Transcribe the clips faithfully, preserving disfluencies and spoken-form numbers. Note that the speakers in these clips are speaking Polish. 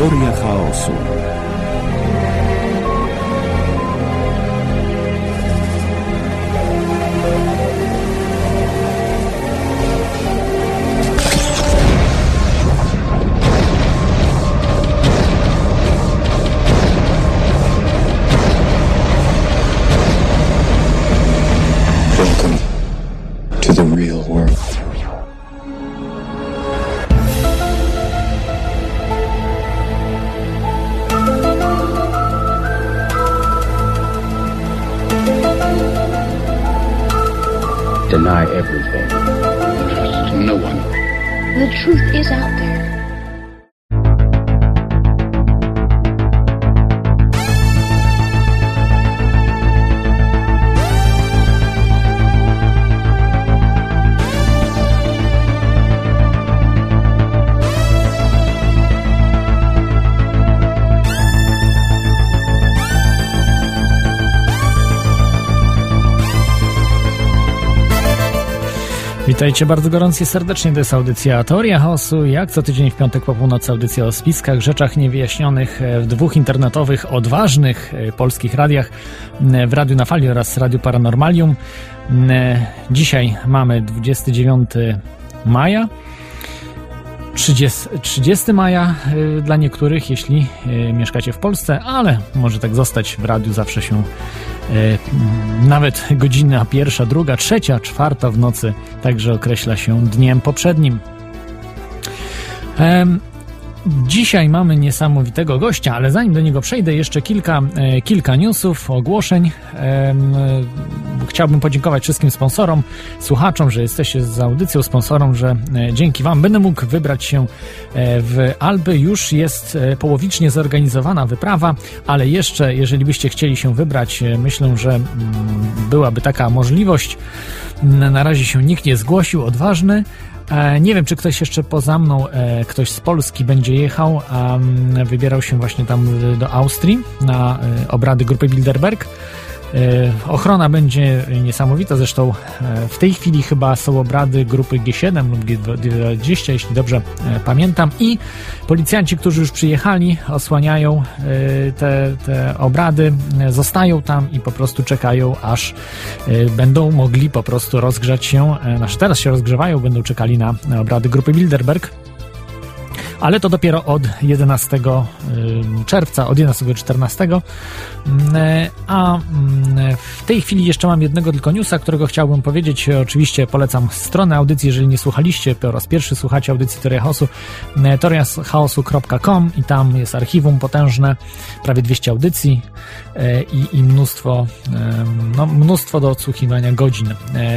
Teoria chaosu. Welcome to the real world. Deny everything. Trust no one. The truth is out there. Witajcie bardzo gorąco i serdecznie, to jest audycja Teoria Chaosu. Jak co tydzień w piątek po północy audycja o spiskach, rzeczach niewyjaśnionych w dwóch internetowych, odważnych polskich radiach, w Radiu na Fali oraz Radiu Paranormalium. Dzisiaj mamy dwudziestego dziewiątego maja, trzydziestego maja dla niektórych, jeśli mieszkacie w Polsce, ale może tak zostać w radiu, zawsze się nawet godzina pierwsza, druga, trzecia, czwarta w nocy także określa się dniem poprzednim. Dzisiaj mamy niesamowitego gościa, ale zanim do niego przejdę, jeszcze kilka, kilka newsów, ogłoszeń. Chciałbym podziękować wszystkim sponsorom, słuchaczom, że jesteście z audycją, sponsorom, że dzięki wam będę mógł wybrać się w Alpy. Już jest połowicznie zorganizowana wyprawa, ale jeszcze, jeżeli byście chcieli się wybrać, myślę, że byłaby taka możliwość. Na razie się nikt nie zgłosił, odważny. Nie wiem, czy ktoś jeszcze poza mną, ktoś z Polski będzie jechał, a wybierał się właśnie tam do Austrii na obrady grupy Bilderberg. Ochrona będzie niesamowita, zresztą w tej chwili chyba są obrady grupy G siedem lub G dwadzieścia, jeśli dobrze pamiętam, i policjanci, którzy już przyjechali, osłaniają te, te obrady, zostają tam i po prostu czekają, aż będą mogli po prostu rozgrzać się, znaczy teraz się rozgrzewają, będą czekali na, na obrady grupy Bilderberg. Ale to dopiero od jedenastego czerwca, od jedenastego do czternastego. A w tej chwili jeszcze mam jednego tylko newsa, którego chciałbym powiedzieć. Oczywiście polecam stronę audycji, jeżeli nie słuchaliście, po raz pierwszy słuchacie audycji Teoria Chaosu, teoria chaosu kropka com, i tam jest archiwum potężne, prawie dwieście audycji i, i mnóstwo, no, mnóstwo do odsłuchiwania godzin.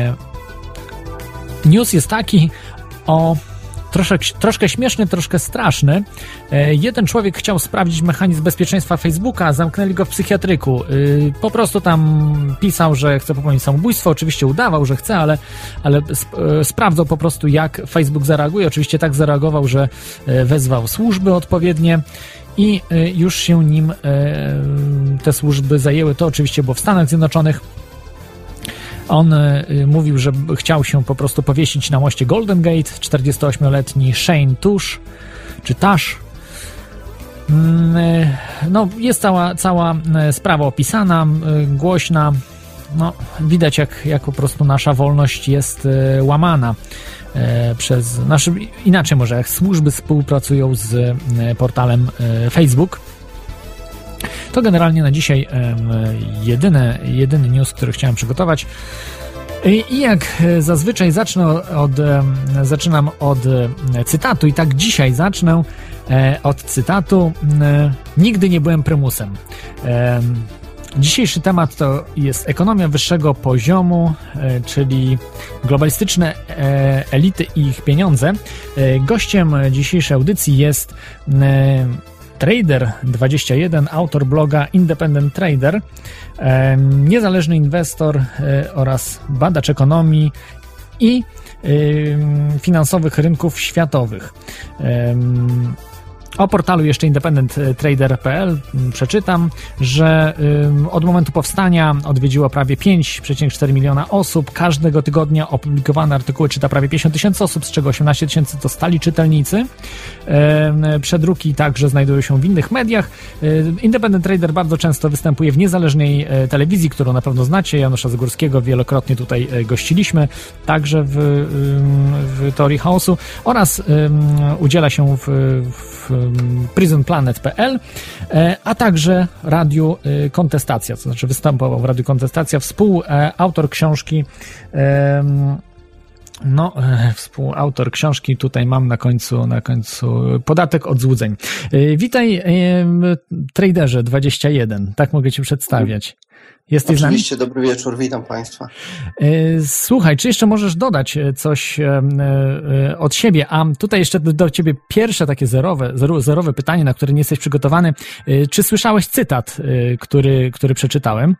News jest taki o Troszkę, troszkę śmieszny, troszkę straszny. Jeden człowiek chciał sprawdzić mechanizm bezpieczeństwa Facebooka, zamknęli go w psychiatryku. Po prostu tam pisał, że chce popełnić samobójstwo, oczywiście udawał, że chce, ale, ale sp- sprawdzał po prostu, jak Facebook zareaguje. Oczywiście tak zareagował, że wezwał służby odpowiednie i już się nim te służby zajęły. To oczywiście było w Stanach Zjednoczonych. On y, mówił, że chciał się po prostu powiesić na moście Golden Gate, czterdziestoośmioletni Shane Tush, czy Tash. Y, no, jest cała, cała sprawa opisana, y, głośna. No, widać, jak, jak po prostu nasza wolność jest y, łamana y, przez... Znaczy, inaczej może, jak służby współpracują z y, portalem y, Facebook. To generalnie na dzisiaj jedyny, jedyny news, który chciałem przygotować. I jak zazwyczaj zacznę od, zaczynam od cytatu i tak dzisiaj zacznę od cytatu. Nigdy nie byłem prymusem. Dzisiejszy temat to jest ekonomia wyższego poziomu, czyli globalistyczne elity i ich pieniądze. Gościem dzisiejszej audycji jest Trader dwadzieścia jeden, autor bloga Independent Trader, niezależny inwestor oraz badacz ekonomii i finansowych rynków światowych. O portalu jeszcze independent trader kropka p l przeczytam, że ym, od momentu powstania odwiedziło prawie pięć przecinek cztery miliona osób. Każdego tygodnia opublikowane artykuły czyta prawie pięćdziesiąt tysięcy osób, z czego osiemnaście tysięcy to stali czytelnicy. Ym, przedruki także znajdują się w innych mediach. Ym, Independent Trader bardzo często występuje w niezależnej y, telewizji, którą na pewno znacie. Janusza Zagórskiego wielokrotnie tutaj y, gościliśmy, także w, y, w Teorii Chaosu, oraz y, udziela się w, w prison planet kropka p l, a także Radiu Kontestacja, to znaczy występował w Radiu Kontestacja, współautor książki, no, współautor książki, tutaj mam na końcu, na końcu Podatek od złudzeń. Witaj, traderze dwadzieścia jeden, tak mogę Cię przedstawiać. Jesteś Oczywiście, dobry wieczór, witam Państwa. Słuchaj, czy jeszcze możesz dodać coś od siebie? A tutaj jeszcze do Ciebie pierwsze takie zerowe, zerowe pytanie, na które nie jesteś przygotowany. Czy słyszałeś cytat, który, który przeczytałem?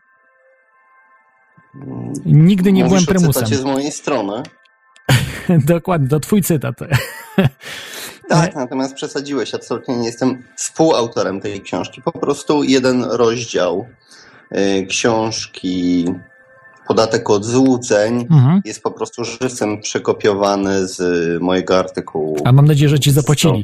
Nigdy nie Mówisz byłem prymusem. O cytacie z mojej strony. Dokładnie, to twój cytat. Tak, natomiast przesadziłeś, absolutnie nie jestem współautorem tej książki. Po prostu jeden rozdział książki Podatek od złudzeń mhm. jest po prostu żywcem przekopiowany z mojego artykułu. A mam nadzieję, że Ci zapłacili.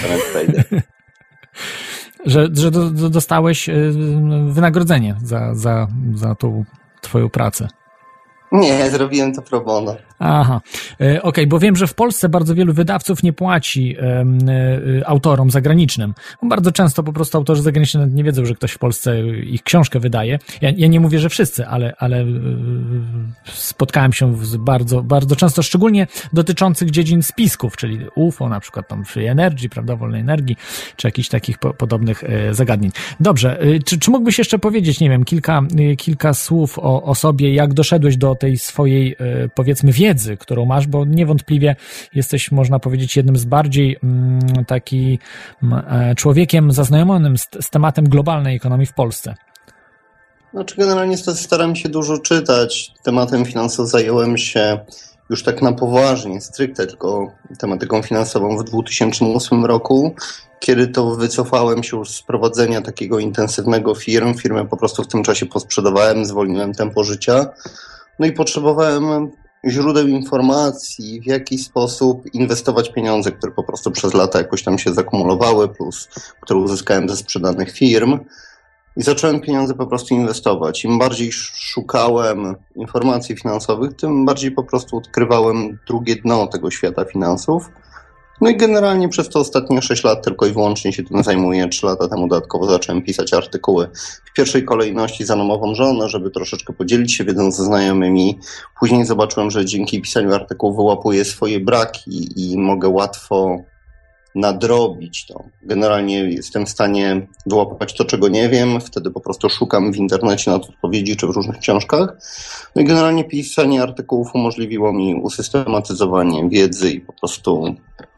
że że do, do, dostałeś wynagrodzenie za, za, za tą Twoją pracę. Nie, zrobiłem to pro bono. Aha, okej, okay, bo wiem, że w Polsce bardzo wielu wydawców nie płaci um, autorom zagranicznym. Bardzo często po prostu autorzy zagraniczni nie wiedzą, że ktoś w Polsce ich książkę wydaje. Ja, ja nie mówię, że wszyscy, ale, ale spotkałem się z bardzo, bardzo często, szczególnie dotyczących dziedzin spisków, czyli U F O, na przykład tam Free Energy, prawda, wolnej energii, czy jakichś takich po, podobnych zagadnień. Dobrze, czy, czy mógłbyś jeszcze powiedzieć, nie wiem, kilka, kilka słów o, o sobie, jak doszedłeś do tej swojej, powiedzmy, wiedzy, którą masz, bo niewątpliwie jesteś, można powiedzieć, jednym z bardziej mm, taki mm, człowiekiem zaznajomionym z, z tematem globalnej ekonomii w Polsce. Znaczy generalnie staram się dużo czytać. Tematem finansów zająłem się już tak na poważnie, stricte tylko tematyką finansową w dwa tysiące ósmym roku, kiedy to wycofałem się już z prowadzenia takiego intensywnego firm. Firmę po prostu w tym czasie posprzedawałem, zwolniłem tempo życia. No i potrzebowałem źródeł informacji, w jaki sposób inwestować pieniądze, które po prostu przez lata jakoś tam się zakumulowały, plus które uzyskałem ze sprzedanych firm. I zacząłem pieniądze po prostu inwestować. Im bardziej szukałem informacji finansowych, tym bardziej po prostu odkrywałem drugie dno tego świata finansów. No i generalnie przez te ostatnie sześć lat tylko i wyłącznie się tym zajmuję. trzy lata temu dodatkowo zacząłem pisać artykuły w pierwszej kolejności za nową żonę, żeby troszeczkę podzielić się wiedzą ze znajomymi. Później zobaczyłem, że dzięki pisaniu artykułów wyłapuję swoje braki i mogę łatwo nadrobić to. Generalnie jestem w stanie wyłapać to, czego nie wiem. Wtedy po prostu szukam w internecie na to odpowiedzi czy w różnych książkach. No i generalnie pisanie artykułów umożliwiło mi usystematyzowanie wiedzy i po prostu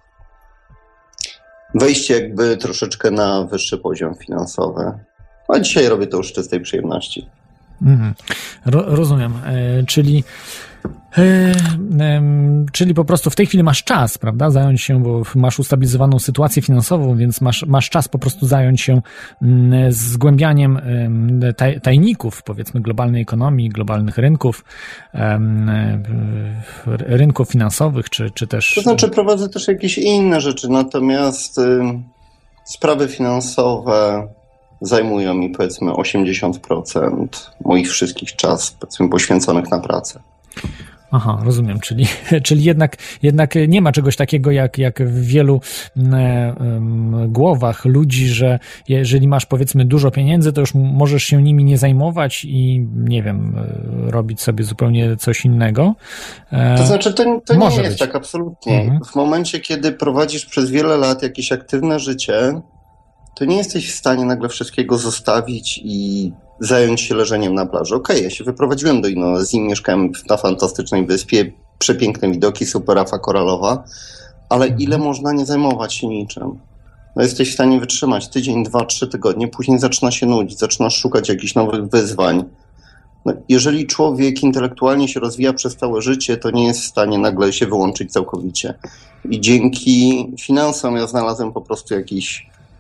wejście jakby troszeczkę na wyższy poziom finansowy. A dzisiaj robię to już z czystej przyjemności. Mhm. Ro- rozumiem. E, czyli e, e, czyli po prostu w tej chwili masz czas, prawda, zająć się, bo masz ustabilizowaną sytuację finansową, więc masz, masz czas po prostu zająć się m, zgłębianiem m, taj, tajników, powiedzmy, globalnej ekonomii, globalnych rynków, m, rynków finansowych, czy, czy też... To znaczy prowadzę też jakieś inne rzeczy, natomiast y, sprawy finansowe zajmują mi, powiedzmy, osiemdziesiąt procent moich wszystkich czas, powiedzmy, poświęconych na pracę. Aha, rozumiem, czyli, czyli jednak, jednak nie ma czegoś takiego jak, jak w wielu e, um, głowach ludzi, że jeżeli masz, powiedzmy, dużo pieniędzy, to już możesz się nimi nie zajmować i, nie wiem, robić sobie zupełnie coś innego. E, to znaczy, to, to nie jest być. tak, absolutnie. Mhm. W momencie, kiedy prowadzisz przez wiele lat jakieś aktywne życie, to nie jesteś w stanie nagle wszystkiego zostawić i zająć się leżeniem na plaży. Okej, okay, ja się wyprowadziłem do Indonezji, mieszkałem na fantastycznej wyspie, przepiękne widoki, super rafa koralowa, ale mhm. ile można nie zajmować się niczym? No jesteś w stanie wytrzymać tydzień, dwa, trzy tygodnie, później zaczyna się nudzić, zaczynasz szukać jakichś nowych wyzwań. No, jeżeli człowiek intelektualnie się rozwija przez całe życie, to nie jest w stanie nagle się wyłączyć całkowicie. I dzięki finansom ja znalazłem po prostu jakiś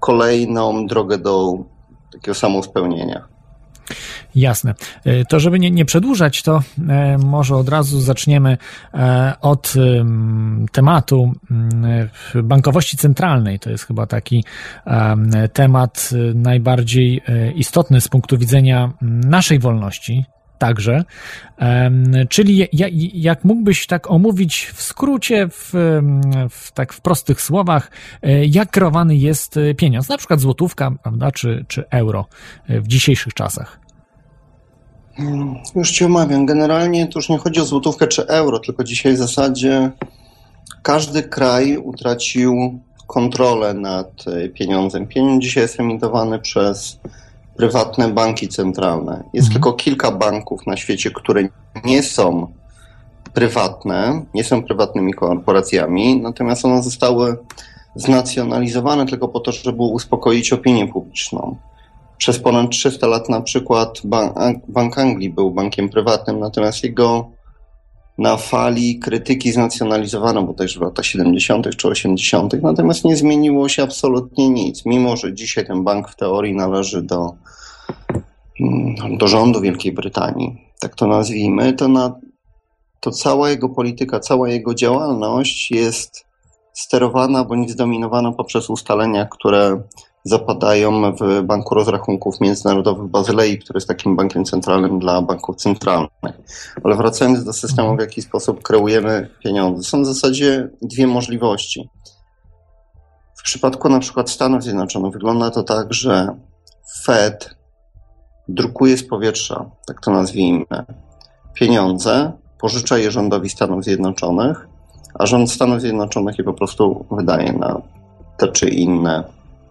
kolejną drogę do takiego samospełnienia. Jasne. To żeby nie, nie przedłużać, to e, może od razu zaczniemy e, od e, tematu e, bankowości centralnej. To jest chyba taki e, temat najbardziej e, istotny z punktu widzenia naszej wolności. Także, czyli jak mógłbyś tak omówić w skrócie, w, w, tak w prostych słowach, jak kreowany jest pieniądz, na przykład złotówka, prawda, czy, czy euro w dzisiejszych czasach? Już ci omawiam. Generalnie to już nie chodzi o złotówkę czy euro, tylko dzisiaj w zasadzie każdy kraj utracił kontrolę nad pieniądzem. Pieniądz dzisiaj jest emitowany przez prywatne banki centralne. Jest mhm. tylko kilka banków na świecie, które nie są prywatne, nie są prywatnymi korporacjami, natomiast one zostały znacjonalizowane tylko po to, żeby uspokoić opinię publiczną. Przez ponad trzysta lat na przykład Bank, Bank Anglii był bankiem prywatnym, natomiast jego na fali krytyki znacjonalizowano, bo też w latach siedemdziesiątych czy osiemdziesiątych, natomiast nie zmieniło się absolutnie nic. Mimo że dzisiaj ten bank w teorii należy do, do rządu Wielkiej Brytanii, tak to nazwijmy, to, na, to cała jego polityka, cała jego działalność jest sterowana bądź zdominowana poprzez ustalenia, które zapadają w Banku Rozrachunków Międzynarodowych Bazylei, który jest takim bankiem centralnym dla banków centralnych. Ale wracając do systemu, w jaki sposób kreujemy pieniądze, są w zasadzie dwie możliwości. W przypadku na przykład Stanów Zjednoczonych wygląda to tak, że Fed drukuje z powietrza, tak to nazwijmy, pieniądze, pożycza je rządowi Stanów Zjednoczonych, a rząd Stanów Zjednoczonych je po prostu wydaje na te czy inne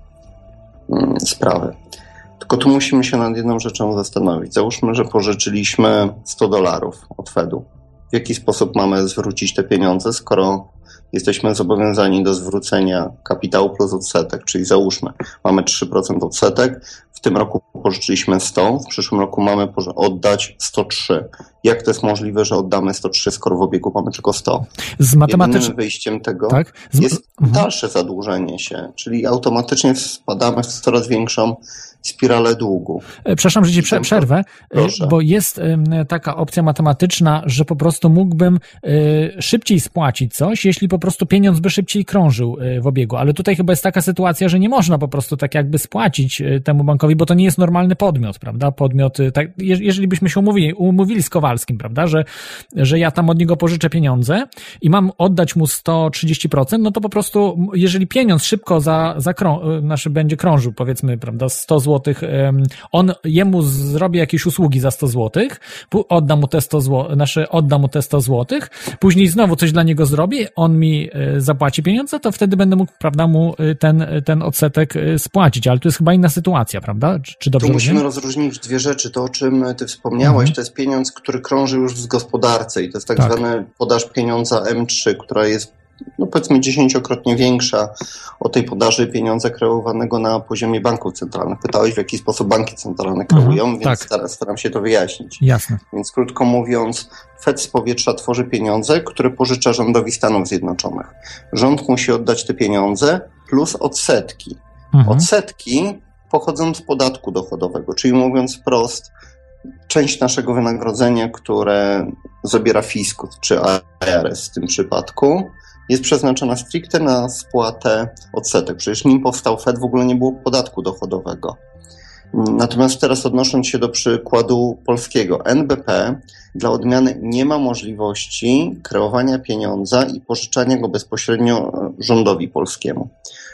sprawy. Tylko tu musimy się nad jedną rzeczą zastanowić. Załóżmy, że pożyczyliśmy sto dolarów od Fedu. W jaki sposób mamy zwrócić te pieniądze, skoro jesteśmy zobowiązani do zwrócenia kapitału plus odsetek, czyli załóżmy, mamy trzy procent odsetek, w tym roku pożyczyliśmy sto, w przyszłym roku mamy oddać sto trzy. Jak to jest możliwe, że oddamy sto trzy, skoro w obiegu mamy tylko sto? Z matematycz... Jedynym wyjściem tego tak? Z... jest dalsze zadłużenie się, czyli automatycznie spadamy w coraz większą spiralę długu. Przepraszam, że ci prze- przerwę, Proszę. Bo jest taka opcja matematyczna, że po prostu mógłbym szybciej spłacić coś, jeśli po prostu pieniądz by szybciej krążył w obiegu. Ale tutaj chyba jest taka sytuacja, że nie można po prostu tak jakby spłacić temu bankowi, bo to nie jest normalny podmiot, prawda? Podmiot, tak, jeżeli byśmy się umówili, umówili z Kowalskim, prawda, że, że ja tam od niego pożyczę pieniądze i mam oddać mu sto trzydzieści procent, no to po prostu, jeżeli pieniądz szybko za, za krą- znaczy będzie krążył, powiedzmy, prawda, sto złotych, on jemu zrobi jakieś usługi za sto złotych, odda mu te sto złotych, znaczy odda mu te sto złotych, później znowu coś dla niego zrobi, on mi zapłaci pieniądze, to wtedy będę mógł, prawda, mu ten, ten odsetek spłacić, ale to jest chyba inna sytuacja, prawda? Czy, czy dobrze tu musimy rozumiem? rozróżnić dwie rzeczy. To, o czym ty wspomniałeś, mhm. to jest pieniądz, który krąży już w gospodarce i to jest tak, tak. zwany podaż pieniądza em trzy, która jest, no powiedzmy, dziesięciokrotnie większa od tej podaży pieniądza kreowanego na poziomie banków centralnych. Pytałeś, w jaki sposób banki centralne kreują, mhm, więc tak. staram, staram się to wyjaśnić. Jasne. Więc krótko mówiąc, Fed z powietrza tworzy pieniądze, które pożycza rządowi Stanów Zjednoczonych. Rząd musi oddać te pieniądze plus odsetki. Mhm. Odsetki pochodzą z podatku dochodowego, czyli mówiąc wprost, część naszego wynagrodzenia, które zabiera fiskus czy I R S w tym przypadku, jest przeznaczona stricte na spłatę odsetek. Przecież nim powstał Fed, w ogóle nie było podatku dochodowego. Natomiast teraz odnosząc się do przykładu polskiego, N B P dla odmiany nie ma możliwości kreowania pieniądza i pożyczania go bezpośrednio rządowi polskiemu.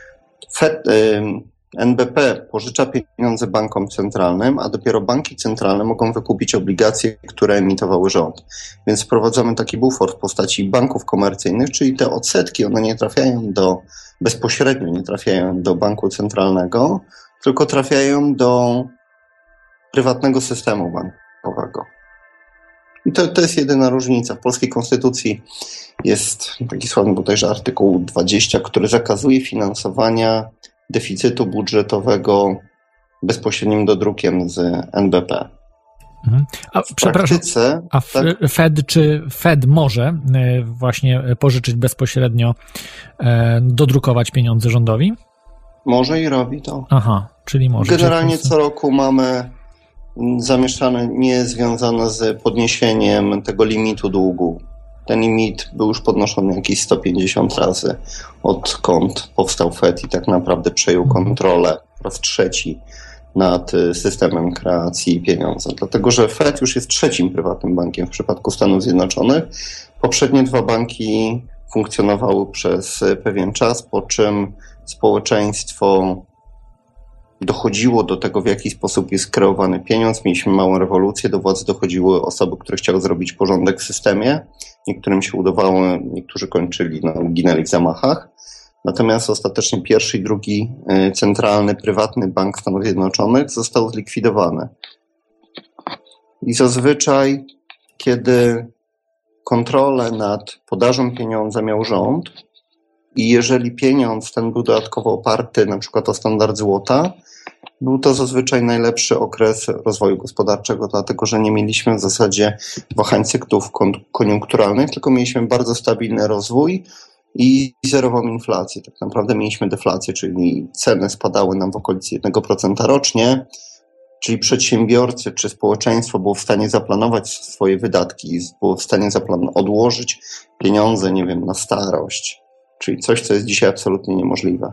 Fed, N B P pożycza pieniądze bankom centralnym, a dopiero banki centralne mogą wykupić obligacje, które emitowały rząd. Więc wprowadzamy taki bufor w postaci banków komercyjnych, czyli te odsetki, one nie trafiają do, bezpośrednio nie trafiają do banku centralnego, tylko trafiają do prywatnego systemu bankowego. I to, to jest jedyna różnica. W polskiej konstytucji jest taki sławny bodajże artykuł dwadzieścia, który zakazuje finansowania deficytu budżetowego bezpośrednim dodrukiem z N B P. Mhm. A, w praktyce, a tak? Fed, czy Fed może właśnie pożyczyć bezpośrednio, dodrukować pieniądze rządowi? Może i robi to. Aha, czyli może. Generalnie co roku mamy zamieszczane niezwiązane z podniesieniem tego limitu długu. Ten limit był już podnoszony jakieś sto pięćdziesiąt razy, odkąd powstał F E D i tak naprawdę przejął kontrolę po raz trzeci nad systemem kreacji pieniądza. Dlatego, że F E D już jest trzecim prywatnym bankiem w przypadku Stanów Zjednoczonych. Poprzednie dwa banki funkcjonowały przez pewien czas, po czym społeczeństwo dochodziło do tego, w jaki sposób jest kreowany pieniądz. Mieliśmy małą rewolucję, do władzy dochodziły osoby, które chciały zrobić porządek w systemie. Niektórym się udawało, niektórzy kończyli, no, ginęli w zamachach. Natomiast ostatecznie pierwszy i drugi centralny, prywatny bank Stanów Zjednoczonych został zlikwidowany. I zazwyczaj, kiedy kontrolę nad podażą pieniądza miał rząd i jeżeli pieniądz ten był dodatkowo oparty na przykład o standard złota, był to zazwyczaj najlepszy okres rozwoju gospodarczego, dlatego że nie mieliśmy w zasadzie wahań cyklów koniunkturalnych, tylko mieliśmy bardzo stabilny rozwój i zerową inflację. Tak naprawdę mieliśmy deflację, czyli ceny spadały nam w okolicy jednego procenta rocznie, czyli przedsiębiorcy czy społeczeństwo było w stanie zaplanować swoje wydatki, było w stanie zaplan- odłożyć pieniądze, nie wiem, na starość, czyli coś, co jest dzisiaj absolutnie niemożliwe.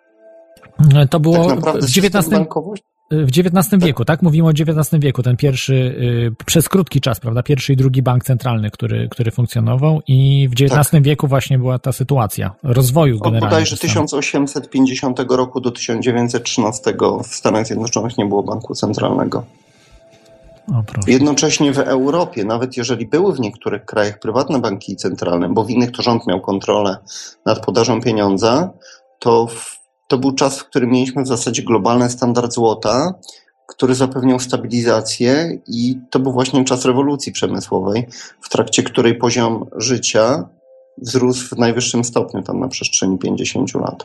To było tak w dziewiętnastym W dziewiętnastym wieku, tak? Mówimy o dziewiętnastym wieku, ten pierwszy, y, przez krótki czas, prawda? Pierwszy i drugi bank centralny, który, który funkcjonował i w dziewiętnastym tak. wieku właśnie była ta sytuacja rozwoju generalnie. Od bodajże tysiąc osiemset pięćdziesiątego roku do tysiąc dziewięćset trzynastego w Stanach Zjednoczonych nie było banku centralnego. O, proszę. Jednocześnie w Europie, nawet jeżeli były w niektórych krajach prywatne banki centralne, bo w innych to rząd miał kontrolę nad podażą pieniądza, to w To był czas, w którym mieliśmy w zasadzie globalny standard złota, który zapewniał stabilizację i to był właśnie czas rewolucji przemysłowej, w trakcie której poziom życia wzrósł w najwyższym stopniu tam na przestrzeni pięćdziesięciu lat.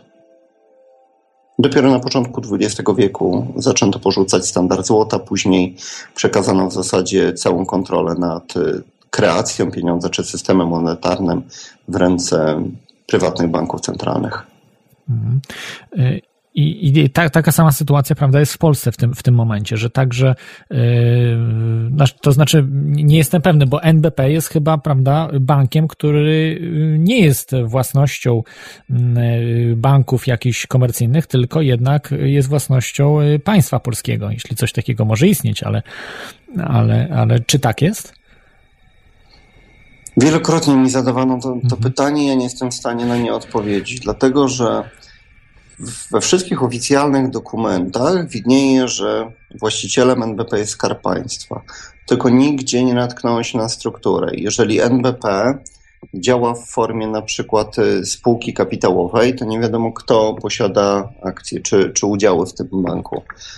Dopiero na początku dwudziestego wieku zaczęto porzucać standard złota, później przekazano w zasadzie całą kontrolę nad kreacją pieniądza czy systemem monetarnym w ręce prywatnych banków centralnych. I, i ta, taka sama sytuacja, prawda, jest w Polsce w tym, w tym momencie, że także, yy, to znaczy nie jestem pewny, bo N B P jest chyba, prawda, bankiem, który nie jest własnością banków jakichś komercyjnych, tylko jednak jest własnością państwa polskiego, jeśli coś takiego może istnieć, ale, ale, ale czy tak jest? Wielokrotnie mi zadawano to, to pytanie, ja nie jestem w stanie na nie odpowiedzieć, dlatego że we wszystkich oficjalnych dokumentach widnieje, że właścicielem N B P jest Skarb Państwa, tylko nigdzie nie natknąłem się na strukturę. Jeżeli N B P działa w formie na przykład spółki kapitałowej, to nie wiadomo, kto posiada akcje czy, czy udziały w tym banku.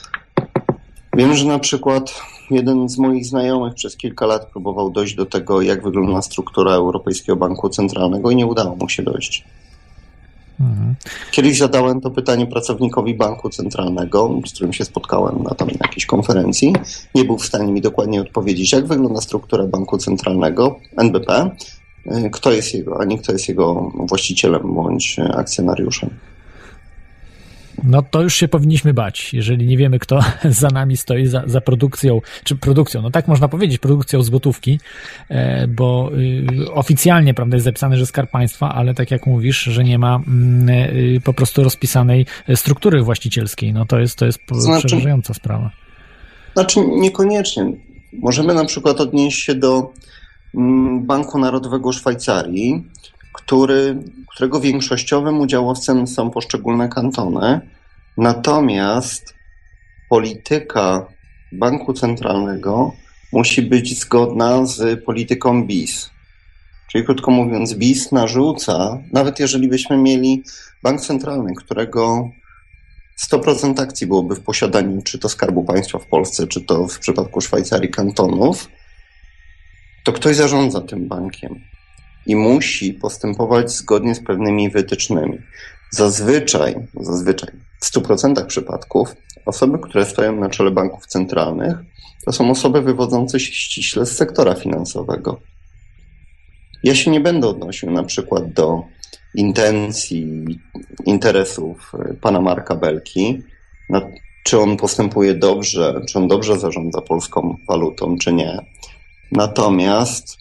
Wiem, że na przykład jeden z moich znajomych przez kilka lat próbował dojść do tego, jak wygląda struktura Europejskiego Banku Centralnego i nie udało mu się dojść. Mhm. Kiedyś zadałem to pytanie pracownikowi Banku Centralnego, z którym się spotkałem na, tam, na jakiejś konferencji. Nie był w stanie mi dokładnie odpowiedzieć, jak wygląda struktura Banku Centralnego, N B P, kto jest jego, ani kto jest jego właścicielem bądź akcjonariuszem. No to już się powinniśmy bać, jeżeli nie wiemy, kto za nami stoi, za, za produkcją, czy produkcją, no tak można powiedzieć, produkcją złotówki, bo oficjalnie, prawda, jest zapisane, że Skarb Państwa, ale tak jak mówisz, że nie ma po prostu rozpisanej struktury właścicielskiej, no to jest, to jest znaczy, przerażająca sprawa. Znaczy niekoniecznie. Możemy na przykład odnieść się do Banku Narodowego Szwajcarii, który, którego większościowym udziałowcem są poszczególne kantony. Natomiast polityka Banku Centralnego musi być zgodna z polityką B I S. Czyli krótko mówiąc, B I S narzuca, nawet jeżeli byśmy mieli bank centralny, którego sto procent akcji byłoby w posiadaniu czy to Skarbu Państwa w Polsce, czy to w przypadku Szwajcarii kantonów, to ktoś zarządza tym bankiem i musi postępować zgodnie z pewnymi wytycznymi. Zazwyczaj, zazwyczaj w stu procentach przypadków osoby, które stoją na czele banków centralnych, to są osoby wywodzące się ściśle z sektora finansowego. Ja się nie będę odnosił na przykład do intencji, interesów pana Marka Belki, no, czy on postępuje dobrze, czy on dobrze zarządza polską walutą, czy nie. Natomiast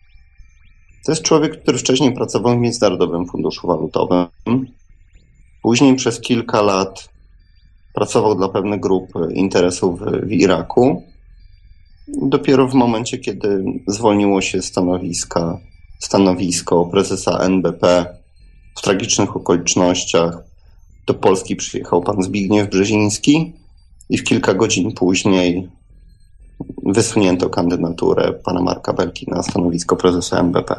to jest człowiek, który wcześniej pracował w Międzynarodowym Funduszu Walutowym. Później przez kilka lat pracował dla pewnych grup interesów w Iraku. Dopiero w momencie, kiedy zwolniło się stanowiska, stanowisko prezesa N B P w tragicznych okolicznościach, do Polski przyjechał pan Zbigniew Brzeziński i w kilka godzin później wysunięto kandydaturę pana Marka Belki na stanowisko prezesa N B P.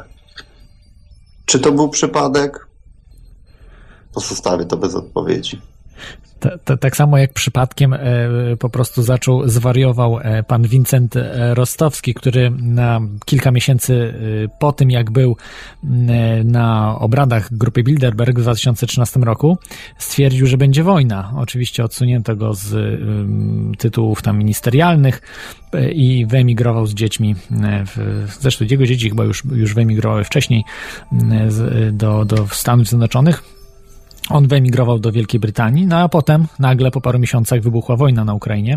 Czy to był przypadek? Pozostawię to bez odpowiedzi. T- t- tak samo jak przypadkiem e, po prostu zaczął, zwariował e, pan Wincent e, Rostowski, który na kilka miesięcy e, po tym, jak był e, na obradach grupy Bilderberg w dwa tysiące trzynastym roku, stwierdził, że będzie wojna. Oczywiście odsunięto go z e, tytułów tam ministerialnych e, i wyemigrował z dziećmi. E, w, zresztą jego dzieci chyba już, już wyemigrowały wcześniej e, z, do, do Stanów Zjednoczonych. On wyemigrował do Wielkiej Brytanii, no a potem nagle po paru miesiącach wybuchła wojna na Ukrainie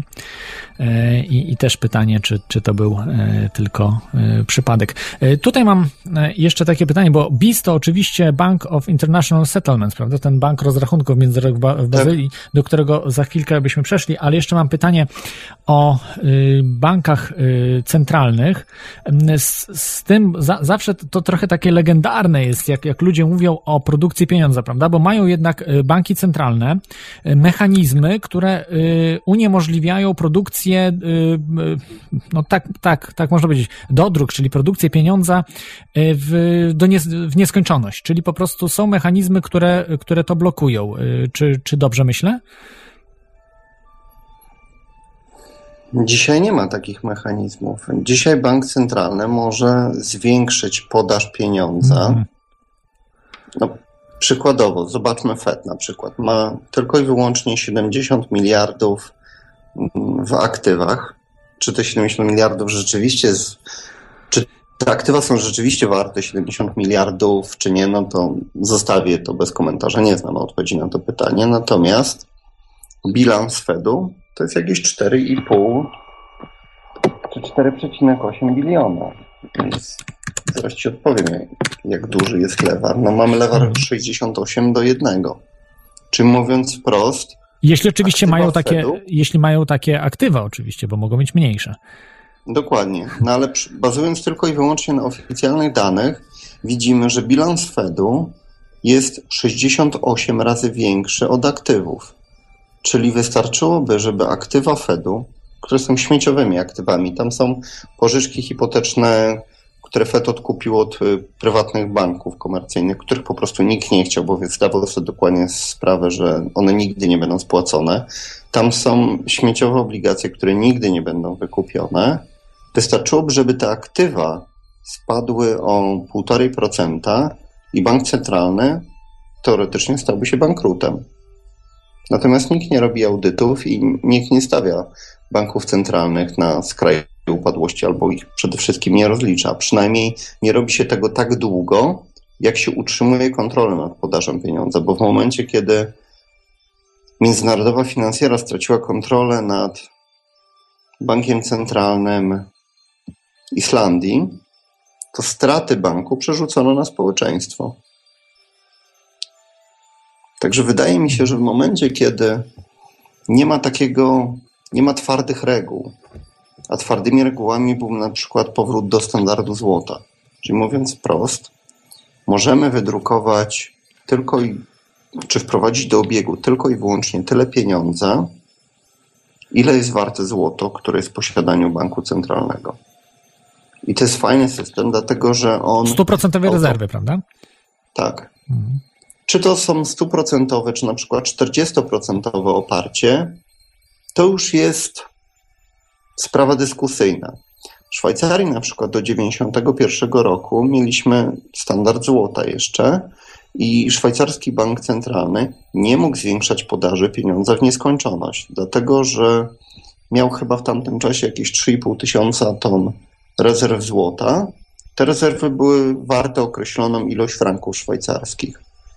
i, i też pytanie, czy, czy to był tylko przypadek. Tutaj mam jeszcze takie pytanie, bo B I S to oczywiście Bank of International Settlements, prawda? Ten bank rozrachunków międzynarodowych w Bazylii, tak, do którego za chwilkę byśmy przeszli, ale jeszcze mam pytanie o bankach centralnych. Z, z tym za, zawsze to trochę takie legendarne jest, jak, jak ludzie mówią o produkcji pieniądza, prawda? Bo mają jednak banki centralne mechanizmy, które uniemożliwiają produkcję, no tak, tak, tak można powiedzieć, dodruk, czyli produkcję pieniądza w, do nie, w nieskończoność, czyli po prostu są mechanizmy, które, które to blokują. Czy, czy dobrze myślę? Dzisiaj nie ma takich mechanizmów. Dzisiaj bank centralny może zwiększyć podaż pieniądza. Mm. No, przykładowo, zobaczmy Fed na przykład. Ma tylko i wyłącznie siedemdziesiąt miliardów w aktywach. Czy te siedemdziesiąt miliardów rzeczywiście jest, czy te aktywa są rzeczywiście warte siedemdziesiąt miliardów, czy nie, no to zostawię to bez komentarza. Nie znam odpowiedzi na to pytanie. Natomiast bilans Fedu to jest jakieś cztery i pół czy cztery przecinek osiem biliona. Więc zaraz ci odpowiem, jak, jak duży jest lewar. No mamy lewar sześćdziesiąt osiem do jednego. Czyli mówiąc wprost, jeśli oczywiście mają takie, Fedu, jeśli mają takie aktywa oczywiście, bo mogą być mniejsze. Dokładnie. No ale przy, bazując tylko i wyłącznie na oficjalnych danych, widzimy, że bilans Fedu jest sześćdziesiąt osiem razy większy od aktywów. Czyli wystarczyłoby, żeby aktywa Fedu, które są śmieciowymi aktywami, tam są pożyczki hipoteczne, które Fed odkupił od prywatnych banków komercyjnych, których po prostu nikt nie chciał, bo zdawał sobie dokładnie sprawę, że one nigdy nie będą spłacone. Tam są śmieciowe obligacje, które nigdy nie będą wykupione. Wystarczyłoby, żeby te aktywa spadły o półtora procent i bank centralny teoretycznie stałby się bankrutem. Natomiast nikt nie robi audytów i nikt nie stawia banków centralnych na skraju upadłości albo ich przede wszystkim nie rozlicza. Przynajmniej nie robi się tego tak długo, jak się utrzymuje kontrolę nad podażą pieniądza, bo w momencie, kiedy międzynarodowa finansjera straciła kontrolę nad bankiem centralnym Islandii, to straty banku przerzucono na społeczeństwo. Także wydaje mi się, że w momencie, kiedy nie ma takiego, nie ma twardych reguł, a twardymi regułami był na przykład powrót do standardu złota. Czyli mówiąc wprost, możemy wydrukować tylko i, czy wprowadzić do obiegu tylko i wyłącznie tyle pieniądza, ile jest warte złoto, które jest w posiadaniu banku centralnego. I to jest fajny system, dlatego że on... Stuprocentowe rezerwy, prawda? Tak. Mhm. Czy to są stuprocentowe, czy na przykład czterdziestoprocentowe oparcie, to już jest sprawa dyskusyjna. W Szwajcarii na przykład do dziewięćdziesiątego pierwszego roku mieliśmy standard złota jeszcze i szwajcarski bank centralny nie mógł zwiększać podaży pieniądza w nieskończoność, dlatego że miał chyba w tamtym czasie jakieś trzy i pół tysiąca ton rezerw złota. Te rezerwy były warte określoną ilość franków szwajcarskich.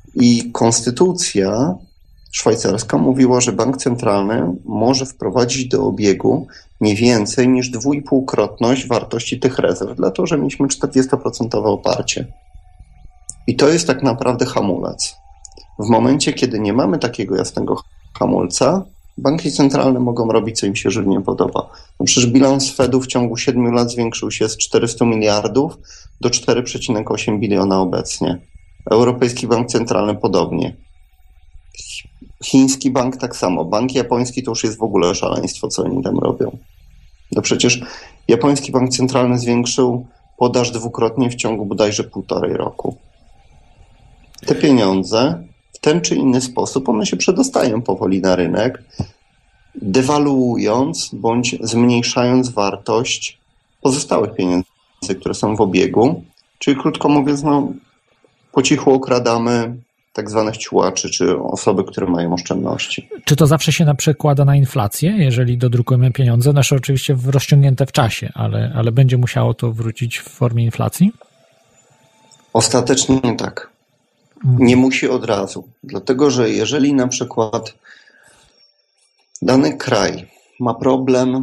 I konstytucja szwajcarska mówiła, że bank centralny może wprowadzić do obiegu nie więcej niż dwuipółkrotność wartości tych rezerw, dlatego że mieliśmy czterdziestoprocentowe oparcie. I to jest tak naprawdę hamulec. W momencie, kiedy nie mamy takiego jasnego hamulca, banki centralne mogą robić, co im się żywnie podoba. No przecież bilans Fedu w ciągu siedmiu lat zwiększył się z czterystu miliardów do cztery przecinek osiem biliona obecnie. Europejski Bank Centralny podobnie. Chiński bank tak samo. Bank japoński to już jest w ogóle szaleństwo, co oni tam robią. No przecież japoński bank centralny zwiększył podaż dwukrotnie w ciągu bodajże półtorej roku. Te pieniądze w ten czy inny sposób, one się przedostają powoli na rynek, dewaluując bądź zmniejszając wartość pozostałych pieniędzy, które są w obiegu. Czyli krótko mówiąc, no, po cichu okradamy tak zwanych ciułaczy, czy osoby, które mają oszczędności. Czy to zawsze się przekłada na inflację, jeżeli dodrukujemy pieniądze? Nasze oczywiście rozciągnięte w czasie, ale, ale będzie musiało to wrócić w formie inflacji? Ostatecznie tak. Nie musi od razu. Dlatego, że jeżeli na przykład dany kraj ma problem,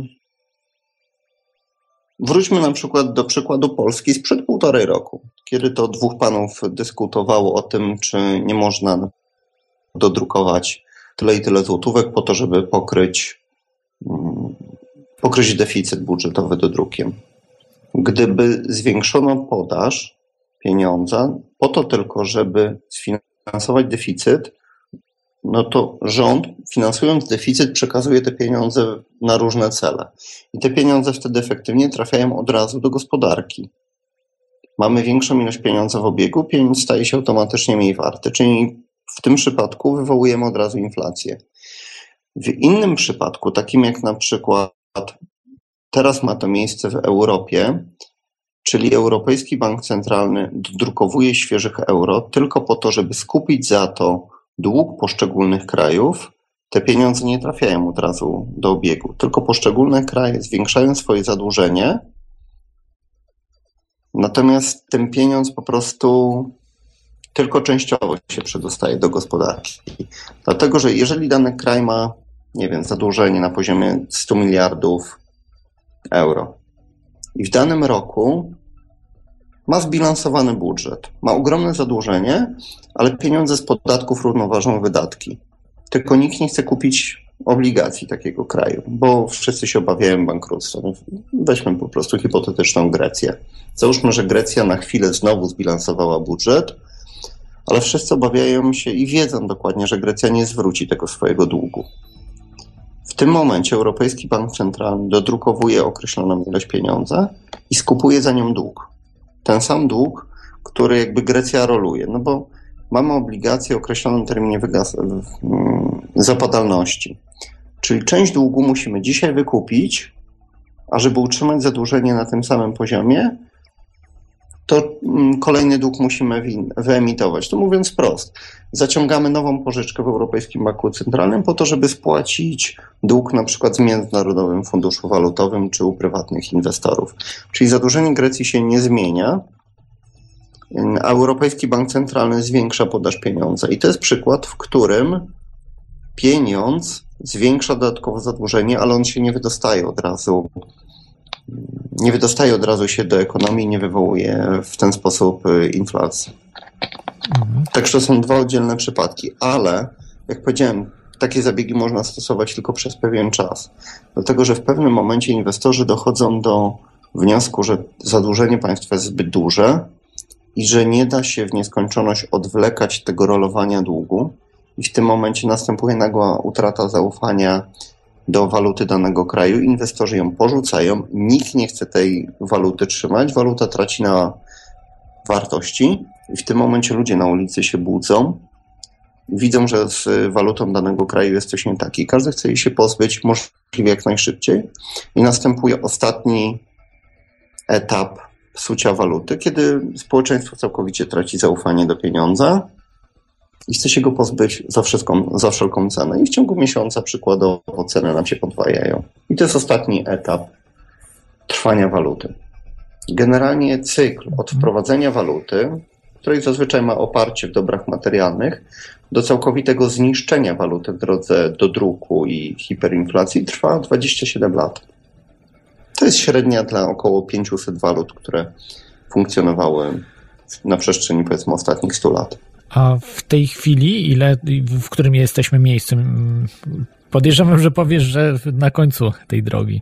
wróćmy na przykład do przykładu Polski sprzed półtorej roku, kiedy to dwóch panów dyskutowało o tym, czy nie można dodrukować tyle i tyle złotówek po to, żeby pokryć, pokryć deficyt budżetowy dodrukiem. Gdyby zwiększono podaż pieniądza po to tylko, żeby sfinansować deficyt, no to rząd, finansując deficyt, przekazuje te pieniądze na różne cele. I te pieniądze wtedy efektywnie trafiają od razu do gospodarki. Mamy większą ilość pieniądza w obiegu, pieniądz staje się automatycznie mniej warty, czyli w tym przypadku wywołujemy od razu inflację. W innym przypadku, takim jak na przykład teraz ma to miejsce w Europie, czyli Europejski Bank Centralny drukowuje świeżych euro tylko po to, żeby skupić za to dług poszczególnych krajów, te pieniądze nie trafiają od razu do obiegu, tylko poszczególne kraje zwiększają swoje zadłużenie, natomiast ten pieniądz po prostu tylko częściowo się przedostaje do gospodarki. Dlatego, że jeżeli dany kraj ma, nie wiem, zadłużenie na poziomie stu miliardów euro i w danym roku ma zbilansowany budżet, ma ogromne zadłużenie, ale pieniądze z podatków równoważą wydatki. Tylko nikt nie chce kupić obligacji takiego kraju, bo wszyscy się obawiają bankructwa. Weźmy po prostu hipotetyczną Grecję. Załóżmy, że Grecja na chwilę znowu zbilansowała budżet, ale wszyscy obawiają się i wiedzą dokładnie, że Grecja nie zwróci tego swojego długu. W tym momencie Europejski Bank Centralny dodrukowuje określoną ilość pieniądza i skupuje za nią dług. Ten sam dług, który jakby Grecja roluje, no bo mamy obligacje o określonym terminie wygas- zapadalności. Czyli część długu musimy dzisiaj wykupić, a żeby utrzymać zadłużenie na tym samym poziomie, to kolejny dług musimy wyemitować. To mówiąc wprost, zaciągamy nową pożyczkę w Europejskim Banku Centralnym po to, żeby spłacić dług na przykład z Międzynarodowym Funduszu Walutowym czy u prywatnych inwestorów. Czyli zadłużenie Grecji się nie zmienia, a Europejski Bank Centralny zwiększa podaż pieniądza. I to jest przykład, w którym pieniądz zwiększa dodatkowo zadłużenie, ale on się nie wydostaje od razu nie wydostaje od razu się do ekonomii, nie wywołuje w ten sposób inflacji. Mhm. Także to są dwa oddzielne przypadki, ale jak powiedziałem, takie zabiegi można stosować tylko przez pewien czas. Dlatego, że w pewnym momencie inwestorzy dochodzą do wniosku, że zadłużenie państwa jest zbyt duże i że nie da się w nieskończoność odwlekać tego rolowania długu i w tym momencie następuje nagła utrata zaufania do waluty danego kraju, inwestorzy ją porzucają, nikt nie chce tej waluty trzymać, waluta traci na wartości i w tym momencie ludzie na ulicy się budzą, widzą, że z walutą danego kraju jest coś nie tak i każdy chce jej się pozbyć możliwie jak najszybciej i następuje ostatni etap psucia waluty, kiedy społeczeństwo całkowicie traci zaufanie do pieniądza i chce się go pozbyć za, wszystką, za wszelką cenę. I w ciągu miesiąca przykładowo ceny nam się podwajają. I to jest ostatni etap trwania waluty. Generalnie cykl od wprowadzenia waluty której zazwyczaj ma oparcie w dobrach materialnych, do całkowitego zniszczenia waluty w drodze do druku i hiperinflacji trwa dwadzieścia siedem lat. To jest średnia dla około pięćset walut, które funkcjonowały na przestrzeni, powiedzmy, ostatnich stu lat. A w tej chwili, ile, w którym jesteśmy miejscu? Podejrzewam, że powiesz, że na końcu tej drogi.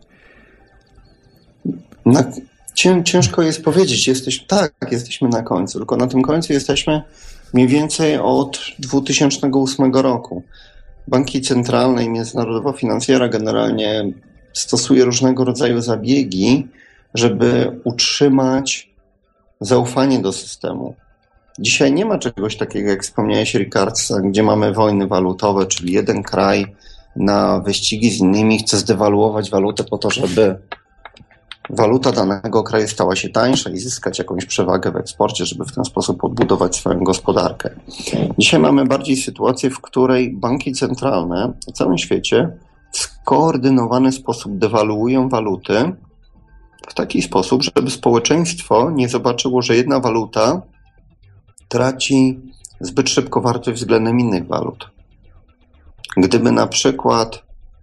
Na, cię, ciężko jest powiedzieć. Jesteś, tak, jesteśmy na końcu, tylko na tym końcu jesteśmy mniej więcej od dwa tysiące ósmego roku. Banki centralne i międzynarodowa finansjera generalnie stosuje różnego rodzaju zabiegi, żeby utrzymać zaufanie do systemu. Dzisiaj nie ma czegoś takiego, jak wspomniałeś, Ricard, gdzie mamy wojny walutowe, czyli jeden kraj na wyścigi z innymi chce zdewaluować walutę po to, żeby waluta danego kraju stała się tańsza i zyskać jakąś przewagę w eksporcie, żeby w ten sposób odbudować swoją gospodarkę. Dzisiaj mamy bardziej sytuację, w której banki centralne na całym świecie w skoordynowany sposób dewaluują waluty w taki sposób, żeby społeczeństwo nie zobaczyło, że jedna waluta traci zbyt szybko wartość względem innych walut. Gdyby na przykład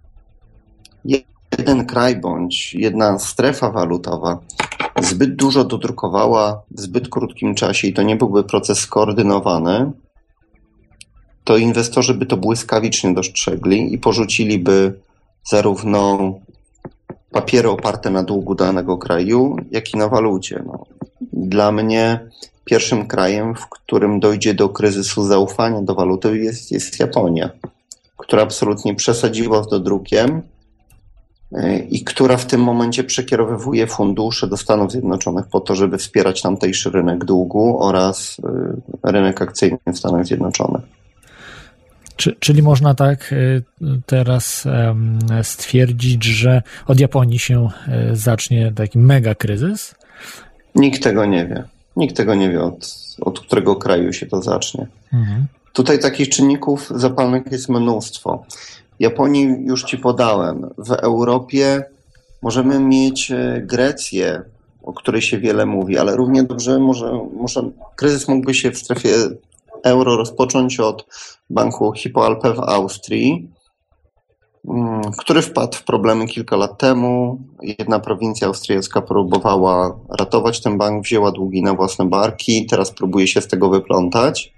jeden kraj bądź jedna strefa walutowa zbyt dużo dodrukowała w zbyt krótkim czasie i to nie byłby proces skoordynowany, to inwestorzy by to błyskawicznie dostrzegli i porzuciliby zarówno papiery oparte na długu danego kraju, jak i na walucie. No, dla mnie pierwszym krajem, w którym dojdzie do kryzysu zaufania do waluty jest, jest Japonia, która absolutnie przesadziła z dodrukiem i która w tym momencie przekierowywuje fundusze do Stanów Zjednoczonych po to, żeby wspierać tamtejszy rynek długu oraz rynek akcyjny w Stanach Zjednoczonych. Czy, czyli można tak teraz stwierdzić, że od Japonii się zacznie taki mega kryzys? Nikt tego nie wie. Nikt tego nie wie, od, od którego kraju się to zacznie. Mhm. Tutaj takich czynników zapalnych jest mnóstwo. Japonii już ci podałem. W Europie możemy mieć Grecję, o której się wiele mówi, ale równie dobrze może, może kryzys mógłby się w strefie euro rozpocząć od banku Hypo Alpe w Austrii, który wpadł w problemy kilka lat temu. Jedna prowincja austriacka próbowała ratować ten bank, wzięła długi na własne barki, teraz próbuje się z tego wyplątać.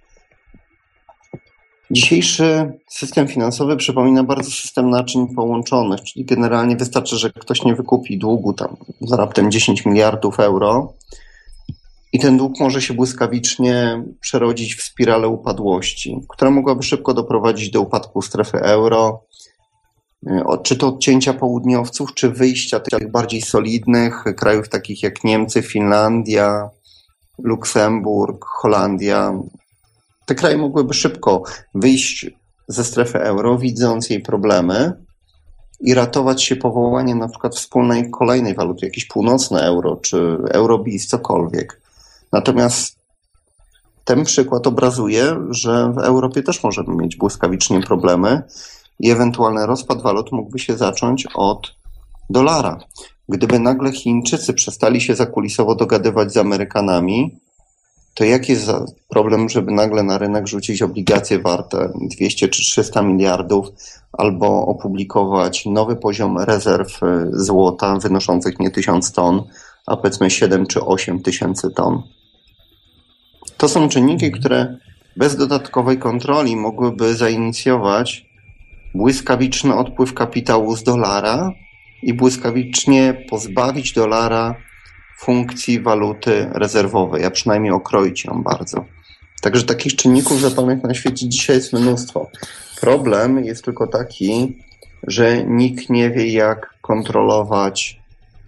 Dzisiejszy system finansowy przypomina bardzo system naczyń połączonych, czyli generalnie wystarczy, że ktoś nie wykupi długu tam za raptem dziesięć miliardów euro i ten dług może się błyskawicznie przerodzić w spiralę upadłości, która mogłaby szybko doprowadzić do upadku strefy euro, czy to odcięcia południowców, czy wyjścia tych bardziej solidnych krajów takich jak Niemcy, Finlandia, Luksemburg, Holandia. Te kraje mogłyby szybko wyjść ze strefy euro, widząc jej problemy i ratować się powołaniem na przykład wspólnej kolejnej waluty, jakieś północne euro, czy eurobis, cokolwiek. Natomiast ten przykład obrazuje, że w Europie też możemy mieć błyskawicznie problemy i ewentualny rozpad walut mógłby się zacząć od dolara. Gdyby nagle Chińczycy przestali się zakulisowo dogadywać z Amerykanami, to jaki jest problem, żeby nagle na rynek rzucić obligacje warte dwieście czy trzysta miliardów albo opublikować nowy poziom rezerw złota wynoszących nie tysiąc ton, a powiedzmy siedem czy osiem tysięcy ton. To są czynniki, które bez dodatkowej kontroli mogłyby zainicjować błyskawiczny odpływ kapitału z dolara i błyskawicznie pozbawić dolara funkcji waluty rezerwowej, a przynajmniej okroić ją bardzo. Także takich czynników zapalnych na świecie dzisiaj jest mnóstwo. Problem jest tylko taki, że nikt nie wie, jak kontrolować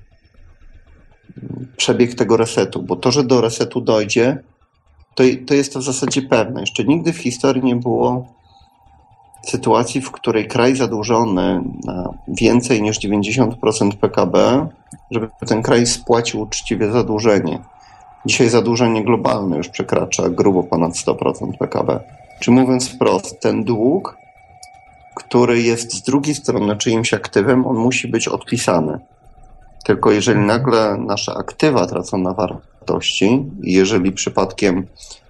przebieg tego resetu, bo to, że do resetu dojdzie, to, to jest to w zasadzie pewne. Jeszcze nigdy w historii nie było sytuacji, w której kraj zadłużony na więcej niż dziewięćdziesiąt procent P K B, żeby ten kraj spłacił uczciwie zadłużenie. Dzisiaj zadłużenie globalne już przekracza grubo ponad sto procent P K B. Czy mówiąc wprost, ten dług, który jest z drugiej strony czyimś aktywem, on musi być odpisany. Tylko jeżeli nagle nasze aktywa tracą na wartości i jeżeli przypadkiem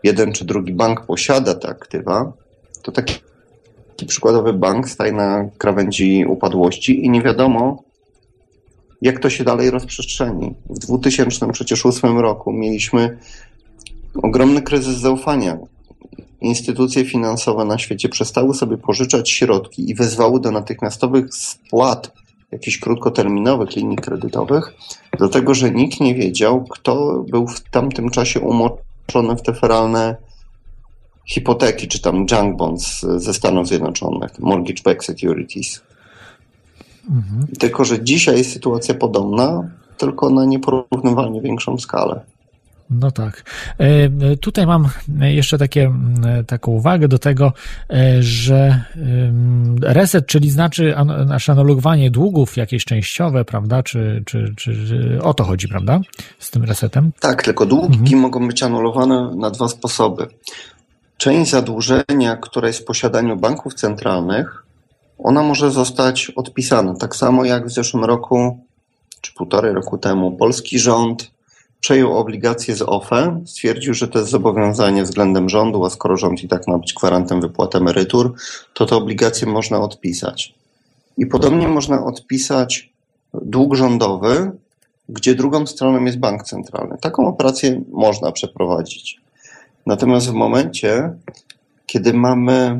jeden czy drugi bank posiada te aktywa, to taki, taki przykładowy bank staje na krawędzi upadłości i nie wiadomo, jak to się dalej rozprzestrzeni. W dwutysięcznym przecież ósmym roku mieliśmy ogromny kryzys zaufania. Instytucje finansowe na świecie przestały sobie pożyczać środki i wezwały do natychmiastowych spłat jakichś krótkoterminowych linii kredytowych, dlatego że nikt nie wiedział, kto był w tamtym czasie umoczony w te feralne hipoteki, czy tam junk bonds ze Stanów Zjednoczonych, mortgage-backed securities. Mhm. Tylko że dzisiaj jest sytuacja podobna, tylko na nieporównywalnie większą skalę. No tak. Tutaj mam jeszcze takie, taką uwagę do tego, że reset, czyli znaczy nasze anulowanie długów jakieś częściowe, prawda? Czy, czy, czy o to chodzi, prawda? Z tym resetem? Tak, tylko długi mhm. mogą być anulowane na dwa sposoby. Część zadłużenia, która jest w posiadaniu banków centralnych, ona może zostać odpisana. Tak samo jak w zeszłym roku, czy półtorej roku temu, polski rząd przejął obligacje z O F E, stwierdził, że to jest zobowiązanie względem rządu, a skoro rząd i tak ma być gwarantem wypłat emerytur, to te obligacje można odpisać. I podobnie można odpisać dług rządowy, gdzie drugą stroną jest bank centralny. Taką operację można przeprowadzić. Natomiast w momencie, kiedy mamy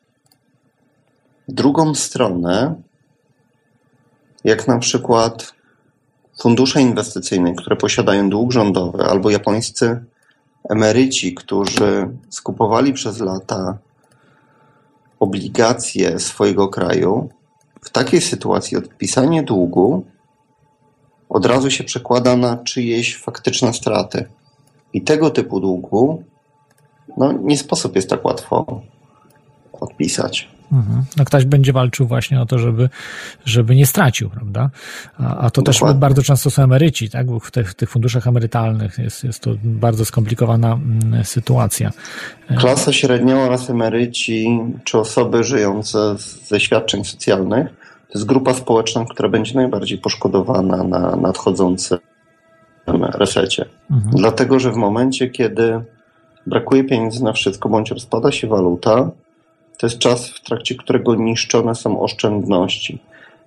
drugą stronę, jak na przykład fundusze inwestycyjne, które posiadają dług rządowy, albo japońscy emeryci, którzy skupowali przez lata obligacje swojego kraju, w takiej sytuacji odpisanie długu od razu się przekłada na czyjeś faktyczne straty. I tego typu długu no, nie sposób jest tak łatwo odpisać. Mhm. No ktoś będzie walczył właśnie o to, żeby, żeby nie stracił, prawda? A, a to Dokładnie. Też bardzo często są emeryci, tak? Bo w tych, w tych funduszach emerytalnych jest, jest to bardzo skomplikowana mm, sytuacja. Klasa średnia oraz emeryci, czy osoby żyjące ze świadczeń socjalnych, to jest grupa społeczna, która będzie najbardziej poszkodowana na nadchodzącym resecie. Mhm. Dlatego, że w momencie, kiedy brakuje pieniędzy na wszystko, bądź rozpada się waluta, to jest czas, w trakcie którego niszczone są oszczędności.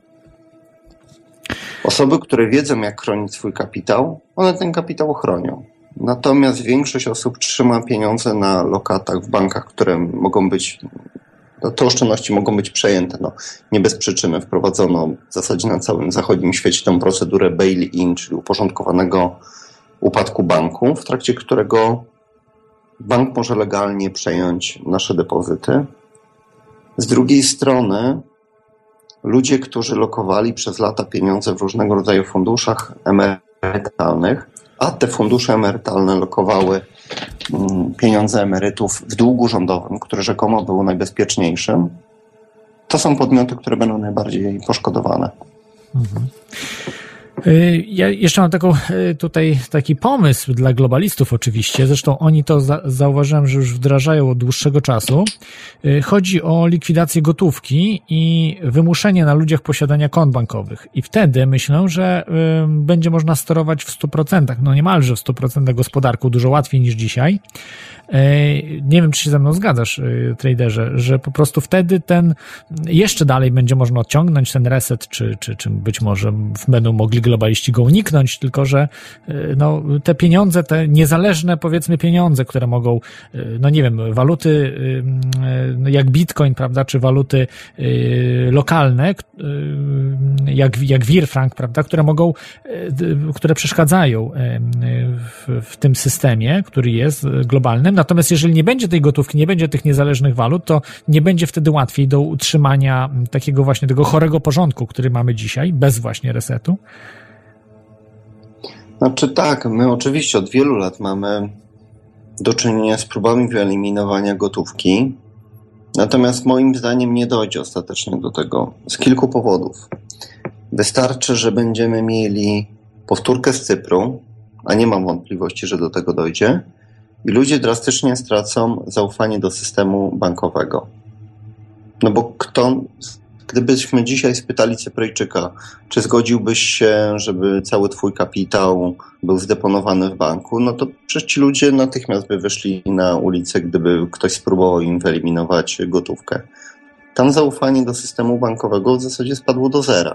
Osoby, które wiedzą, jak chronić swój kapitał, one ten kapitał chronią. Natomiast większość osób trzyma pieniądze na lokatach w bankach, które mogą być, no, te oszczędności mogą być przejęte. No, nie bez przyczyny wprowadzono w zasadzie na całym zachodnim świecie tę procedurę bail-in, czyli uporządkowanego upadku banku, w trakcie którego bank może legalnie przejąć nasze depozyty. Z drugiej strony ludzie, którzy lokowali przez lata pieniądze w różnego rodzaju funduszach emerytalnych, a te fundusze emerytalne lokowały pieniądze emerytów w długu rządowym, który rzekomo był najbezpieczniejszym, to są podmioty, które będą najbardziej poszkodowane. Mhm. Ja jeszcze mam taką, tutaj taki pomysł dla globalistów oczywiście, zresztą oni to za, zauważyłem, że już wdrażają od dłuższego czasu. Chodzi o likwidację gotówki i wymuszenie na ludziach posiadania kont bankowych. I wtedy myślę, że y, będzie można sterować w stu procentach, no niemalże w stu procentach gospodarką dużo łatwiej niż dzisiaj. Y, nie wiem, czy się ze mną zgadzasz, y, traderze, że po prostu wtedy ten, jeszcze dalej będzie można odciągnąć ten reset, czy, czy, czy być może będą mogli globaliści go uniknąć, tylko że no, te pieniądze, te niezależne powiedzmy pieniądze, które mogą, no nie wiem, waluty jak bitcoin, prawda, czy waluty lokalne, jak, jak wirfrank, prawda, które mogą, które przeszkadzają w, w tym systemie, który jest globalnym. Natomiast jeżeli nie będzie tej gotówki, nie będzie tych niezależnych walut, to nie będzie wtedy łatwiej do utrzymania takiego właśnie tego chorego porządku, który mamy dzisiaj, bez właśnie resetu. Znaczy tak, my oczywiście od wielu lat mamy do czynienia z próbami wyeliminowania gotówki, natomiast moim zdaniem nie dojdzie ostatecznie do tego z kilku powodów. Wystarczy, że będziemy mieli powtórkę z Cypru, a nie mam wątpliwości, że do tego dojdzie, i ludzie drastycznie stracą zaufanie do systemu bankowego. No bo kto Gdybyśmy dzisiaj spytali Cypryjczyka, czy zgodziłbyś się, żeby cały twój kapitał był zdeponowany w banku, no to przecież ci ludzie natychmiast by wyszli na ulicę, gdyby ktoś spróbował im wyeliminować gotówkę. Tam zaufanie do systemu bankowego w zasadzie spadło do zera.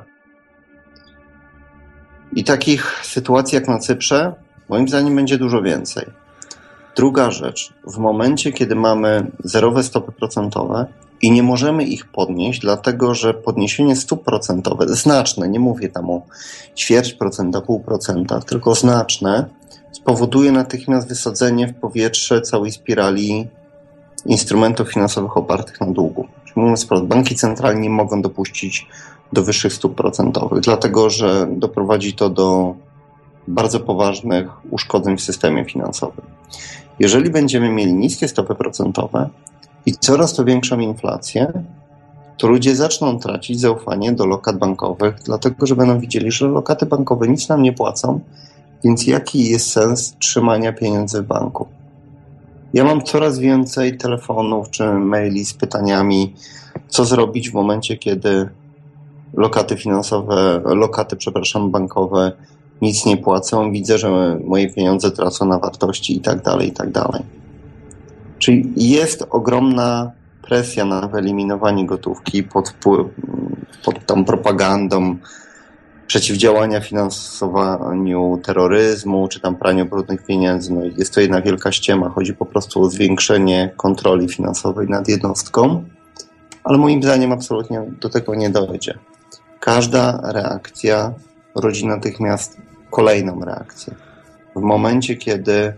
I takich sytuacji jak na Cyprze, moim zdaniem, będzie dużo więcej. Druga rzecz, w momencie, kiedy mamy zerowe stopy procentowe i nie możemy ich podnieść, dlatego że podniesienie stóp procentowe, znaczne, nie mówię tam o ćwierć procenta, pół procenta, tylko znaczne, spowoduje natychmiast wysadzenie w powietrze całej spirali instrumentów finansowych opartych na długu. Czyli mówiąc wprost, banki centralne nie mogą dopuścić do wyższych stóp procentowych, dlatego że doprowadzi to do bardzo poważnych uszkodzeń w systemie finansowym. Jeżeli będziemy mieli niskie stopy procentowe i coraz to większą inflację, to ludzie zaczną tracić zaufanie do lokat bankowych, dlatego że będą widzieli, że lokaty bankowe nic nam nie płacą, więc jaki jest sens trzymania pieniędzy w banku? Ja mam coraz więcej telefonów czy maili z pytaniami, co zrobić w momencie, kiedy lokaty finansowe, lokaty, przepraszam, bankowe nic nie płacą, widzę, że moje pieniądze tracą na wartości i tak dalej, i tak dalej. Czyli jest ogromna presja na wyeliminowanie gotówki pod, pod tą propagandą przeciwdziałania finansowaniu terroryzmu, czy tam praniu brudnych pieniędzy. No jest to jedna wielka ściema. Chodzi po prostu o zwiększenie kontroli finansowej nad jednostką, ale moim zdaniem absolutnie do tego nie dojdzie. Każda reakcja rodzi natychmiast kolejną reakcję. W momencie, kiedy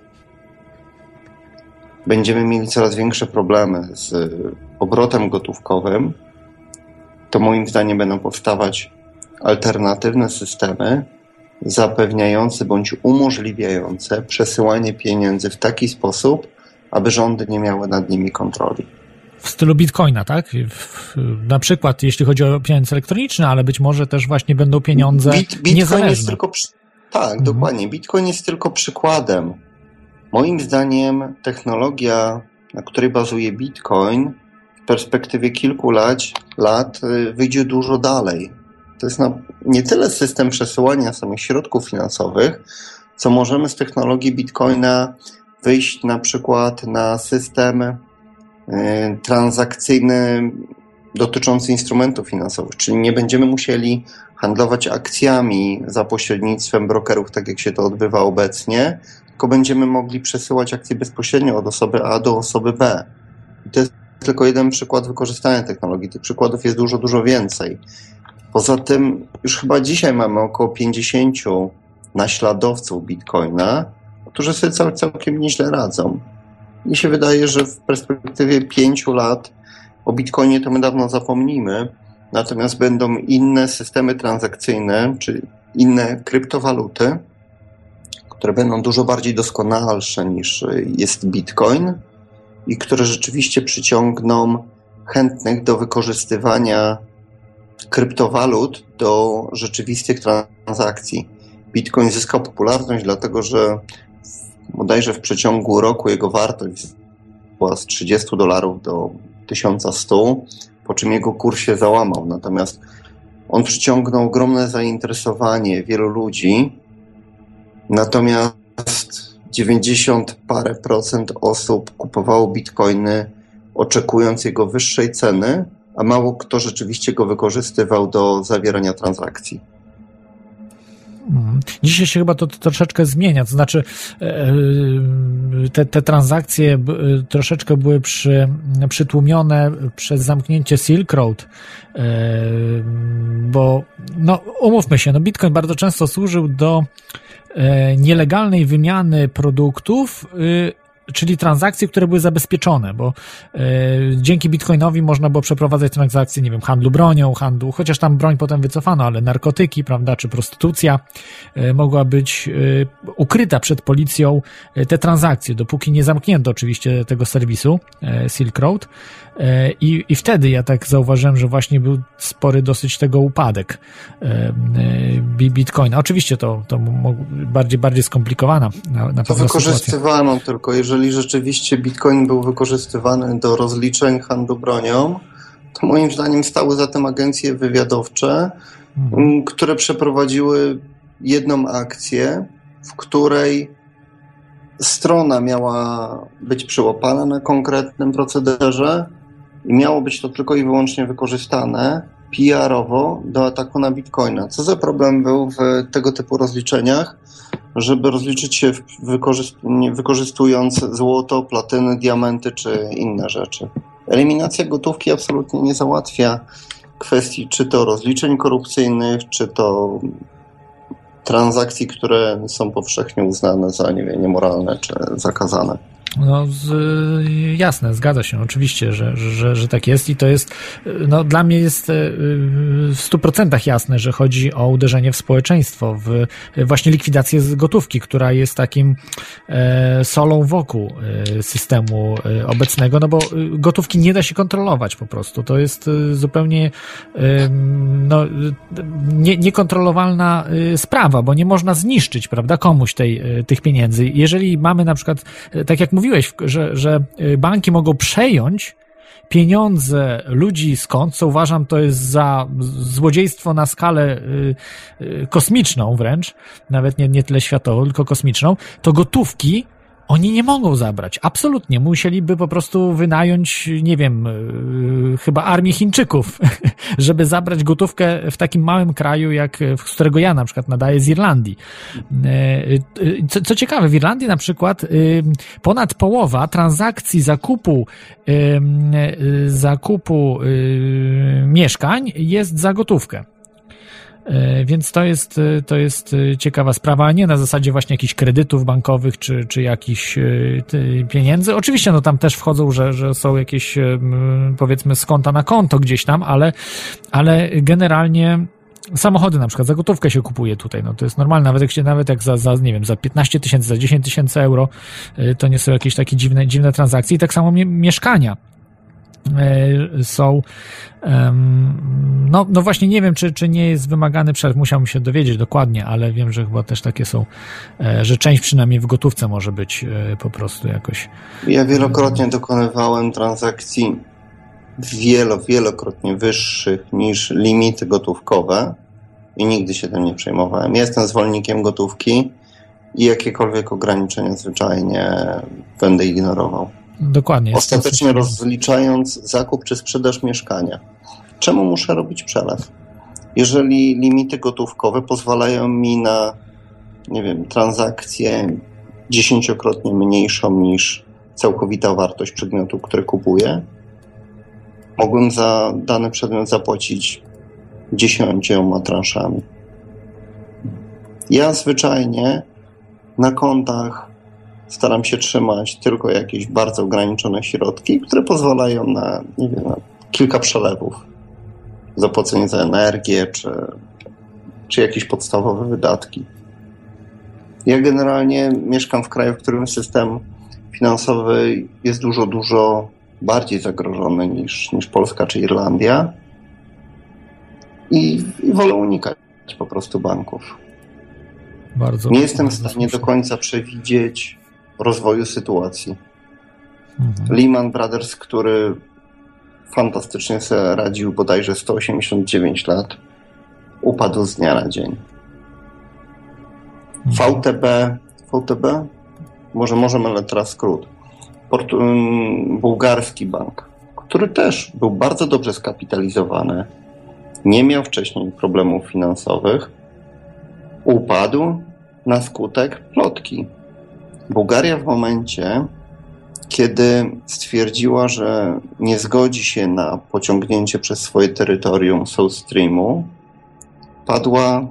będziemy mieli coraz większe problemy z obrotem gotówkowym, to moim zdaniem będą powstawać alternatywne systemy zapewniające bądź umożliwiające przesyłanie pieniędzy w taki sposób, aby rządy nie miały nad nimi kontroli. W stylu bitcoina, tak? W, na przykład, jeśli chodzi o pieniądze elektroniczne, ale być może też właśnie będą pieniądze Bit, Bitcoin niezależne. Jest tylko przy... Tak, mhm. dokładnie. Bitcoin jest tylko przykładem. Moim zdaniem technologia, na której bazuje Bitcoin, w perspektywie kilku lat, lat wyjdzie dużo dalej. To jest na, nie tyle system przesyłania samych środków finansowych, co możemy z technologii Bitcoina wyjść na przykład na system y, transakcyjny dotyczący instrumentów finansowych, czyli nie będziemy musieli handlować akcjami za pośrednictwem brokerów, tak jak się to odbywa obecnie, tylko będziemy mogli przesyłać akcje bezpośrednio od osoby A do osoby B. I to jest tylko jeden przykład wykorzystania technologii. Tych przykładów jest dużo, dużo więcej. Poza tym już chyba dzisiaj mamy około pięćdziesięciu naśladowców Bitcoina, którzy sobie cał, całkiem nieźle radzą. Mi się wydaje, że w perspektywie pięciu lat o Bitcoinie to my dawno zapomnimy, natomiast będą inne systemy transakcyjne, czy inne kryptowaluty, które będą dużo bardziej doskonalsze niż jest Bitcoin i które rzeczywiście przyciągną chętnych do wykorzystywania kryptowalut do rzeczywistych transakcji. Bitcoin zyskał popularność dlatego, że bodajże w przeciągu roku jego wartość była z trzydziestu dolarów do tysiąc sto, po czym jego kurs się załamał. Natomiast on przyciągnął ogromne zainteresowanie wielu ludzi, natomiast dziewięćdziesiąt parę procent osób kupowało bitcoiny oczekując jego wyższej ceny, a mało kto rzeczywiście go wykorzystywał do zawierania transakcji. Dzisiaj się chyba to, to troszeczkę zmienia, to znaczy te, te transakcje troszeczkę były przy, przytłumione przez zamknięcie Silk Road, bo no umówmy się, no Bitcoin bardzo często służył do nielegalnej wymiany produktów, czyli transakcje, które były zabezpieczone, bo e, dzięki Bitcoinowi można było przeprowadzać transakcje, nie wiem, handlu bronią, handlu, chociaż tam broń potem wycofano, ale narkotyki, prawda, czy prostytucja e, mogła być e, ukryta przed policją e, te transakcje, dopóki nie zamknięto oczywiście tego serwisu e, Silk Road e, i, i wtedy ja tak zauważyłem, że właśnie był spory dosyć tego upadek e, e, Bitcoina. Oczywiście to, to bardziej, bardziej skomplikowana na, na to pewno wykorzystywano sytuacja. Tylko jeżeli rzeczywiście Bitcoin był wykorzystywany do rozliczeń handlu bronią, to moim zdaniem stały za tym agencje wywiadowcze, Mhm. które przeprowadziły jedną akcję, w której strona miała być przyłapana na konkretnym procederze i miało być to tylko i wyłącznie wykorzystane P R-owo do ataku na Bitcoina. Co za problem był w tego typu rozliczeniach, żeby rozliczyć się w wykorzyst- wykorzystując złoto, platyny, diamenty czy inne rzeczy. Eliminacja gotówki absolutnie nie załatwia kwestii czy to rozliczeń korupcyjnych, czy to transakcji, które są powszechnie uznane za, nie wiem, niemoralne czy zakazane. No z, jasne, zgadza się oczywiście, że, że, że tak jest i to jest, no dla mnie jest w stu procentach jasne, że chodzi o uderzenie w społeczeństwo, w właśnie likwidację z gotówki, która jest takim e, solą wokół e, systemu e, obecnego, no bo gotówki nie da się kontrolować po prostu, to jest zupełnie e, no, nie, niekontrolowalna sprawa, bo nie można zniszczyć, prawda, komuś tej, tych pieniędzy. Jeżeli mamy na przykład, tak jak mówiłeś, że, że banki mogą przejąć pieniądze ludzi skąd, co uważam to jest za złodziejstwo na skalę y, y, kosmiczną wręcz, nawet nie, nie tyle światową, tylko kosmiczną, to gotówki oni nie mogą zabrać. Absolutnie. Musieliby po prostu wynająć, nie wiem, yy, chyba armię Chińczyków, żeby zabrać gotówkę w takim małym kraju, jak z którego ja na przykład nadaję, z Irlandii. Yy, yy, co, co ciekawe, w Irlandii na przykład yy, ponad połowa transakcji zakupu yy, yy, zakupu yy, mieszkań jest za gotówkę. Więc to jest, to jest ciekawa sprawa, a nie na zasadzie właśnie jakichś kredytów bankowych czy, czy jakichś pieniędzy. Oczywiście no tam też wchodzą, że, że są jakieś powiedzmy z konta na konto gdzieś tam, ale, ale generalnie samochody na przykład za gotówkę się kupuje tutaj, no to jest normalne, nawet jak się, nawet jak za, za nie wiem, za piętnaście tysięcy, za dziesięć tysięcy euro, to nie są jakieś takie dziwne, dziwne transakcje i tak samo mie- mieszkania są, no, no właśnie nie wiem, czy, czy nie jest wymagany przelew, musiałbym się dowiedzieć dokładnie, ale wiem, że chyba też takie są, że część przynajmniej w gotówce może być po prostu jakoś. Ja wielokrotnie dokonywałem transakcji wielo, wielokrotnie wyższych niż limity gotówkowe i nigdy się tym nie przejmowałem. Ja jestem zwolennikiem gotówki i jakiekolwiek ograniczenia zwyczajnie będę ignorował. Dokładnie. Ostatecznie rozliczając zakup czy sprzedaż mieszkania. Czemu muszę robić przelew? Jeżeli limity gotówkowe pozwalają mi na, nie wiem, transakcję dziesięciokrotnie mniejszą niż całkowita wartość przedmiotu, który kupuję, mogłem za dany przedmiot zapłacić dziesięcioma transzami. Ja zwyczajnie na kontach staram się trzymać tylko jakieś bardzo ograniczone środki, które pozwalają na, nie wiem, na kilka przelewów. Zapłacenie za energię, czy, czy jakieś podstawowe wydatki. Ja generalnie mieszkam w kraju, w którym system finansowy jest dużo, dużo bardziej zagrożony niż, niż Polska czy Irlandia. I, i wolę unikać po prostu banków. Bardzo, Nie jestem w bardzo stanie słusznie. do końca przewidzieć rozwoju sytuacji. Mhm. Lehman Brothers, który fantastycznie sobie radził bodajże sto osiemdziesiąt dziewięć lat, upadł z dnia na dzień. Mhm. V T B, V T B? Może możemy, ale teraz skrót. Portu, bułgarski bank, który też był bardzo dobrze skapitalizowany, nie miał wcześniej problemów finansowych, upadł na skutek plotki. Bułgaria w momencie, kiedy stwierdziła, że nie zgodzi się na pociągnięcie przez swoje terytorium South Streamu, padła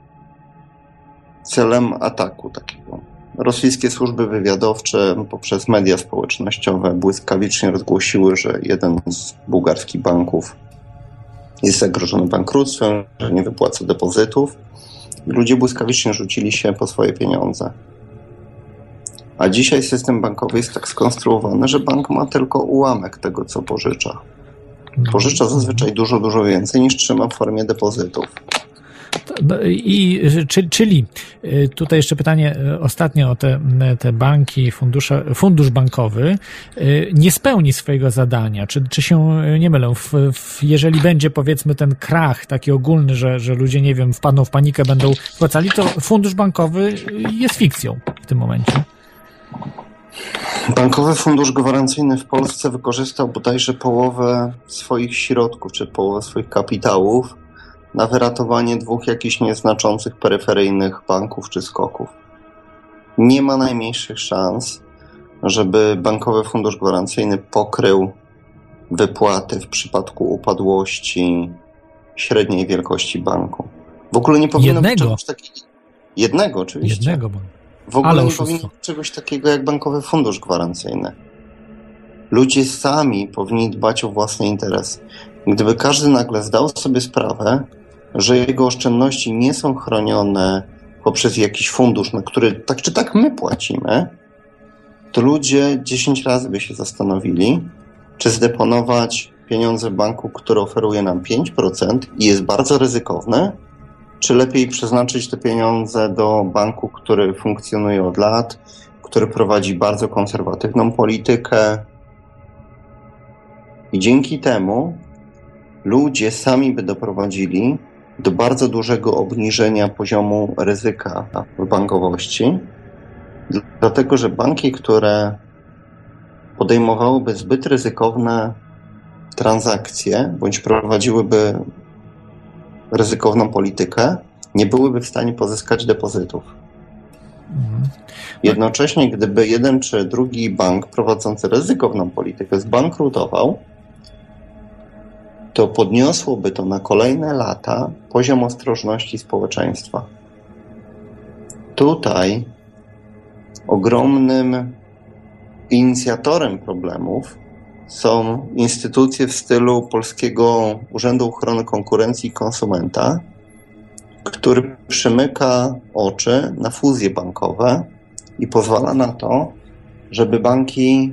celem ataku takiego. Rosyjskie służby wywiadowcze poprzez media społecznościowe błyskawicznie rozgłosiły, że jeden z bułgarskich banków jest zagrożony bankructwem, że nie wypłaca depozytów. Ludzie błyskawicznie rzucili się po swoje pieniądze. A dzisiaj system bankowy jest tak skonstruowany, że bank ma tylko ułamek tego, co pożycza. Pożycza zazwyczaj dużo, dużo więcej niż trzyma w formie depozytów. I, czy, czyli tutaj jeszcze pytanie ostatnie o te, te banki, fundusze, fundusz bankowy nie spełni swojego zadania. Czy, czy się nie mylę? W, w, jeżeli będzie powiedzmy ten krach taki ogólny, że, że ludzie, nie wiem, wpadną w panikę, będą spłacali, to fundusz bankowy jest fikcją w tym momencie. Bankowy Fundusz Gwarancyjny w Polsce wykorzystał bodajże połowę swoich środków, czy połowę swoich kapitałów na wyratowanie dwóch jakichś nieznaczących peryferyjnych banków czy skoków. Nie ma najmniejszych szans, żeby Bankowy Fundusz Gwarancyjny pokrył wypłaty w przypadku upadłości średniej wielkości banku. W ogóle nie powinno Jednego. być czegoś takiego. Jednego, oczywiście. Jednego banku. W ogóle Ale nie oszustwo. powinno być czegoś takiego jak Bankowy Fundusz Gwarancyjny. Ludzie sami powinni dbać o własny interes. Gdyby każdy nagle zdał sobie sprawę, że jego oszczędności nie są chronione poprzez jakiś fundusz, na który tak czy tak my płacimy, to ludzie dziesięć razy by się zastanowili, czy zdeponować pieniądze w banku, który oferuje nam pięć procent i jest bardzo ryzykowny, czy lepiej przeznaczyć te pieniądze do banku, który funkcjonuje od lat, który prowadzi bardzo konserwatywną politykę. I dzięki temu ludzie sami by doprowadzili do bardzo dużego obniżenia poziomu ryzyka w bankowości, dlatego że banki, które podejmowałyby zbyt ryzykowne transakcje, bądź prowadziłyby ryzykowną politykę, nie byłyby w stanie pozyskać depozytów. Jednocześnie, gdyby jeden czy drugi bank prowadzący ryzykowną politykę zbankrutował, to podniosłoby to na kolejne lata poziom ostrożności społeczeństwa. Tutaj ogromnym inicjatorem problemów są instytucje w stylu Polskiego Urzędu Ochrony Konkurencji i Konsumenta, który przymyka oczy na fuzje bankowe i pozwala na to, żeby banki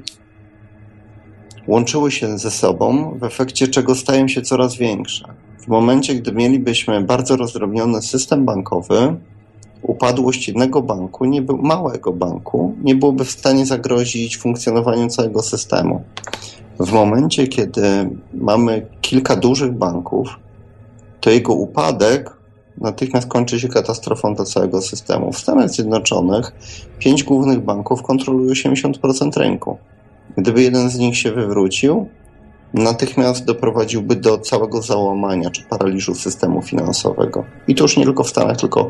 łączyły się ze sobą, w efekcie czego stają się coraz większe. W momencie, gdy mielibyśmy bardzo rozdrobniony system bankowy, upadłość jednego banku, nie był, małego banku, nie byłoby w stanie zagrozić funkcjonowaniu całego systemu. W momencie, kiedy mamy kilka dużych banków, to jego upadek natychmiast kończy się katastrofą do całego systemu. W Stanach Zjednoczonych pięć głównych banków kontroluje osiemdziesiąt procent rynku. Gdyby jeden z nich się wywrócił, natychmiast doprowadziłby do całego załamania czy paraliżu systemu finansowego. I to już nie tylko w Stanach, tylko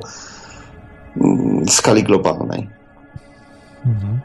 w skali globalnej. Mhm.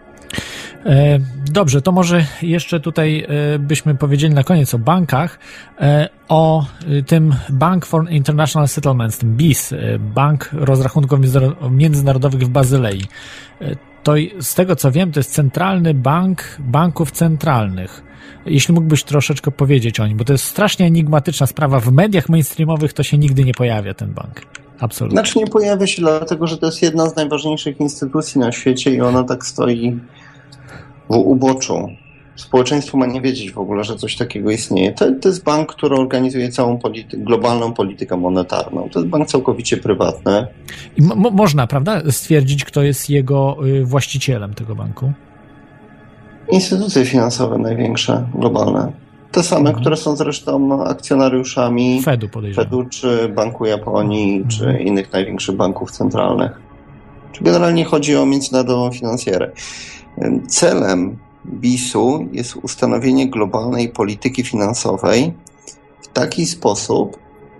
Dobrze, to może jeszcze tutaj byśmy powiedzieli na koniec o bankach, o tym Bank for International Settlements, tym B I S, Bank Rozrachunków Międzynarodowych w Bazylei. To z tego co wiem, to jest centralny bank banków centralnych. Jeśli mógłbyś troszeczkę powiedzieć o nim, bo to jest strasznie enigmatyczna sprawa. W mediach mainstreamowych to się nigdy nie pojawia, ten bank. Absolutnie. Znaczy nie pojawia się dlatego, że to jest jedna z najważniejszych instytucji na świecie i ona tak stoi w uboczu. Społeczeństwo ma nie wiedzieć w ogóle, że coś takiego istnieje. To, to jest bank, który organizuje całą polity- globalną politykę monetarną. To jest bank całkowicie prywatny. I mo- można, prawda, stwierdzić, kto jest jego y, właścicielem tego banku? Instytucje finansowe największe, globalne. Te same, mhm. które są zresztą akcjonariuszami Fedu, podejrzewam. Fedu czy Banku Japonii, mhm. czy innych największych banków centralnych. Czy generalnie chodzi o międzynarodową finansjerę. Celem B I S-u jest ustanowienie globalnej polityki finansowej w taki sposób,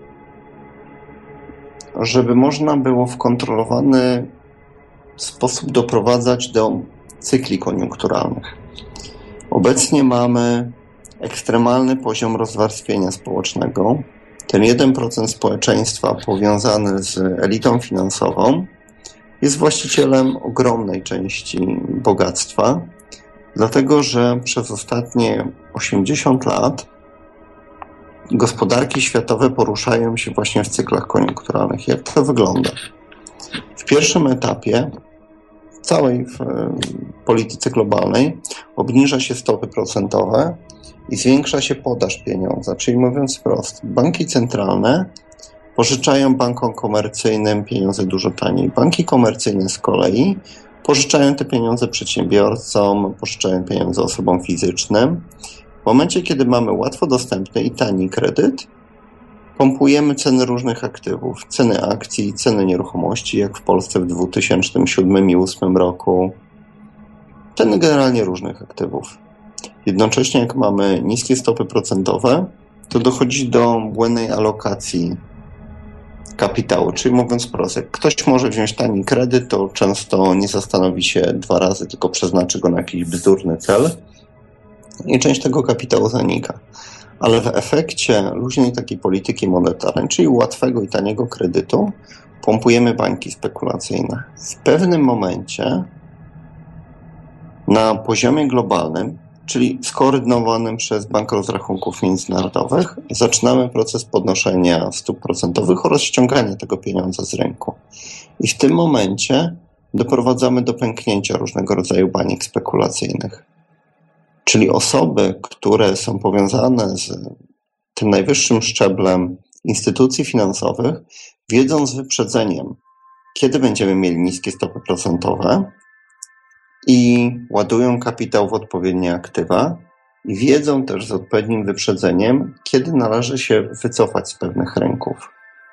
żeby można było w kontrolowany sposób doprowadzać do cykli koniunkturalnych. Obecnie mamy ekstremalny poziom rozwarstwienia społecznego. Ten jeden procent społeczeństwa powiązany z elitą finansową jest właścicielem ogromnej części bogactwa, dlatego że przez ostatnie osiemdziesiąt lat gospodarki światowe poruszają się właśnie w cyklach koniunkturalnych. Jak to wygląda? W pierwszym etapie w całej w polityce globalnej obniża się stopy procentowe i zwiększa się podaż pieniądza. Czyli mówiąc wprost, banki centralne pożyczają bankom komercyjnym pieniądze dużo taniej. Banki komercyjne z kolei pożyczają te pieniądze przedsiębiorcom, pożyczają pieniądze osobom fizycznym. W momencie, kiedy mamy łatwo dostępny i tani kredyt, pompujemy ceny różnych aktywów, ceny akcji, ceny nieruchomości, jak w Polsce w dwa tysiące siódmym i dwa tysiące ósmym roku. Ceny generalnie różnych aktywów. Jednocześnie jak mamy niskie stopy procentowe, to dochodzi do błędnej alokacji kapitału. Czyli mówiąc prosto, jak ktoś może wziąć tani kredyt, to często nie zastanowi się dwa razy, tylko przeznaczy go na jakiś bzdurny cel i część tego kapitału zanika. Ale w efekcie luźnej takiej polityki monetarnej, czyli łatwego i taniego kredytu, pompujemy banki spekulacyjne. W pewnym momencie na poziomie globalnym, czyli skoordynowanym przez Bank Rozrachunków Międzynarodowych, zaczynamy proces podnoszenia stóp procentowych oraz ściągania tego pieniądza z rynku. I w tym momencie doprowadzamy do pęknięcia różnego rodzaju baniek spekulacyjnych. Czyli osoby, które są powiązane z tym najwyższym szczeblem instytucji finansowych, wiedzą z wyprzedzeniem, kiedy będziemy mieli niskie stopy procentowe i ładują kapitał w odpowiednie aktywa i wiedzą też z odpowiednim wyprzedzeniem, kiedy należy się wycofać z pewnych rynków.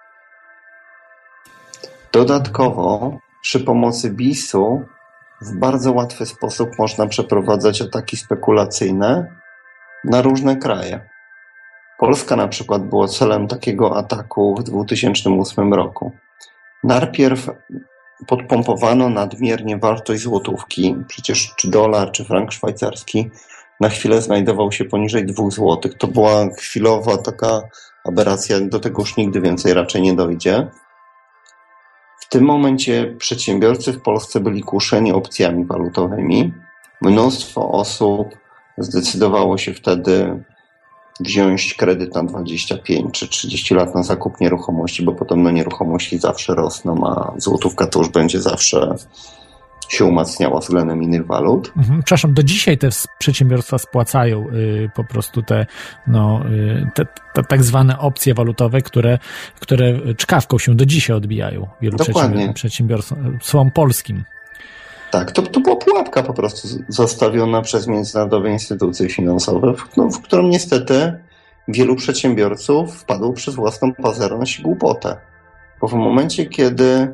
Dodatkowo przy pomocy B I S-u w bardzo łatwy sposób można przeprowadzać ataki spekulacyjne na różne kraje. Polska na przykład była celem takiego ataku w dwa tysiące ósmym roku. Najpierw podpompowano nadmiernie wartość złotówki. Przecież czy dolar, czy frank szwajcarski na chwilę znajdował się poniżej dwóch złotych. To była chwilowa taka aberracja, do tego już nigdy więcej raczej nie dojdzie. W tym momencie przedsiębiorcy w Polsce byli kuszeni opcjami walutowymi. Mnóstwo osób zdecydowało się wtedy wziąć kredyt na dwadzieścia pięć czy trzydzieści lat na zakup nieruchomości, bo podobno nieruchomości zawsze rosną, a złotówka to już będzie zawsze się umacniała względem innych walut. Mhm, przepraszam, do dzisiaj te przedsiębiorstwa spłacają y, po prostu te, no, y, te, te tak zwane opcje walutowe, które, które czkawką się do dzisiaj odbijają wielu Dokładnie. przedsiębiorstwom polskim. Tak, to, to była pułapka po prostu zostawiona przez międzynarodowe instytucje finansowe, w, no, w którą niestety wielu przedsiębiorców wpadło przez własną pazerność i głupotę. Bo w momencie, kiedy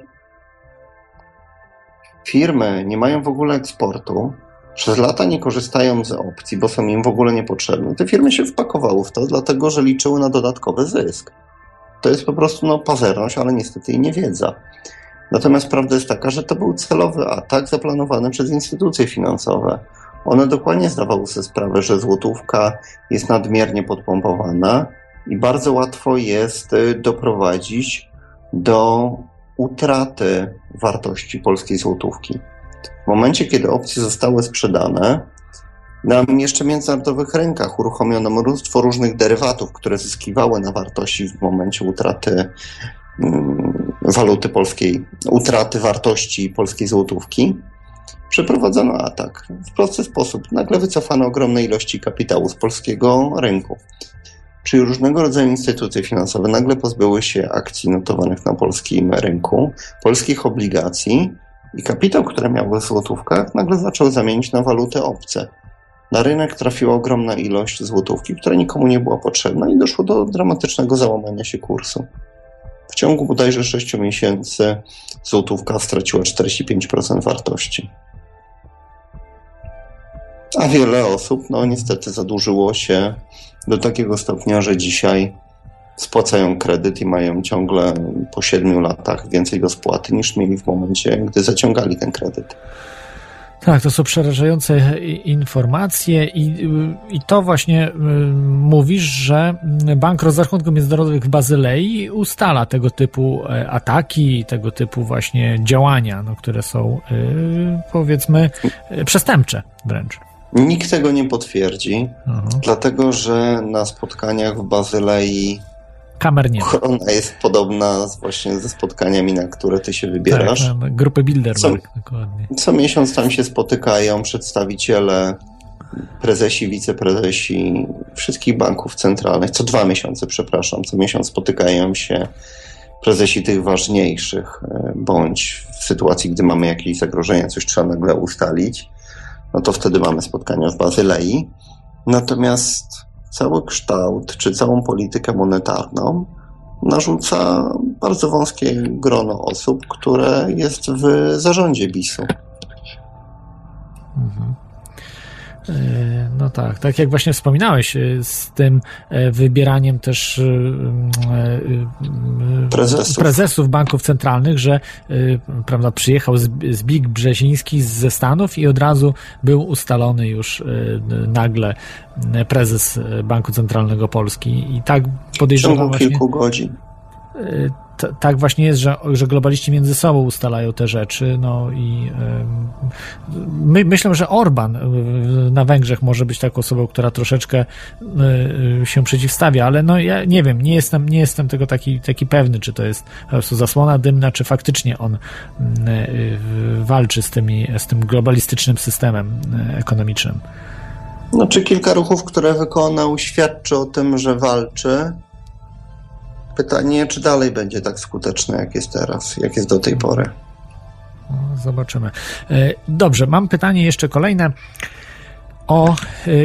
firmy nie mają w ogóle eksportu, przez lata nie korzystają z opcji, bo są im w ogóle niepotrzebne, te firmy się wpakowały w to, dlatego że liczyły na dodatkowy zysk. To jest po prostu no, pazerność, ale niestety i niewiedza. Natomiast prawda jest taka, że to był celowy atak zaplanowany przez instytucje finansowe. One dokładnie zdawały sobie sprawę, że złotówka jest nadmiernie podpompowana i bardzo łatwo jest doprowadzić do utraty wartości polskiej złotówki. W momencie, kiedy opcje zostały sprzedane, na jeszcze międzynarodowych rynkach uruchomiono mnóstwo różnych derywatów, które zyskiwały na wartości w momencie utraty waluty polskiej, utraty wartości polskiej złotówki. Przeprowadzono atak. W prosty sposób nagle wycofano ogromne ilości kapitału z polskiego rynku. Czyli różnego rodzaju instytucje finansowe nagle pozbyły się akcji notowanych na polskim rynku, polskich obligacji i kapitał, który miały w złotówkach, nagle zaczął zamienić na waluty obce. Na rynek trafiła ogromna ilość złotówki, która nikomu nie była potrzebna i doszło do dramatycznego załamania się kursu. W ciągu bodajże sześciu miesięcy złotówka straciła czterdzieści pięć procent wartości. A wiele osób, no niestety zadłużyło się do takiego stopnia, że dzisiaj spłacają kredyt i mają ciągle po siedmiu latach więcej do spłaty niż mieli w momencie, gdy zaciągali ten kredyt. Tak, to są przerażające informacje i, i to właśnie mówisz, że Bank Rozrachunków Międzynarodowych w Bazylei ustala tego typu ataki, tego typu właśnie działania, no, które są powiedzmy przestępcze wręcz. Nikt tego nie potwierdzi, Aha. dlatego że na spotkaniach w Bazylei kamer nie ma. Ochrona jest podobna właśnie ze spotkaniami, na które ty się wybierasz. Tak, grupy Bilderberg, co, dokładnie. Co miesiąc tam się spotykają przedstawiciele, prezesi, wiceprezesi wszystkich banków centralnych. Co dwa miesiące, przepraszam, co miesiąc spotykają się prezesi tych ważniejszych, bądź w sytuacji, gdy mamy jakieś zagrożenia, coś trzeba nagle ustalić, no to wtedy mamy spotkania w Bazylei. Natomiast cały kształt, czy całą politykę monetarną narzuca bardzo wąskie grono osób, które jest w zarządzie bisu. Mhm. No tak, tak jak właśnie wspominałeś, z tym wybieraniem też prezesów, prezesów banków centralnych, że prawda, przyjechał Zbigniew Brzeziński ze Stanów i od razu był ustalony już nagle prezes Banku Centralnego Polski i tak podejrzewam w ciągu właśnie, kilku godzin. T- tak właśnie jest, że, że globaliści między sobą ustalają te rzeczy, no i y, my, myślę, że Orban y, na Węgrzech może być taką osobą, która troszeczkę y, się przeciwstawia, ale no ja nie wiem, nie jestem, nie jestem tego taki, taki pewny, czy to jest po prostu zasłona dymna, czy faktycznie on y, y, walczy z, tymi, z tym globalistycznym systemem y, ekonomicznym. No, czy kilka ruchów, które wykonał, świadczy o tym, że walczy. Pytanie, czy dalej będzie tak skuteczny, jak jest teraz, jak jest do tej pory. No, zobaczymy. Dobrze, mam pytanie jeszcze kolejne o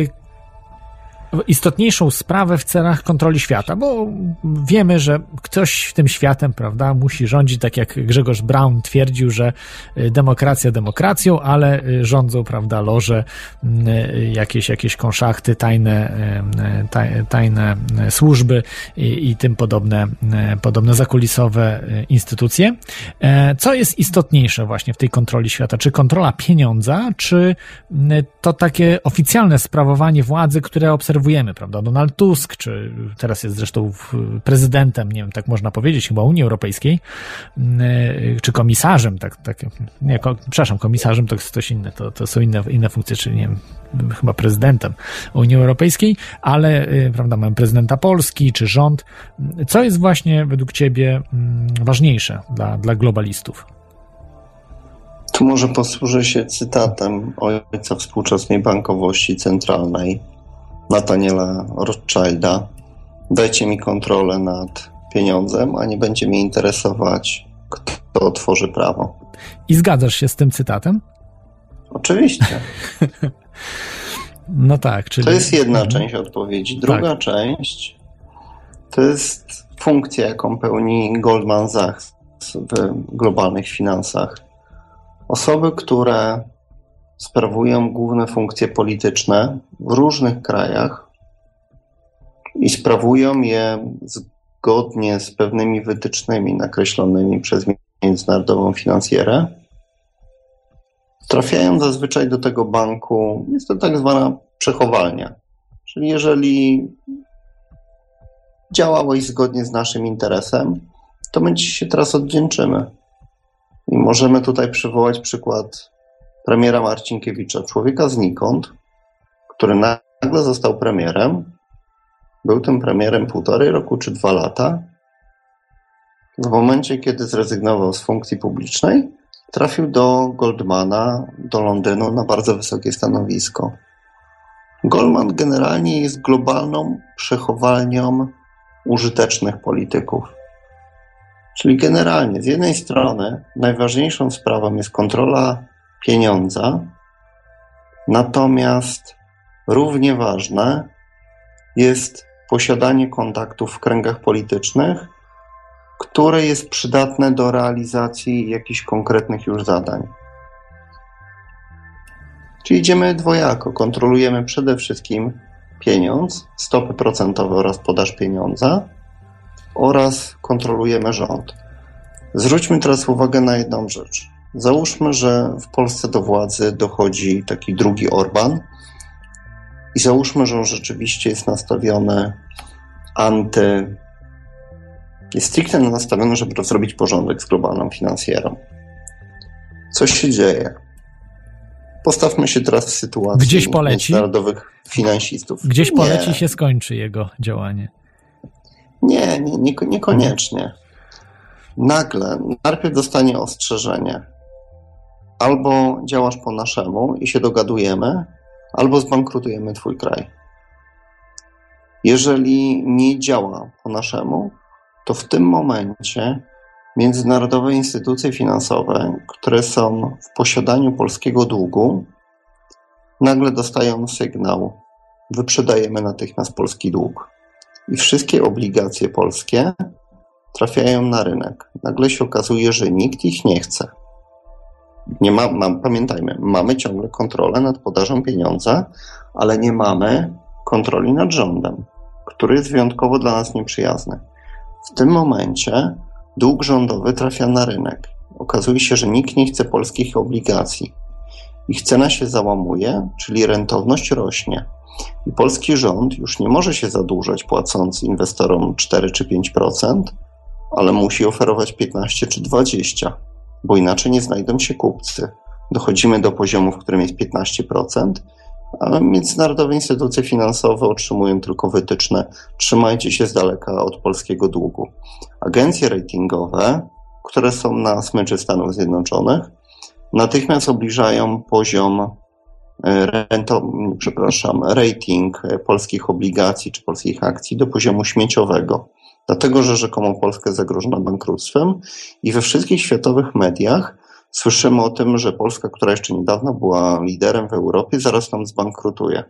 istotniejszą sprawę w celach kontroli świata, bo wiemy, że ktoś tym światem, prawda, musi rządzić, tak jak Grzegorz Braun twierdził, że demokracja demokracją, ale rządzą, prawda, loże, jakieś, jakieś konszachty, tajne, tajne służby i, i tym podobne, podobne zakulisowe instytucje. Co jest istotniejsze właśnie w tej kontroli świata? Czy kontrola pieniądza, czy to takie oficjalne sprawowanie władzy, które obserwujemy, prawda? Donald Tusk, czy teraz jest zresztą prezydentem, nie wiem, tak można powiedzieć, chyba Unii Europejskiej, czy komisarzem, tak, tak nie, ko, przepraszam, komisarzem to jest ktoś inny, to, to są inne, inne funkcje, czyli nie wiem, chyba prezydentem Unii Europejskiej, ale, prawda, mamy prezydenta Polski, czy rząd. Co jest właśnie według ciebie ważniejsze dla, dla globalistów? Tu może posłużę się cytatem ojca współczesnej bankowości centralnej, Nathaniela Rothschilda. Dajcie mi kontrolę nad pieniądzem, a nie będzie mnie interesować, kto tworzy prawo. I zgadzasz się z tym cytatem? Oczywiście. No tak, czyli... To jest jedna część odpowiedzi. Druga tak. część to jest funkcja, jaką pełni Goldman Sachs w globalnych finansach. Osoby, które sprawują główne funkcje polityczne w różnych krajach i sprawują je zgodnie z pewnymi wytycznymi nakreślonymi przez międzynarodową finansjerę, trafiają zazwyczaj do tego banku. Jest to tak zwana przechowalnia. Czyli jeżeli działałeś zgodnie z naszym interesem, to my ci się teraz odwdzięczymy. I możemy tutaj przywołać przykład premiera Marcinkiewicza, człowieka znikąd, który nagle został premierem, był tym premierem półtorej roku czy dwa lata. W momencie, kiedy zrezygnował z funkcji publicznej, trafił do Goldmana, do Londynu na bardzo wysokie stanowisko. Goldman generalnie jest globalną przechowalnią użytecznych polityków. Czyli generalnie z jednej strony najważniejszą sprawą jest kontrola pieniądza, natomiast równie ważne jest posiadanie kontaktów w kręgach politycznych, które jest przydatne do realizacji jakichś konkretnych już zadań. Czyli idziemy dwojako. Kontrolujemy przede wszystkim pieniądz, stopy procentowe oraz podaż pieniądza oraz kontrolujemy rząd. Zwróćmy teraz uwagę na jedną rzecz. Załóżmy, że w Polsce do władzy dochodzi taki drugi Orban i załóżmy, że on rzeczywiście jest nastawiony anty... jest stricte nastawiony, żeby zrobić porządek z globalną finansjerą. Co się dzieje? Postawmy się teraz w sytuacji Gdzieś poleci? międzynarodowych finansistów. Gdzieś poleci nie. się skończy jego działanie. Nie, nie, nie, niekoniecznie. Nagle, najpierw dostanie ostrzeżenie. Albo działasz po naszemu i się dogadujemy, albo zbankrutujemy twój kraj. Jeżeli nie działa po naszemu, to w tym momencie międzynarodowe instytucje finansowe, które są w posiadaniu polskiego długu, nagle dostają sygnał: wyprzedajemy natychmiast polski dług. I wszystkie obligacje polskie trafiają na rynek. Nagle się okazuje, że nikt ich nie chce. Nie ma, ma, pamiętajmy, mamy ciągle kontrolę nad podażą pieniądza, ale nie mamy kontroli nad rządem, który jest wyjątkowo dla nas nieprzyjazny. W tym momencie dług rządowy trafia na rynek. Okazuje się, że nikt nie chce polskich obligacji. Ich cena się załamuje, czyli rentowność rośnie. I polski rząd już nie może się zadłużać, płacąc inwestorom cztery czy pięć procent, ale musi oferować piętnaście czy dwadzieścia procent, bo inaczej nie znajdą się kupcy. Dochodzimy do poziomu, w którym jest piętnaście procent, a międzynarodowe instytucje finansowe otrzymują tylko wytyczne: trzymajcie się z daleka od polskiego długu. Agencje ratingowe, które są na smyczy Stanów Zjednoczonych, natychmiast obniżają poziom rento, przepraszam, rating polskich obligacji czy polskich akcji do poziomu śmieciowego, dlatego że rzekomo Polska jest zagrożona bankructwem i we wszystkich światowych mediach słyszymy o tym, że Polska, która jeszcze niedawno była liderem w Europie, zaraz nam zbankrutuje.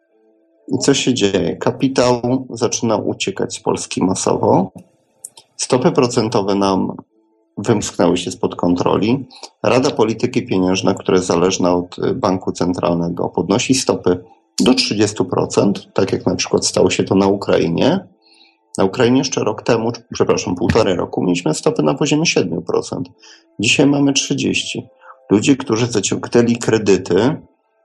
I co się dzieje? Kapitał zaczyna uciekać z Polski masowo. Stopy procentowe nam wymsknęły się spod kontroli. Rada Polityki Pieniężnej, która jest zależna od banku centralnego, podnosi stopy do trzydzieści procent, tak jak na przykład stało się to na Ukrainie. Na Ukrainie jeszcze rok temu, przepraszam, półtorej roku, mieliśmy stopy na poziomie siedem procent. Dzisiaj mamy trzydzieści procent. Ludzie, którzy zaciągnęli kredyty,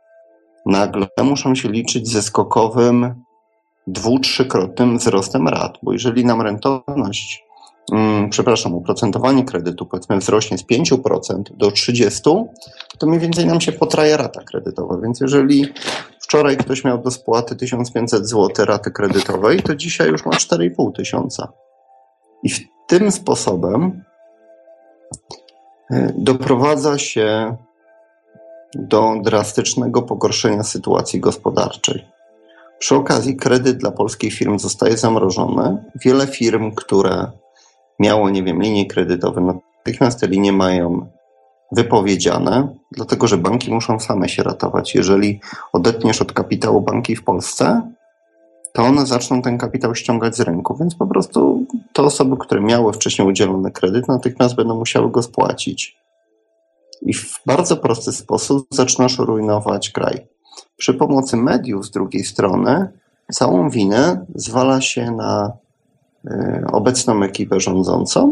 nagle muszą się liczyć ze skokowym dwu-, trzykrotnym wzrostem rat, bo jeżeli nam rentowność, um, przepraszam, oprocentowanie kredytu powiedzmy wzrośnie z pięć procent do trzydziestu procent, to mniej więcej nam się potraja rata kredytowa, więc jeżeli wczoraj ktoś miał do spłaty tysiąc pięćset złotych raty kredytowej, to dzisiaj już ma cztery i pół tysiąca. I w tym sposobem doprowadza się do drastycznego pogorszenia sytuacji gospodarczej. Przy okazji kredyt dla polskich firm zostaje zamrożony. Wiele firm, które miało, nie wiem, linie kredytowe, natychmiast te linie mają wypowiedziane, dlatego że banki muszą same się ratować. Jeżeli odetniesz od kapitału banki w Polsce, to one zaczną ten kapitał ściągać z rynku, więc po prostu te osoby, które miały wcześniej udzielony kredyt, natychmiast będą musiały go spłacić. I w bardzo prosty sposób zaczynasz rujnować kraj. Przy pomocy mediów z drugiej strony całą winę zwala się na y, obecną ekipę rządzącą.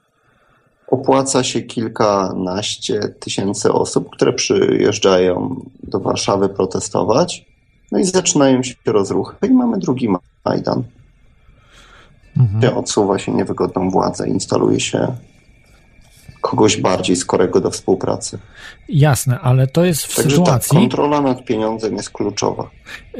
Opłaca się kilkanaście tysięcy osób, które przyjeżdżają do Warszawy protestować. No i zaczynają się rozruchy i mamy drugi Majdan. Mhm. Odsuwa się niewygodną władzę, instaluje się kogoś bardziej skorego do współpracy. Jasne, ale to jest w Także sytuacji... Tak, kontrola nad pieniądzem jest kluczowa.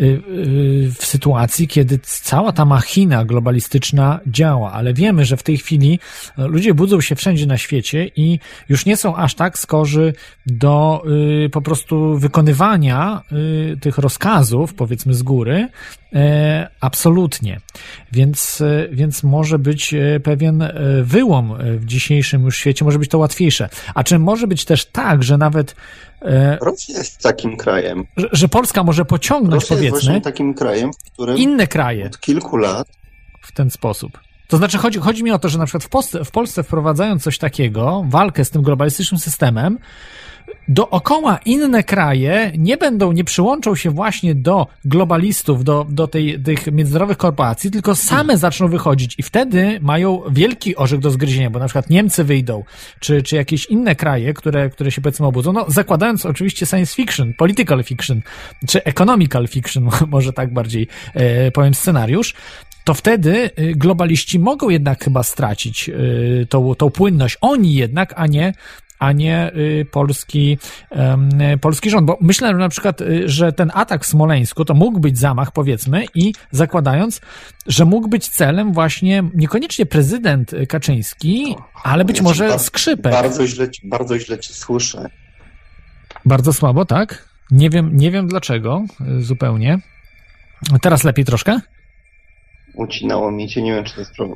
W sytuacji, kiedy cała ta machina globalistyczna działa, ale wiemy, że w tej chwili ludzie budzą się wszędzie na świecie i już nie są aż tak skorzy do y, po prostu wykonywania y, tych rozkazów, powiedzmy z góry, y, absolutnie. Więc, y, więc może być y, pewien y, wyłom w dzisiejszym już świecie, może być to łatwiejsze. A czy może być też tak, że nawet Rosja jest takim krajem. Że, że Polska może pociągnąć, Rosja powiedzmy, jest właśnie takim krajem, w którym inne kraje od kilku lat w ten sposób. To znaczy chodzi, chodzi mi o to, że na przykład w Polsce, w Polsce wprowadzając coś takiego, walkę z tym globalistycznym systemem, dookoła inne kraje nie będą, nie przyłączą się właśnie do globalistów, do, do tej, tych międzynarodowych korporacji, tylko same zaczną wychodzić i wtedy mają wielki orzech do zgryzienia, bo na przykład Niemcy wyjdą, czy, czy jakieś inne kraje, które, które się powiedzmy obudzą, no zakładając oczywiście science fiction, political fiction, czy economical fiction, może tak bardziej e, powiem scenariusz, to wtedy globaliści mogą jednak chyba stracić e, tą, tą płynność. Oni jednak, a nie a nie polski, polski rząd. Bo myślę na przykład, że ten atak w Smoleńsku to mógł być zamach, powiedzmy, i zakładając, że mógł być celem właśnie niekoniecznie prezydent Kaczyński, ale być może bardzo, Skrzypek. Bardzo źle, bardzo źle cię słyszę. Bardzo słabo, tak? Nie wiem, nie wiem dlaczego zupełnie. Teraz lepiej troszkę? Ucinało mi cię, nie wiem, czy to jest problem.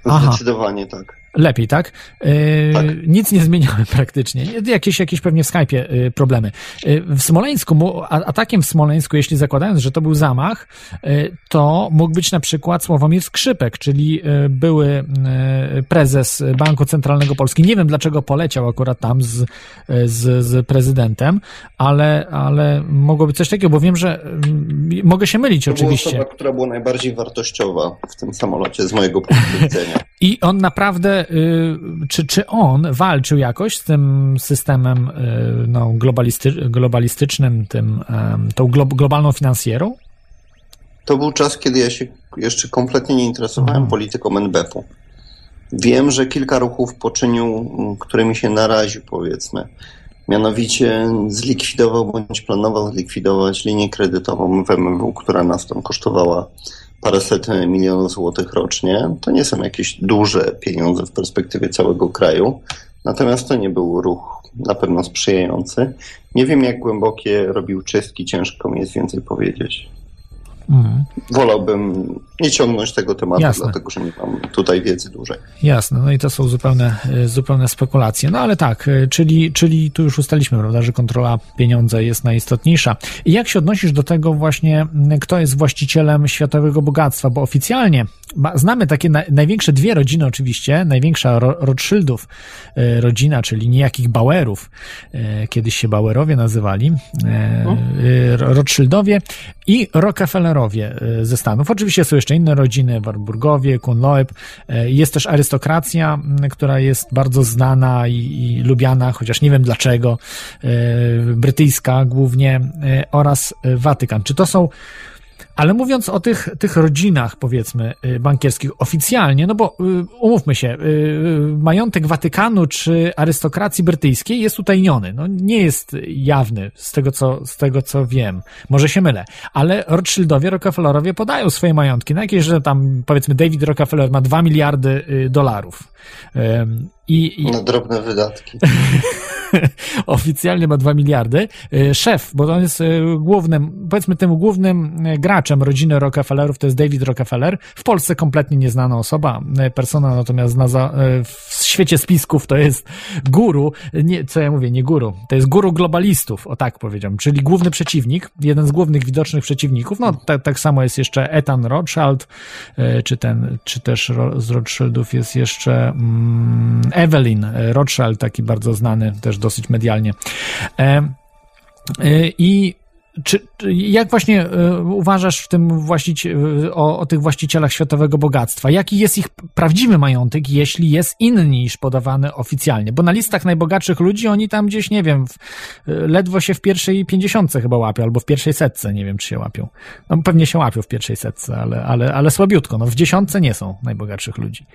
Aha. Zdecydowanie tak. Lepiej, tak? Yy, tak? Nic nie zmieniałem praktycznie. Jakieś, jakieś pewnie w Skype'ie yy, problemy. Yy, w Smoleńsku, atakiem w Smoleńsku, jeśli zakładając, że to był zamach, yy, to mógł być na przykład Sławomir Skrzypek, czyli yy, były yy, prezes Banku Centralnego Polski. Nie wiem, dlaczego poleciał akurat tam z, yy, z, z prezydentem, ale, ale mogło być coś takiego, bo wiem, że yy, mogę się mylić to oczywiście. To była osoba, która była najbardziej wartościowa w tym samolocie z mojego punktu widzenia. I on naprawdę, czy, czy on walczył jakoś z tym systemem no, globalisty, globalistycznym, tym, tą globalną finansjerą? To był czas, kiedy ja się jeszcze kompletnie nie interesowałem hmm. polityką en be ef u. Wiem, że kilka ruchów poczynił, którymi się naraził, powiedzmy. Mianowicie zlikwidował bądź planował zlikwidować linię kredytową w em be wu, która nas tam kosztowała paręset milionów złotych rocznie. To nie są jakieś duże pieniądze w perspektywie całego kraju, natomiast to nie był ruch na pewno sprzyjający. Nie wiem, jak głębokie robił czystki, ciężko mi jest więcej powiedzieć. Mhm. Wolałbym nie ciągnąć tego tematu, Jasne. dlatego że nie mam tutaj wiedzy dużej. Jasne, no i to są zupełne, zupełne spekulacje. No ale tak, czyli, czyli tu już ustaliliśmy, prawda, że kontrola pieniądza jest najistotniejsza. I jak się odnosisz do tego właśnie, kto jest właścicielem światowego bogactwa? Bo oficjalnie znamy takie na, największe dwie rodziny oczywiście, największa ro, Rothschildów rodzina, czyli niejakich Bauerów, kiedyś się Bauerowie nazywali, no. Rothschildowie i Rockefellerowie ze Stanów. Oczywiście są jeszcze inne rodziny, Warburgowie, Kuhn-Loeb. Jest też arystokracja, która jest bardzo znana i, i lubiana, chociaż nie wiem dlaczego, brytyjska głównie, oraz Watykan. Czy to są... Ale mówiąc o tych, tych rodzinach, powiedzmy, bankierskich oficjalnie, no bo umówmy się, majątek Watykanu czy arystokracji brytyjskiej jest utajniony. No nie jest jawny z tego, co, z tego, co wiem. Może się mylę. Ale Rothschildowie, Rockefellerowie podają swoje majątki. No jakieś, że tam, powiedzmy, David Rockefeller ma dwa miliardy dolarów. I, i... Na drobne wydatki. Oficjalnie ma dwa miliardy. Szef, bo on jest głównym, powiedzmy tym głównym graczem rodziny Rockefellerów, to jest David Rockefeller. W Polsce kompletnie nieznana osoba, persona, natomiast na za, w świecie spisków to jest guru, nie, co ja mówię, nie guru, to jest guru globalistów, o tak powiedziałem, czyli główny przeciwnik, jeden z głównych widocznych przeciwników. No tak, tak samo jest jeszcze Ethan Rothschild, czy ten, czy też z Rothschildów jest jeszcze mm, Evelyn Rothschild, taki bardzo znany też dosyć medialnie. I czy, jak właśnie uważasz w tym właścici- o, o tych właścicielach światowego bogactwa? Jaki jest ich prawdziwy majątek, jeśli jest inny niż podawany oficjalnie? Bo na listach najbogatszych ludzi oni tam gdzieś, nie wiem, w, ledwo się w pierwszej pięćdziesiątce chyba łapią, albo w pierwszej setce, nie wiem, czy się łapią. No pewnie się łapią w pierwszej setce, ale, ale, ale słabiutko. No w dziesiątce nie są najbogatszych ludzi.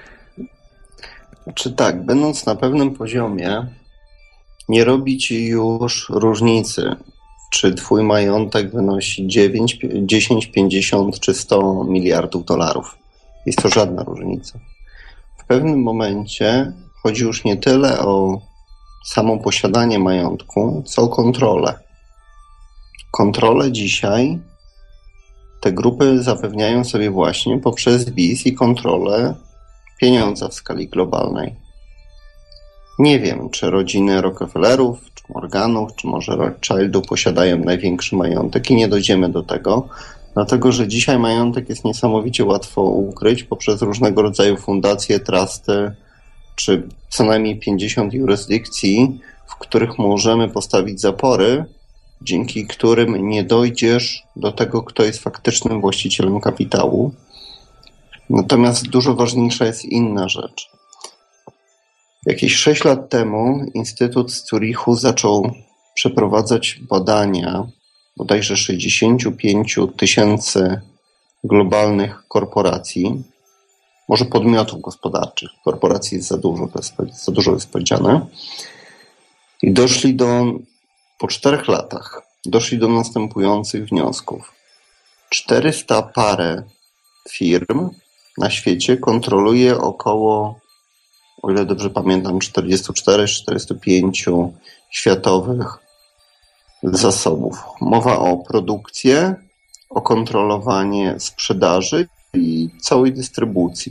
Czy tak, będąc na pewnym poziomie, nie robi ci już różnicy, czy twój majątek wynosi dziewięć, dziesięć, pięćdziesiąt czy sto miliardów dolarów. Jest to żadna różnica. W pewnym momencie chodzi już nie tyle o samo posiadanie majątku, co o kontrolę. Kontrolę dzisiaj te grupy zapewniają sobie właśnie poprzez biz i kontrolę pieniądza w skali globalnej. Nie wiem, czy rodziny Rockefellerów, czy Morganów, czy może Rothschildów posiadają największy majątek i nie dojdziemy do tego, dlatego że dzisiaj majątek jest niesamowicie łatwo ukryć poprzez różnego rodzaju fundacje, trusty, czy co najmniej pięćdziesiąt jurysdykcji, w których możemy postawić zapory, dzięki którym nie dojdziesz do tego, kto jest faktycznym właścicielem kapitału. Natomiast dużo ważniejsza jest inna rzecz. Jakieś sześć lat temu Instytut z Zurichu zaczął przeprowadzać badania bodajże sześćdziesiąt pięć tysięcy globalnych korporacji, może podmiotów gospodarczych. Korporacji jest za dużo, to jest za dużo jest powiedziane. I doszli do, po czterech latach, doszli do następujących wniosków. czterysta parę firm na świecie kontroluje około, o ile dobrze pamiętam, czterdzieści cztery czterdzieści pięć światowych zasobów. Mowa o produkcję, o kontrolowanie sprzedaży i całej dystrybucji.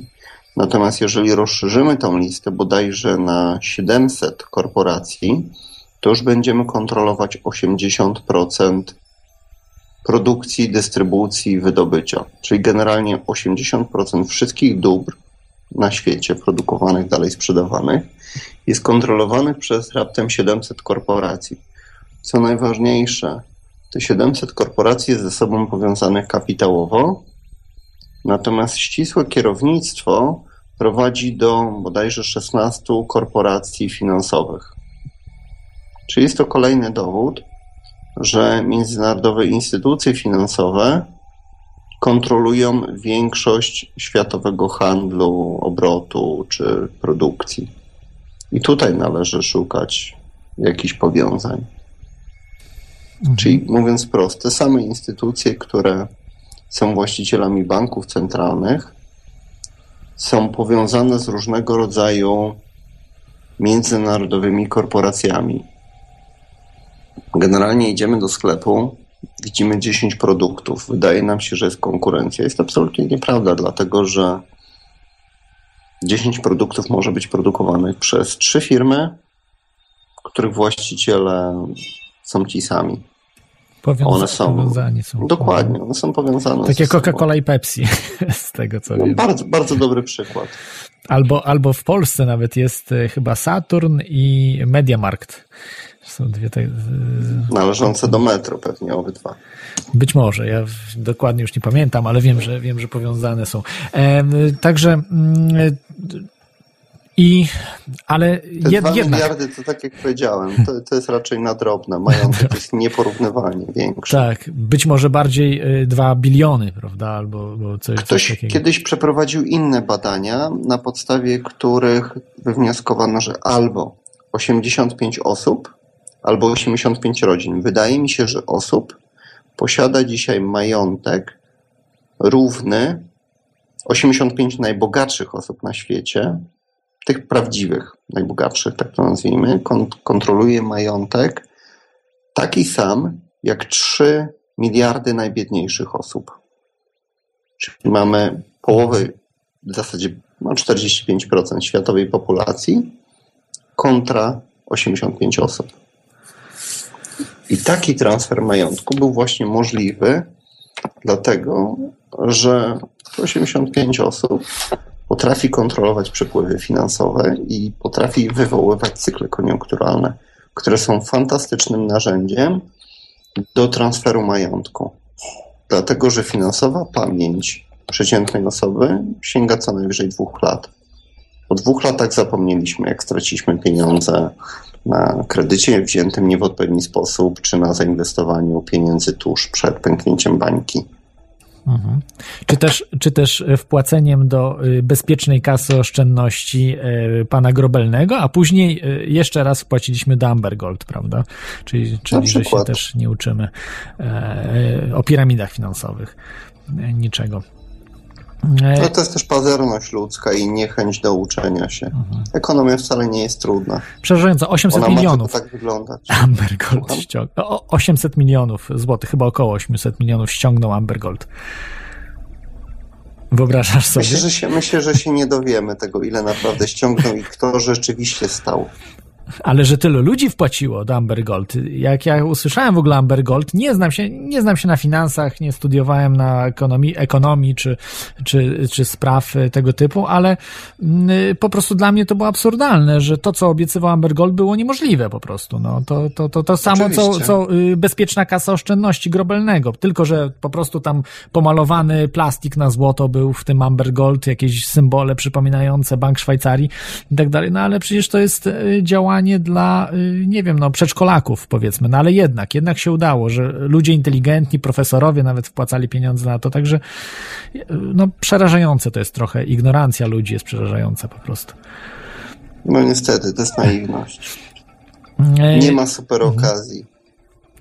Natomiast jeżeli rozszerzymy tą listę bodajże na siedemset korporacji, to już będziemy kontrolować osiemdziesiąt procent produkcji, dystrybucji i wydobycia. Czyli generalnie osiemdziesiąt procent wszystkich dóbr na świecie produkowanych, dalej sprzedawanych, jest kontrolowanych przez raptem siedemset korporacji. Co najważniejsze, te siedemset korporacji jest ze sobą powiązanych kapitałowo, natomiast ścisłe kierownictwo prowadzi do bodajże szesnastu korporacji finansowych. Czyli jest to kolejny dowód, że międzynarodowe instytucje finansowe kontrolują większość światowego handlu, obrotu czy produkcji. I tutaj należy szukać jakichś powiązań. Mhm. Czyli mówiąc wprost, te same instytucje, które są właścicielami banków centralnych, są powiązane z różnego rodzaju międzynarodowymi korporacjami. Generalnie idziemy do sklepu, widzimy dziesięć produktów. Wydaje nam się, że jest konkurencja. Jest absolutnie nieprawda, dlatego że dziesięć produktów może być produkowanych przez trzy firmy, których właściciele są ci sami. Powiąza- one są powiązani są. Dokładnie, one są powiązane. Tak jak Coca-Cola i Pepsi, z tego co no, wiem. Bardzo, bardzo dobry przykład. Albo, albo w Polsce nawet jest chyba Saturn i Mediamarkt. Są dwie te... Należące do Metro pewnie obydwa. Być może, ja dokładnie już nie pamiętam, ale wiem, że wiem, że powiązane są. E, także mm, i ale te jed, dwa jednak... miliardy to tak jak powiedziałem, to, to jest raczej nadrobne. Majątek jest nieporównywalnie większy. Tak, być może bardziej dwa biliony, prawda? Albo, albo coś, Ktoś coś takiego. kiedyś przeprowadził inne badania, na podstawie których wywnioskowano, że albo osiemdziesiąt pięć osób, albo osiemdziesiąt pięć rodzin. Wydaje mi się, że osób posiada dzisiaj majątek równy osiemdziesiąt pięć najbogatszych osób na świecie, tych prawdziwych najbogatszych, tak to nazwijmy, kont- kontroluje majątek taki sam jak trzy miliardy najbiedniejszych osób. Czyli mamy połowę, w zasadzie no czterdzieści pięć procent światowej populacji kontra osiemdziesiąt pięć osób. I taki transfer majątku był właśnie możliwy, dlatego że osiemdziesiąt pięć osób potrafi kontrolować przepływy finansowe i potrafi wywoływać cykle koniunkturalne, które są fantastycznym narzędziem do transferu majątku. Dlatego, że finansowa pamięć przeciętnej osoby sięga co najwyżej dwóch lat. Po dwóch latach zapomnieliśmy, jak straciliśmy pieniądze na kredycie wziętym nie w odpowiedni sposób, czy na zainwestowaniu pieniędzy tuż przed pęknięciem bańki. Mhm. Czy też, czy też wpłaceniem do bezpiecznej kasy oszczędności pana Grobelnego, a później jeszcze raz wpłaciliśmy do Amber Gold, prawda? Czyli, czyli że się też nie uczymy o piramidach finansowych. Niczego. No to jest też pazerność ludzka i niechęć do uczenia się. Mhm. Ekonomia wcale nie jest trudna. Przerażająco, osiemset Ona milionów. może tak wyglądać. Amber Gold ściągnął. osiemset milionów złotych, chyba około osiemset milionów ściągnął Amber Gold. Wyobrażasz sobie? Myślę, że się, myślę, że się nie dowiemy tego, ile naprawdę ściągnął i kto rzeczywiście stał. Ale że tylu ludzi wpłaciło do Amber Gold. Jak ja usłyszałem w ogóle Amber Gold, nie znam się, nie znam się na finansach, nie studiowałem na ekonomii, ekonomii czy, czy, czy spraw tego typu, ale po prostu dla mnie to było absurdalne, że to, co obiecywał Amber Gold, było niemożliwe po prostu. No, to, to, to, to samo, co, co bezpieczna kasa oszczędności Grobelnego, tylko że po prostu tam pomalowany plastik na złoto był w tym Amber Gold, jakieś symbole przypominające Bank Szwajcarii i tak dalej. No ale przecież to jest działanie dla, nie wiem, no przedszkolaków powiedzmy, no ale jednak, jednak się udało, że ludzie inteligentni, profesorowie nawet wpłacali pieniądze na to, także no przerażające to jest trochę, ignorancja ludzi jest przerażająca po prostu. No niestety, to jest naiwność. Nie ma super okazji.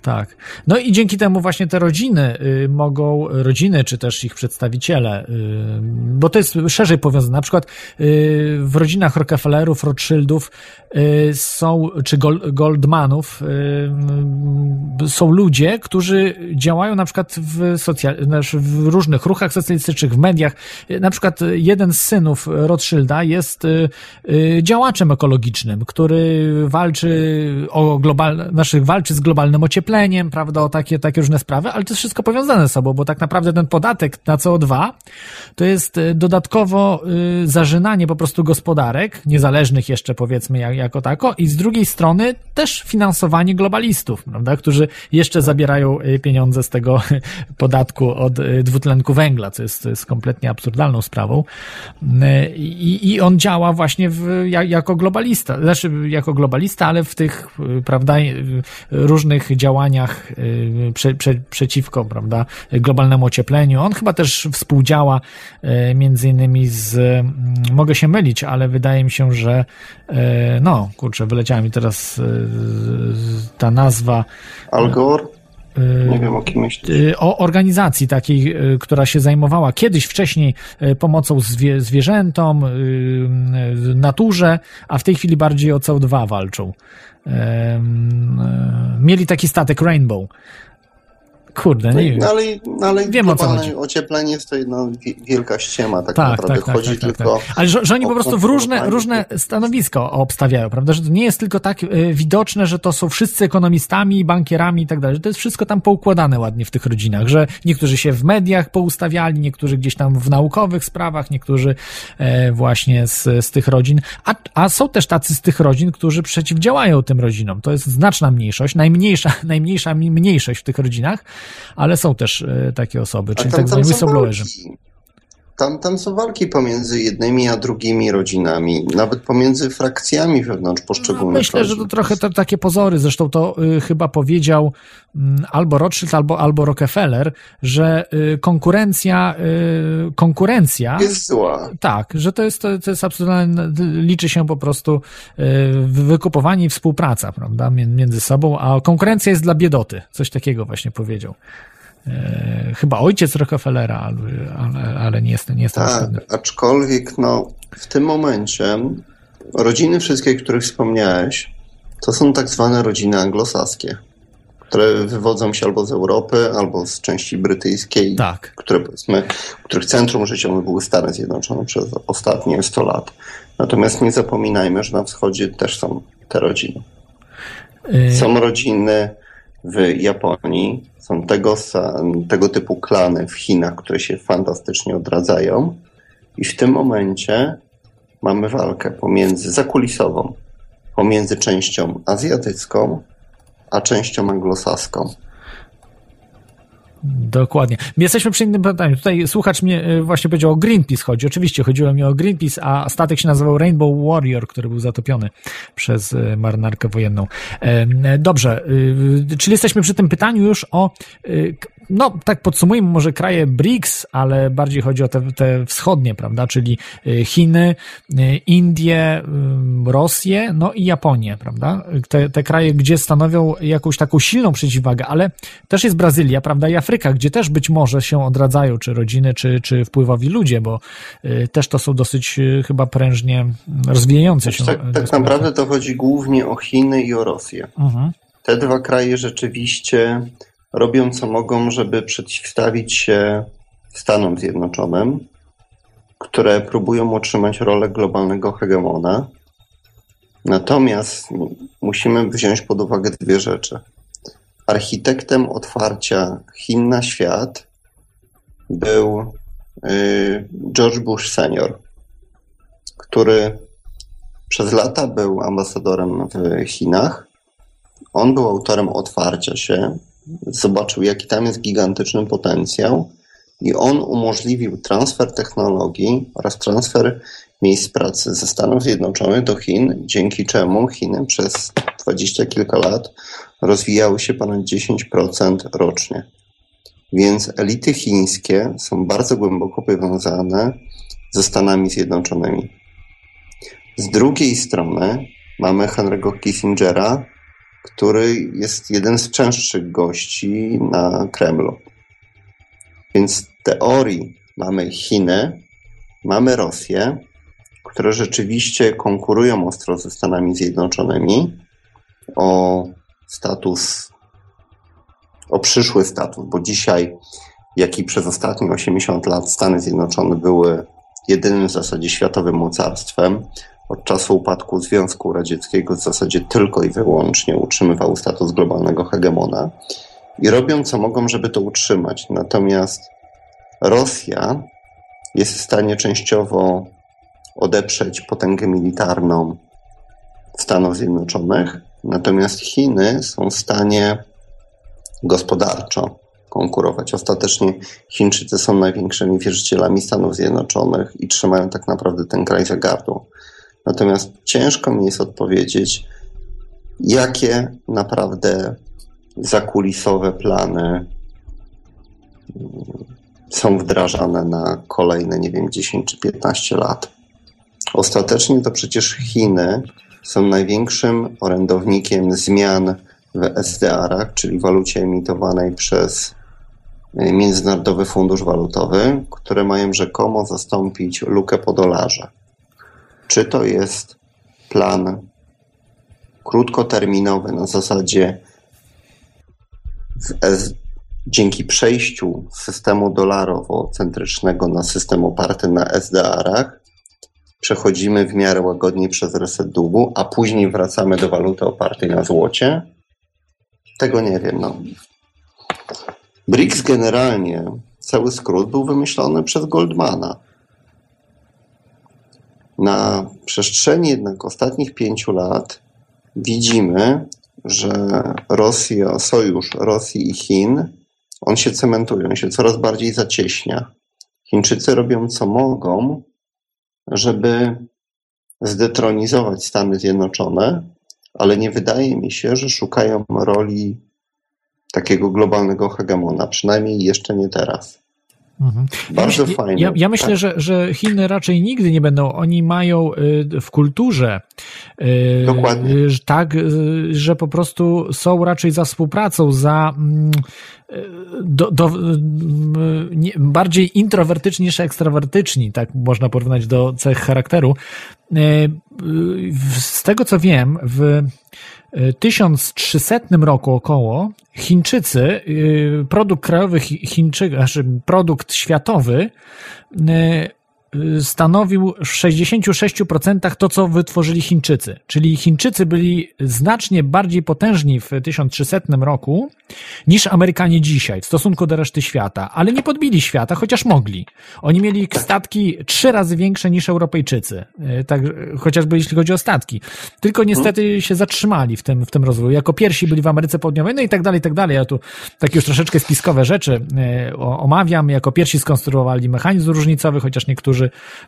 Tak. No i dzięki temu właśnie te rodziny y, mogą, rodziny czy też ich przedstawiciele, y, bo to jest szerzej powiązane. Na przykład y, w rodzinach Rockefellerów, Rothschildów y, są, czy Gold, Goldmanów y, są ludzie, którzy działają na przykład w, socjal, w różnych ruchach socjalistycznych, w mediach. Na przykład jeden z synów Rothschilda jest y, y, działaczem ekologicznym, który walczy o global, naszych walczy z globalnym ociepleniem, prawda, o takie, takie różne sprawy, ale to jest wszystko powiązane ze sobą, bo tak naprawdę ten podatek na C O dwa to jest dodatkowo y, zarzynanie po prostu gospodarek, niezależnych jeszcze powiedzmy jak, jako tako, i z drugiej strony też finansowanie globalistów, prawda, którzy jeszcze zabierają pieniądze z tego podatku od dwutlenku węgla, co jest, co jest kompletnie absurdalną sprawą. I, i on działa właśnie w, jako globalista, znaczy jako globalista, ale w tych, prawda, różnych działaniach prze, prze, przeciwko, prawda, globalnemu ociepleniu. On chyba też współdziała między innymi z, mogę się mylić, ale wydaje mi się, że no, kurczę, wyleciała mi teraz ta nazwa. Al Gore? Nie wiem, o kim myślisz. O organizacji takiej, która się zajmowała kiedyś wcześniej pomocą zwie, zwierzętom, naturze, a w tej chwili bardziej o C O dwa walczą. Mieli taki statek Rainbow. Kurde, nie wiem. No, ale, ale wiem, globalne ocieplenie jest to jedna wielka ściema, tak, tak naprawdę. Tak, Chodzi tak, tak, tylko... Tak. Ale że, że oni po prostu w różne, różne stanowisko obstawiają, prawda? Że to nie jest tylko tak y, widoczne, że to są wszyscy ekonomistami, bankierami i tak dalej, że to jest wszystko tam poukładane ładnie w tych rodzinach, że niektórzy się w mediach poustawiali, niektórzy gdzieś tam w naukowych sprawach, niektórzy e, właśnie z, z tych rodzin, a, a są też tacy z tych rodzin, którzy przeciwdziałają tym rodzinom. To jest znaczna mniejszość, najmniejsza, najmniejsza mniejszość w tych rodzinach, ale są też e, takie osoby, czyli tak zwani whistleblowerzy. Tam, tam są walki pomiędzy jednymi a drugimi rodzinami, nawet pomiędzy frakcjami wewnątrz poszczególnych no, myślę, rodzin. że to trochę to, takie pozory, zresztą to y, chyba powiedział y, albo Rothschild, albo, albo Rockefeller, że y, konkurencja y, konkurencja jest zła. Tak, że to jest, to, to jest absolutnie, liczy się po prostu y, wykupowanie i współpraca, prawda, między sobą, a konkurencja jest dla biedoty, coś takiego właśnie powiedział. Chyba ojciec Rockefellera, ale, ale nie jestem, nie jestem tak, pewny. Aczkolwiek no, w tym momencie rodziny wszystkie, o których wspomniałeś, to są tak zwane rodziny anglosaskie, które wywodzą się albo z Europy, albo z części brytyjskiej, tak. które, powiedzmy, których centrum życiowe były Stany Zjednoczone przez ostatnie sto lat. Natomiast nie zapominajmy, że na wschodzie też są te rodziny. Y... Są rodziny w Japonii, są tego, tego typu klany w Chinach, które się fantastycznie odradzają, i w tym momencie mamy walkę pomiędzy zakulisową, pomiędzy częścią azjatycką a częścią anglosaską. Dokładnie. My jesteśmy przy innym pytaniu. Tutaj słuchacz mnie właśnie powiedział o Greenpeace chodzi. Oczywiście chodziło mi o Greenpeace, a statek się nazywał Rainbow Warrior, który był zatopiony przez marynarkę wojenną. Dobrze, czyli jesteśmy przy tym pytaniu już o, no tak podsumujmy może kraje B R I C S, ale bardziej chodzi o te, te wschodnie, prawda, czyli Chiny, Indie, Rosję, no i Japonię, prawda? Te, te kraje, gdzie stanowią jakąś taką silną przeciwwagę, ale też jest Brazylia, prawda, i Afryka, gdzie też być może się odradzają, czy rodziny, czy, czy wpływowi ludzie, bo y, też to są dosyć y, chyba prężnie rozwijające się. Tak, tak naprawdę to chodzi głównie o Chiny i o Rosję. Mhm. Te dwa kraje rzeczywiście robią co mogą, żeby przeciwstawić się Stanom Zjednoczonym, które próbują utrzymać rolę globalnego hegemona. Natomiast musimy wziąć pod uwagę dwie rzeczy. Architektem otwarcia Chin na świat był George Bush senior, który przez lata był ambasadorem w Chinach. On był autorem otwarcia się, zobaczył, jaki tam jest gigantyczny potencjał, i on umożliwił transfer technologii oraz transfer miejsc pracy ze Stanów Zjednoczonych do Chin, dzięki czemu Chiny przez dwadzieścia kilka lat rozwijały się ponad dziesięć procent rocznie. Więc elity chińskie są bardzo głęboko powiązane ze Stanami Zjednoczonymi. Z drugiej strony mamy Henry'ego Kissingera, który jest jeden z częstszych gości na Kremlu. Więc w teorii mamy Chiny, mamy Rosję, które rzeczywiście konkurują ostro ze Stanami Zjednoczonymi o status, o przyszły status, bo dzisiaj, jak i przez ostatnie osiemdziesiąt lat, Stany Zjednoczone były jedynym w zasadzie światowym mocarstwem. Od czasu upadku Związku Radzieckiego w zasadzie tylko i wyłącznie utrzymywały status globalnego hegemona i robią co mogą, żeby to utrzymać. Natomiast Rosja jest w stanie częściowo odeprzeć potęgę militarną Stanów Zjednoczonych, natomiast Chiny są w stanie gospodarczo konkurować. Ostatecznie Chińczycy są największymi wierzycielami Stanów Zjednoczonych i trzymają tak naprawdę ten kraj za gardło. Natomiast ciężko mi jest odpowiedzieć, jakie naprawdę zakulisowe plany są wdrażane na kolejne, nie wiem, dziesięć czy piętnaście lat. Ostatecznie to przecież Chiny są największym orędownikiem zmian w S D R-ach, czyli walucie emitowanej przez Międzynarodowy Fundusz Walutowy, które mają rzekomo zastąpić lukę po dolarze. Czy to jest plan krótkoterminowy na zasadzie w S- dzięki przejściu z systemu dolarowo-centrycznego na system oparty na S D R-ach przechodzimy w miarę łagodniej przez reset długu, a później wracamy do waluty opartej na złocie? Tego nie wiem. No. B R I C S generalnie, cały skrót był wymyślony przez Goldmana. Na przestrzeni jednak ostatnich pięciu lat widzimy, że Rosja, sojusz Rosji i Chin, on się cementuje, on się coraz bardziej zacieśnia. Chińczycy robią co mogą, żeby zdetronizować Stany Zjednoczone, ale nie wydaje mi się, że szukają roli takiego globalnego hegemona, przynajmniej jeszcze nie teraz. Mhm. Bardzo ja myśl, fajnie. Ja, ja myślę, tak. że, że Chiny raczej nigdy nie będą, oni mają y, w kulturze y, Dokładnie. y, tak, y, że po prostu są raczej za współpracą, za y, do, do, y, nie, bardziej introwertyczni niż ekstrawertyczni, tak można porównać do cech charakteru. Y, y, z tego co wiem, w tysiąc trzysetnym roku około Chińczycy, produkt krajowy Chińczyk, znaczy produkt światowy stanowił w sześćdziesięciu sześciu procentach to, co wytworzyli Chińczycy. Czyli Chińczycy byli znacznie bardziej potężni w tysiąc trzysetnym roku niż Amerykanie dzisiaj w stosunku do reszty świata, ale nie podbili świata, chociaż mogli. Oni mieli statki trzy razy większe niż Europejczycy, tak, chociażby jeśli chodzi o statki. Tylko niestety się zatrzymali w tym, w tym rozwoju. Jako pierwsi byli w Ameryce Południowej, no i tak dalej, i tak dalej. Ja tu takie już troszeczkę spiskowe rzeczy omawiam. Jako pierwsi skonstruowali mechanizm różnicowy, chociaż niektórzy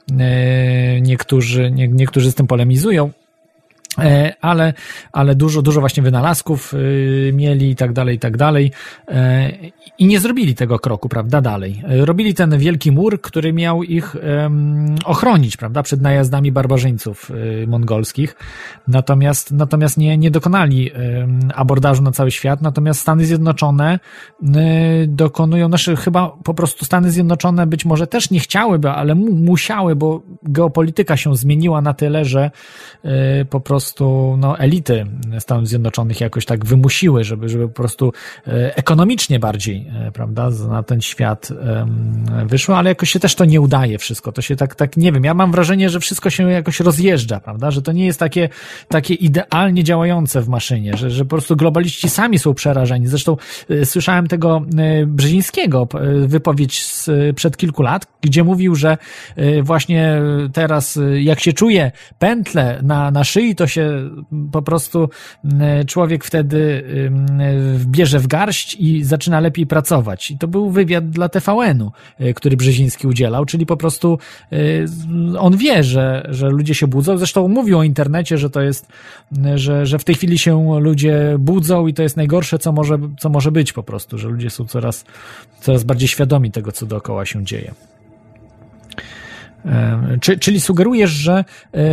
Niektórzy, nie, niektórzy z tym polemizują, ale, ale dużo, dużo właśnie wynalazków mieli i tak dalej, i tak dalej. I nie zrobili tego kroku, prawda, dalej. Robili ten wielki mur, który miał ich ochronić, prawda, przed najazdami barbarzyńców mongolskich. Natomiast, natomiast nie, nie dokonali abordażu na cały świat. Natomiast Stany Zjednoczone dokonują, znaczy chyba po prostu Stany Zjednoczone być może też nie chciałyby, ale mu, musiały, bo geopolityka się zmieniła na tyle, że po prostu Po prostu no, elity Stanów Zjednoczonych jakoś tak wymusiły, żeby, żeby po prostu ekonomicznie bardziej, prawda, na ten świat wyszło, ale jakoś się też to nie udaje wszystko. To się tak, tak nie wiem, ja mam wrażenie, że wszystko się jakoś rozjeżdża, prawda, że to nie jest takie, takie idealnie działające w maszynie, że, że po prostu globaliści sami są przerażeni. Zresztą słyszałem tego Brzezińskiego wypowiedź sprzed kilku lat, gdzie mówił, że właśnie teraz jak się czuje pętle na, na szyi, to się po prostu człowiek wtedy bierze w garść i zaczyna lepiej pracować. I to był wywiad dla T V N-u, który Brzeziński udzielał, czyli po prostu on wie, że, że ludzie się budzą. Zresztą mówił o internecie, że to jest, że, że w tej chwili się ludzie budzą i to jest najgorsze, co może, co może być po prostu, że ludzie są coraz, coraz bardziej świadomi tego, co dookoła się dzieje. Czy, czyli sugerujesz, że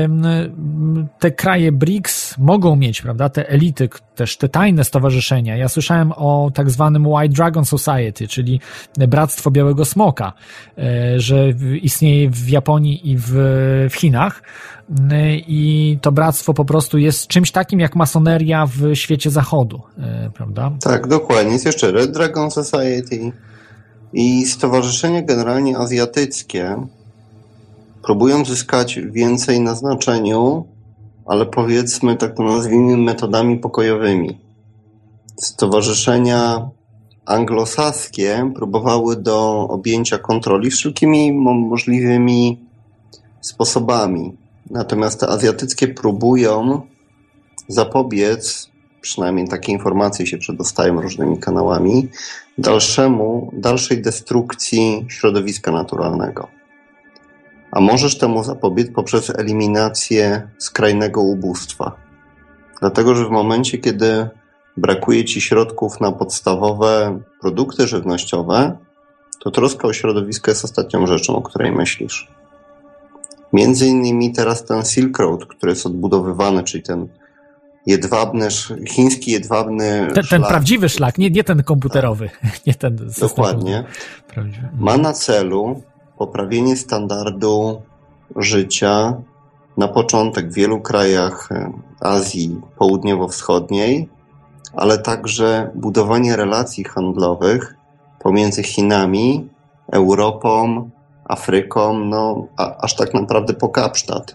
te kraje B R I C S mogą mieć, prawda, te elity, też te tajne stowarzyszenia. Ja słyszałem o tak zwanym White Dragon Society, czyli Bractwo Białego Smoka, że istnieje w Japonii i w, w Chinach i to bractwo po prostu jest czymś takim jak masoneria w świecie zachodu, prawda? Tak, dokładnie. Jest jeszcze Red Dragon Society i stowarzyszenia generalnie azjatyckie próbują zyskać więcej na znaczeniu, ale powiedzmy, tak to nazwijmy, metodami pokojowymi. Stowarzyszenia anglosaskie próbowały do objęcia kontroli wszelkimi możliwymi sposobami. Natomiast te azjatyckie próbują zapobiec, przynajmniej takie informacje się przedostają różnymi kanałami, dalszemu, dalszej destrukcji środowiska naturalnego. A możesz temu zapobiec poprzez eliminację skrajnego ubóstwa. Dlatego, że w momencie, kiedy brakuje ci środków na podstawowe produkty żywnościowe, to troska o środowisko jest ostatnią rzeczą, o której myślisz. Między innymi teraz ten Silk Road, który jest odbudowywany, czyli ten jedwabny, chiński jedwabny ten, szlak. Ten prawdziwy szlak, nie, nie ten komputerowy. Nie ten system. Dokładnie. Prawdziwy. Ma na celu poprawienie standardu życia na początek w wielu krajach Azji Południowo-Wschodniej, ale także budowanie relacji handlowych pomiędzy Chinami, Europą, Afryką, no a, aż tak naprawdę po Kapsztad.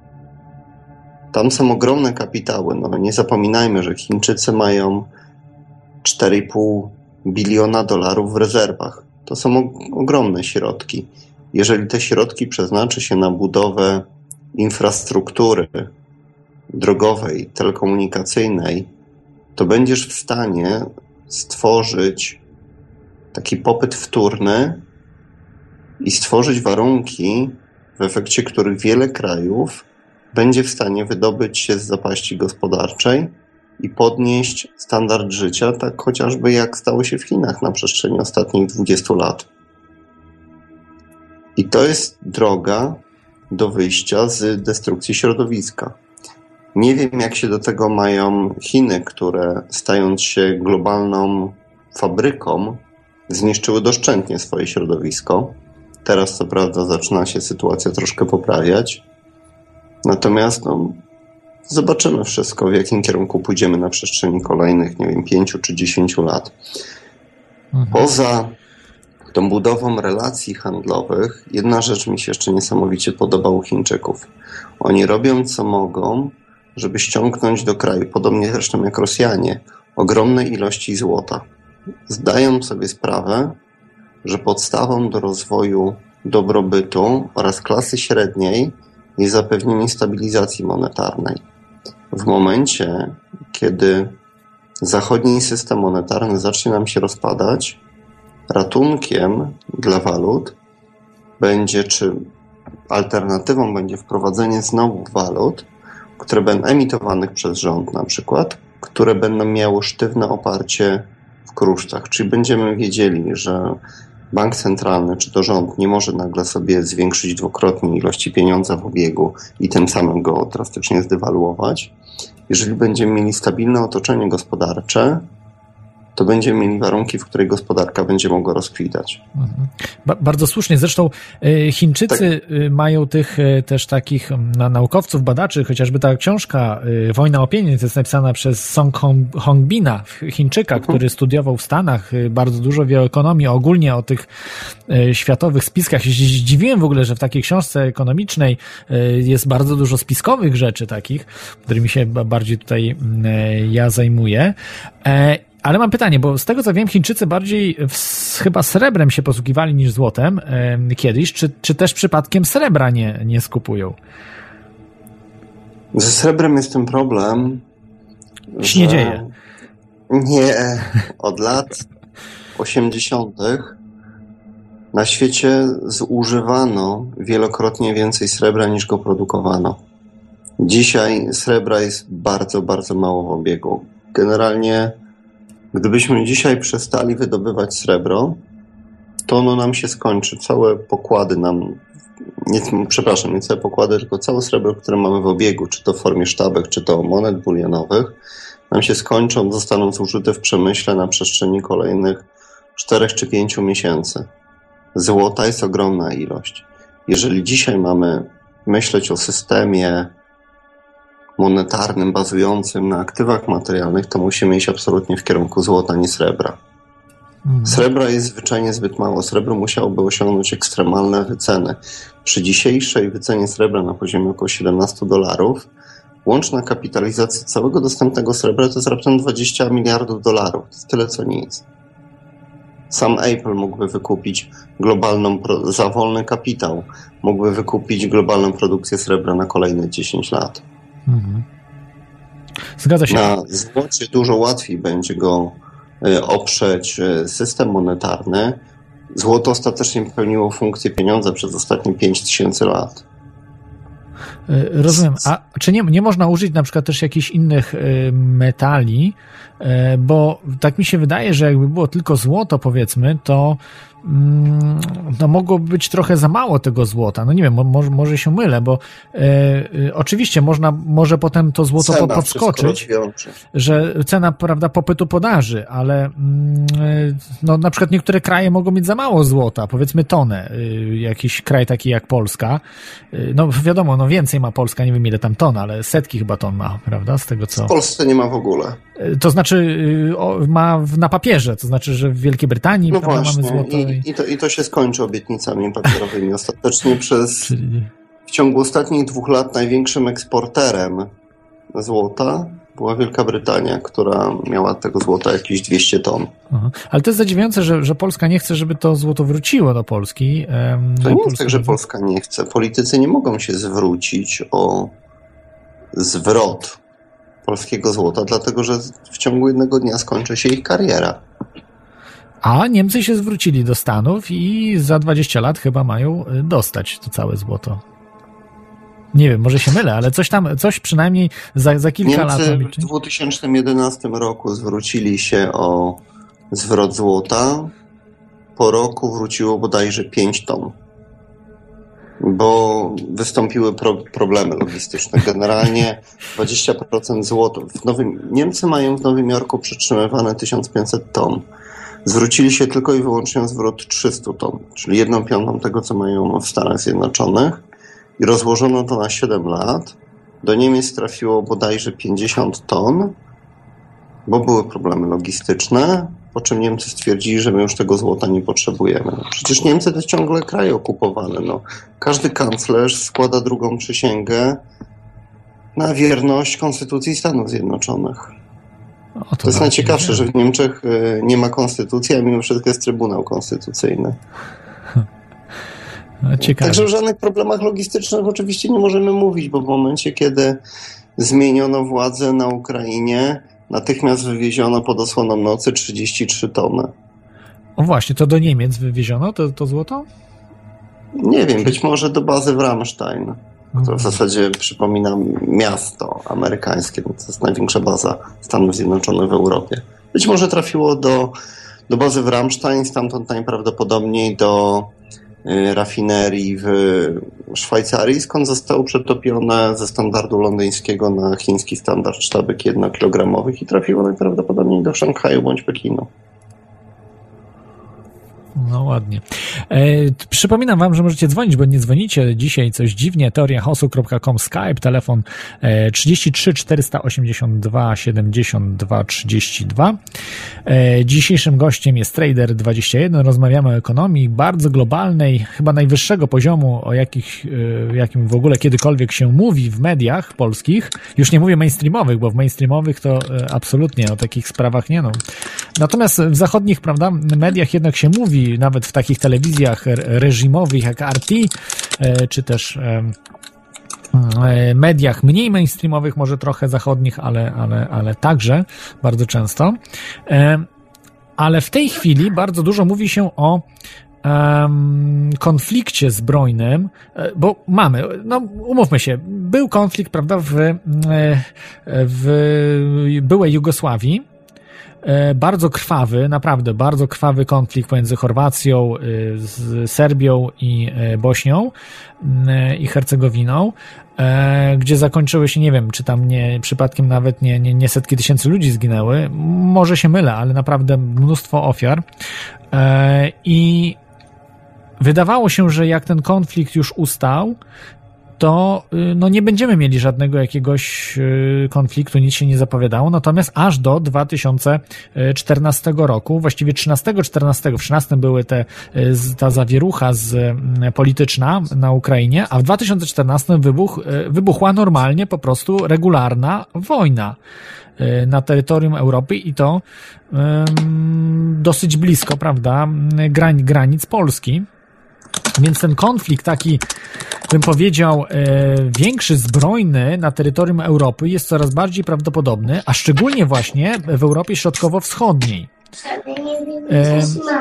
Tam są ogromne kapitały. No, nie zapominajmy, że Chińczycy mają cztery i pół biliona dolarów w rezerwach. To są o, ogromne środki. Jeżeli te środki przeznaczy się na budowę infrastruktury drogowej, telekomunikacyjnej, to będziesz w stanie stworzyć taki popyt wtórny i stworzyć warunki, w efekcie których wiele krajów będzie w stanie wydobyć się z zapaści gospodarczej i podnieść standard życia, tak chociażby jak stało się w Chinach na przestrzeni ostatnich dwudziestu lat. I to jest droga do wyjścia z destrukcji środowiska. Nie wiem, jak się do tego mają Chiny, które stając się globalną fabryką, zniszczyły doszczętnie swoje środowisko. Teraz, co prawda, zaczyna się sytuacja troszkę poprawiać. Natomiast no, zobaczymy wszystko, w jakim kierunku pójdziemy na przestrzeni kolejnych, nie wiem, pięciu czy dziesięciu lat. Mhm. Poza tą budową relacji handlowych, jedna rzecz mi się jeszcze niesamowicie podoba u Chińczyków. Oni robią co mogą, żeby ściągnąć do kraju, podobnie zresztą jak Rosjanie, ogromne ilości złota. Zdają sobie sprawę, że podstawą do rozwoju dobrobytu oraz klasy średniej jest zapewnienie stabilizacji monetarnej. W momencie, kiedy zachodni system monetarny zacznie nam się rozpadać, ratunkiem dla walut będzie, czy alternatywą będzie wprowadzenie znowu walut, które będą emitowanych przez rząd na przykład, które będą miały sztywne oparcie w kruszcach. Czyli będziemy wiedzieli, że bank centralny czy to rząd nie może nagle sobie zwiększyć dwukrotnie ilości pieniądza w obiegu i tym samym go drastycznie zdewaluować. Jeżeli będziemy mieli stabilne otoczenie gospodarcze, to będziemy mieli warunki, w której gospodarka będzie mogła rozkwitać. Ba- bardzo słusznie. Zresztą y, Chińczycy tak. y, mają tych y, też takich na, naukowców, badaczy, chociażby ta książka y, Wojna o pieniądz jest napisana przez Song Hong, Hongbina, Chińczyka, uh-huh. który studiował w Stanach, y, bardzo dużo wie o ekonomii, ogólnie o tych y, światowych spiskach. Się zdziwiłem w ogóle, że w takiej książce ekonomicznej y, jest bardzo dużo spiskowych rzeczy takich, którymi się bardziej tutaj y, ja zajmuję. E, Ale mam pytanie, bo z tego co wiem, Chińczycy bardziej w, chyba srebrem się posługiwali niż złotem e, kiedyś. Czy, czy też przypadkiem srebra nie, nie skupują? Ze srebrem jest ten problem. Się nie dzieje. Nie. Od lat osiemdziesiątych na świecie zużywano wielokrotnie więcej srebra niż go produkowano. Dzisiaj srebra jest bardzo, bardzo mało w obiegu. Generalnie gdybyśmy dzisiaj przestali wydobywać srebro, to ono nam się skończy. Całe pokłady nam nie, przepraszam, nie całe pokłady, tylko całe srebro, które mamy w obiegu, czy to w formie sztabek, czy to monet bulionowych, nam się skończą, zostaną zużyte w przemyśle na przestrzeni kolejnych czterech czy pięciu miesięcy. Złota jest ogromna ilość. Jeżeli dzisiaj mamy myśleć o systemie monetarnym bazującym na aktywach materialnych, to musimy iść absolutnie w kierunku złota, nie srebra. Mhm. Srebra jest zwyczajnie zbyt mało. Srebro musiałoby osiągnąć ekstremalne wyceny. Przy dzisiejszej wycenie srebra na poziomie około siedemnaście dolarów łączna kapitalizacja całego dostępnego srebra to jest raptem dwadzieścia miliardów dolarów. To jest tyle co nic. Sam Apple mógłby wykupić globalną, za wolny kapitał, mógłby wykupić globalną produkcję srebra na kolejne dziesięć lat. Mhm. Zgadza się. Na złocie dużo łatwiej będzie go oprzeć system monetarny. Złoto ostatecznie pełniło funkcję pieniądza przez ostatnie pięć tysięcy lat. Rozumiem. A czy nie, nie można użyć na przykład też jakichś innych metali? Bo tak mi się wydaje, że jakby było tylko złoto, powiedzmy, to no mogłoby być trochę za mało tego złota. No nie wiem, może, może się mylę, bo e, oczywiście można, może potem to złoto cena podskoczyć, że cena, prawda, popytu podaży, ale mm, no na przykład niektóre kraje mogą mieć za mało złota, powiedzmy tonę, y, jakiś kraj taki jak Polska, y, no wiadomo, no więcej ma Polska, nie wiem ile tam ton, ale setki chyba ton ma, prawda, z tego co... W Polsce nie ma w ogóle. To znaczy y, o, ma na papierze, to znaczy, że w Wielkiej Brytanii no prawda, właśnie, mamy złoto. I, i, to, I to się skończy obietnicami papierowymi. Ostatecznie przez Czyli... w ciągu ostatnich dwóch lat największym eksporterem złota była Wielka Brytania, która miała tego złota jakieś dwieście ton. Aha. Ale to jest zadziwiające, że, że Polska nie chce, żeby to złoto wróciło do Polski. Um, to nie jest tak, że Polska nie chce. Politycy nie mogą się zwrócić o zwrot polskiego złota, dlatego że w ciągu jednego dnia skończy się ich kariera. A Niemcy się zwrócili do Stanów i za dwadzieścia lat chyba mają dostać to całe złoto. Nie wiem, może się mylę, ale coś tam, coś przynajmniej za, za kilka Niemcy lat... Niemcy w dwa tysiące jedenastym roku zwrócili się o zwrot złota. Po roku wróciło bodajże pięć ton. Bo wystąpiły pro, problemy logistyczne. Generalnie dwadzieścia procent złota. W Nowym, Niemcy mają w Nowym Jorku przytrzymywane tysiąc pięćset ton. Zwrócili się tylko i wyłącznie o zwrot trzysta ton, czyli jedną piątą tego, co mają w Stanach Zjednoczonych. I rozłożono to na siedem lat. Do Niemiec trafiło bodajże pięćdziesiąt ton, bo były problemy logistyczne, po czym Niemcy stwierdzili, że my już tego złota nie potrzebujemy. No, przecież Niemcy to ciągle kraje okupowane. No. Każdy kanclerz składa drugą przysięgę na wierność Konstytucji Stanów Zjednoczonych. O, to, to jest najciekawsze, że w Niemczech nie ma konstytucji, a mimo wszystko jest Trybunał Konstytucyjny. No, Także o żadnych problemach logistycznych oczywiście nie możemy mówić, bo w momencie, kiedy zmieniono władzę na Ukrainie, natychmiast wywieziono pod osłoną nocy trzydzieści trzy tony. O właśnie, to do Niemiec wywieziono to, to złoto? Nie wiem, być może do bazy w Ramstein, która w zasadzie przypomina miasto amerykańskie, to jest największa baza Stanów Zjednoczonych w Europie. Być może trafiło do, do bazy w Ramstein, stamtąd najprawdopodobniej do y, rafinerii w Szwajcarii, skąd zostało przetopione ze standardu londyńskiego na chiński standard sztabek jednokilogramowych i trafiło najprawdopodobniej do Szanghaju bądź Pekinu. No ładnie. E, przypominam wam, że możecie dzwonić, bo nie dzwonicie dzisiaj coś dziwnie. teoria chaosu kropka com Skype, telefon e, trzydzieści trzy czterysta osiemdziesiąt dwa siedemdziesiąt dwa trzydzieści dwa. E, dzisiejszym gościem jest Trader dwadzieścia jeden. Rozmawiamy o ekonomii bardzo globalnej, chyba najwyższego poziomu, o jakich, e, jakim w ogóle kiedykolwiek się mówi w mediach polskich. Już nie mówię mainstreamowych, bo w mainstreamowych to e, absolutnie o takich sprawach nie no. Natomiast w zachodnich, prawda, mediach jednak się mówi, nawet w takich telewizjach reżimowych jak R T, czy też mediach mniej mainstreamowych, może trochę zachodnich, ale, ale, ale także bardzo często. Ale w tej chwili bardzo dużo mówi się o konflikcie zbrojnym, bo mamy, no umówmy się, był konflikt, prawda, w, w byłej Jugosławii, bardzo krwawy, naprawdę bardzo krwawy konflikt pomiędzy Chorwacją, z Serbią i Bośnią i Hercegowiną, gdzie zakończyły się, nie wiem, czy tam nie, przypadkiem nawet nie, nie, nie setki tysięcy ludzi zginęły, może się mylę, ale naprawdę mnóstwo ofiar. I wydawało się, że jak ten konflikt już ustał, to no, nie będziemy mieli żadnego jakiegoś konfliktu, nic się nie zapowiadało, natomiast aż do dwa tysiące czternastego roku, właściwie trzynastego, czternastego, w trzynastym były te, ta zawierucha z, polityczna na Ukrainie, a w dwa tysiące czternastym wybuch, wybuchła normalnie po prostu regularna wojna na terytorium Europy i to um, dosyć blisko, prawda, grań, granic Polski. Więc ten konflikt taki, bym powiedział, e, większy, zbrojny na terytorium Europy jest coraz bardziej prawdopodobny, a szczególnie właśnie w Europie Środkowo-Wschodniej. E,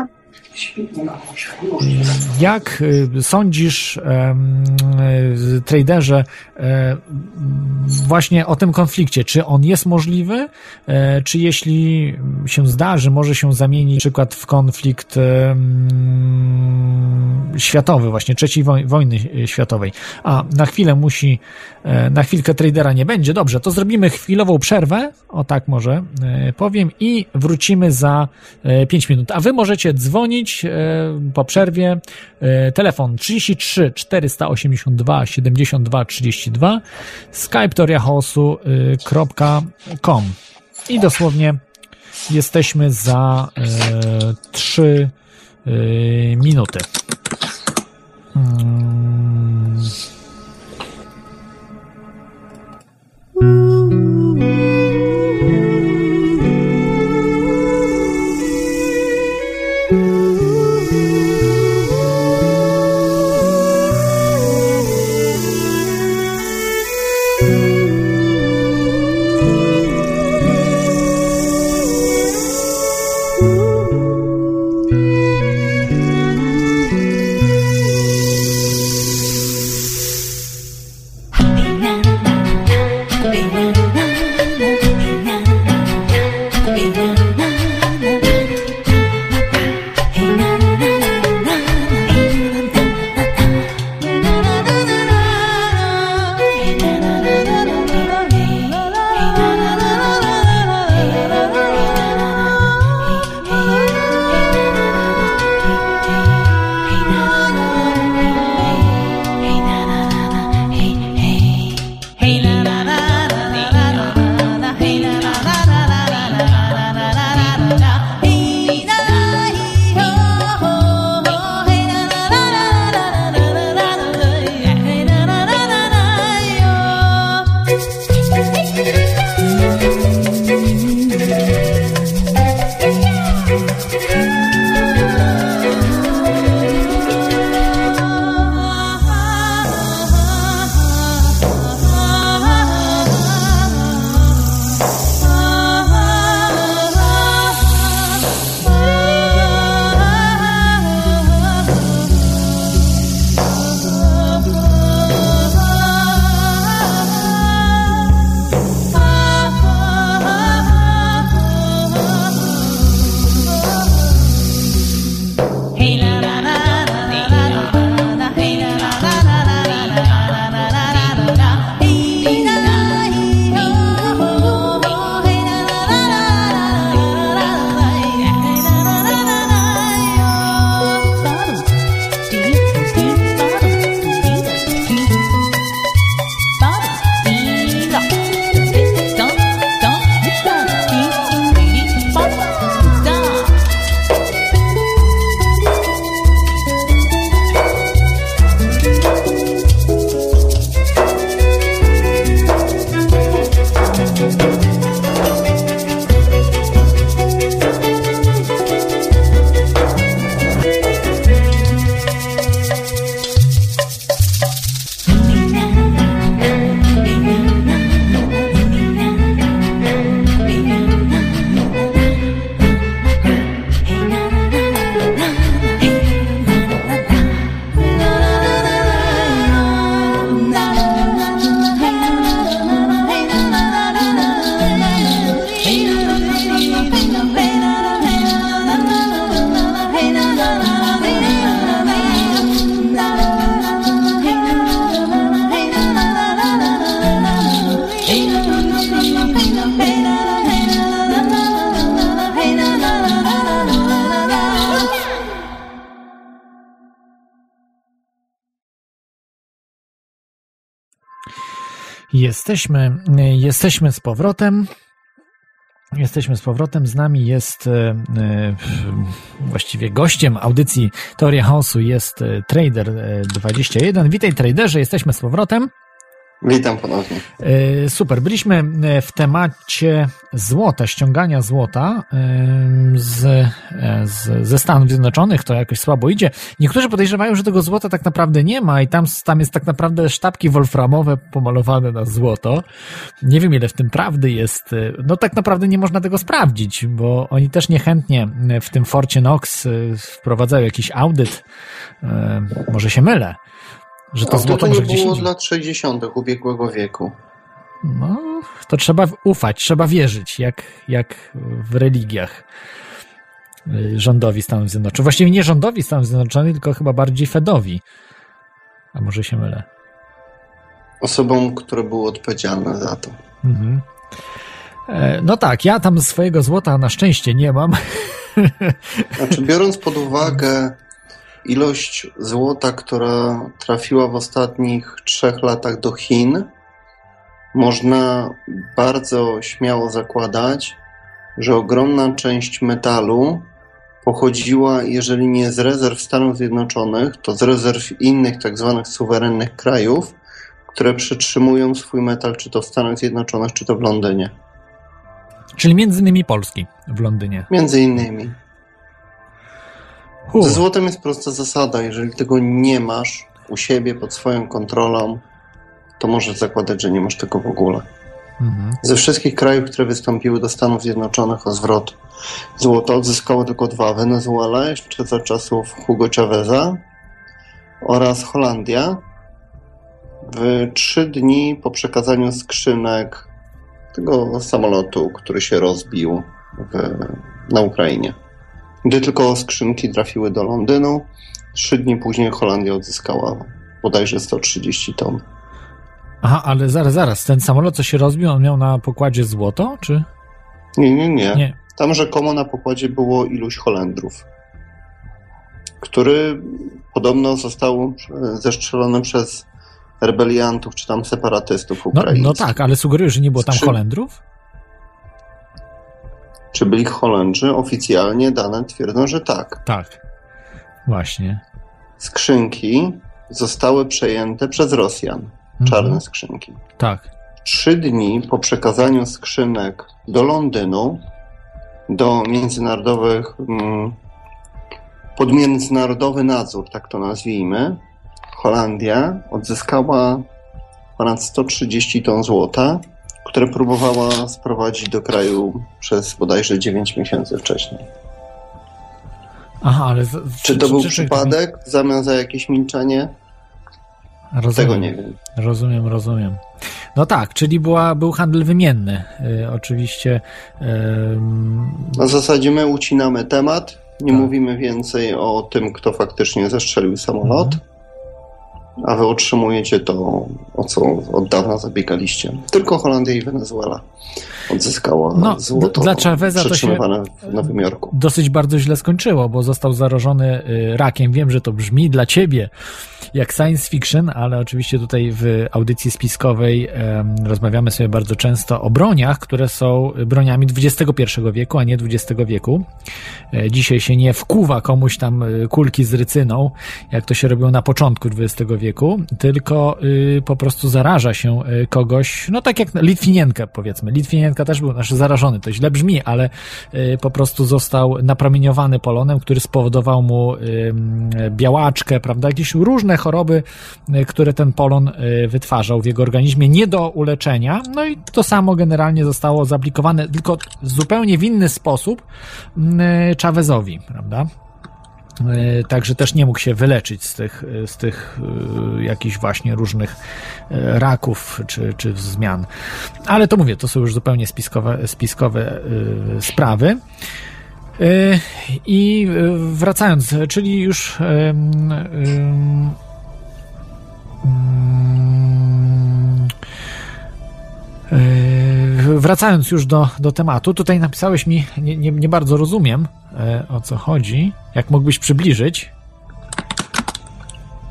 jak sądzisz, e, traderze, e, właśnie o tym konflikcie? Czy on jest możliwy? E, czy jeśli się zdarzy, może się zamienić na przykład w konflikt e, światowy, właśnie trzeciej wojny światowej? A na chwilę musi, e, na chwilkę tradera nie będzie. Dobrze, to zrobimy chwilową przerwę, o tak może e, powiem, i wrócimy za e, pięć minut. A wy możecie dzwonić po przerwie. Telefon trzydzieści trzy czterysta osiemdziesiąt dwa siedemdziesiąt dwa trzydzieści dwa, skype teoria chaosu kropka com i dosłownie jesteśmy za trzy minuty. Hmm. Jesteśmy, jesteśmy z powrotem. Jesteśmy z powrotem. Z nami jest e, e, właściwie gościem audycji Teoria Chaosu jest Trader dwadzieścia jeden. Witaj, traderze, jesteśmy z powrotem. Witam ponownie. E, super. Byliśmy w temacie złota, ściągania złota z, z, ze Stanów Zjednoczonych. To jakoś słabo idzie. Niektórzy podejrzewają, że tego złota tak naprawdę nie ma i tam, tam jest tak naprawdę sztabki wolframowe pomalowane na złoto. Nie wiem, ile w tym prawdy jest. No tak naprawdę nie można tego sprawdzić, bo oni też niechętnie w tym Forcie Knox wprowadzają jakiś audyt. Może się mylę. Że to no, złoto to może nie gdzieś było idzie. od lat sześćdziesiątych ubiegłego wieku. No, to trzeba ufać, trzeba wierzyć, jak, jak w religiach rządowi Stanów Zjednoczonych. Właściwie nie rządowi Stanów Zjednoczonych, tylko chyba bardziej Fedowi. A może się mylę. Osobom, które były odpowiedzialne za to. Mhm. No tak, ja tam swojego złota na szczęście nie mam. Znaczy, biorąc pod uwagę ilość złota, która trafiła w ostatnich trzech latach do Chin, można bardzo śmiało zakładać, że ogromna część metalu pochodziła, jeżeli nie z rezerw Stanów Zjednoczonych, to z rezerw innych tak zwanych suwerennych krajów, które przytrzymują swój metal czy to w Stanach Zjednoczonych, czy to w Londynie. Czyli między innymi Polski w Londynie. Między innymi. Uf. Ze złotem jest prosta zasada. Jeżeli tego nie masz u siebie pod swoją kontrolą, to możesz zakładać, że nie masz tego w ogóle. Mhm. Ze wszystkich krajów, które wystąpiły do Stanów Zjednoczonych o zwrot złota, odzyskało tylko dwa. Wenezuela jeszcze za czasów Hugo Chaveza oraz Holandia w trzy dni po przekazaniu skrzynek tego samolotu, który się rozbił w, na Ukrainie. Gdy tylko skrzynki trafiły do Londynu, trzy dni później Holandia odzyskała bodajże sto trzydzieści ton. Aha, ale zaraz, zaraz, ten samolot, co się rozbił, on miał na pokładzie złoto, czy? Nie, nie, nie. Nie. Tam rzekomo na pokładzie było iluś Holendrów, który podobno został zestrzelony przez rebeliantów, czy tam separatystów No, ukraińskich. no tak, ale sugeruję, że nie było tam Skrzy- Holendrów? Czy byli Holendrzy? Oficjalnie dane twierdzą, że tak. Tak, właśnie. Skrzynki zostały przejęte przez Rosjan. Czarne Mhm. skrzynki. Tak. Trzy dni po przekazaniu skrzynek do Londynu, do międzynarodowych, mm, pod międzynarodowy nadzór, tak to nazwijmy, Holandia odzyskała ponad sto trzydzieści ton złota, które próbowała sprowadzić do kraju przez bodajże dziewięć miesięcy wcześniej. Aha, ale... Z, Czy to był czy- przypadek w zamian za jakieś milczenie? Rozumiem, Tego nie wiem. Rozumiem, rozumiem. No tak, czyli była, był handel wymienny. Y, oczywiście... ym, Na zasadzie my ucinamy temat, nie Tak. mówimy więcej o tym, kto faktycznie zestrzelił samolot, Mhm. a wy otrzymujecie to, o co od dawna zabiegaliście. Tylko Holandia i Wenezuela odzyskała No, złoto dla Chaveza to się- przetrzymywane w Nowym Jorku. dosyć bardzo źle skończyło, bo został zarażony y, rakiem. Wiem, że to brzmi dla ciebie jak science fiction, ale oczywiście tutaj w audycji spiskowej em, rozmawiamy sobie bardzo często o broniach, które są broniami dwudziestego pierwszego wieku, a nie dwudziestego wieku. E, dzisiaj się nie wkuwa komuś tam y, kulki z rycyną, jak to się robiło na początku dwudziestego wieku, tylko y, po prostu zaraża się y, kogoś, no tak jak Litwinienkę powiedzmy. Litwinienka też był, znaczy zarażony, to źle brzmi, ale y, po prostu został napromieniowany polonem, który spowodował mu y, białaczkę, prawda, jakieś różne choroby, y, które ten polon y, wytwarzał w jego organizmie, nie do uleczenia, no i to samo generalnie zostało zaaplikowane, tylko zupełnie w inny sposób y, Chavezowi, prawda. Y, Także też nie mógł się wyleczyć z tych, y, z tych y, jakichś właśnie różnych y, raków czy, czy zmian. Ale to mówię, to są już zupełnie spiskowe, spiskowe y, sprawy. Y, I y, wracając, czyli już y, y, y, wracając już do, do tematu, tutaj napisałeś mi, nie, nie, nie bardzo rozumiem, y, o co chodzi. Jak mógłbyś przybliżyć?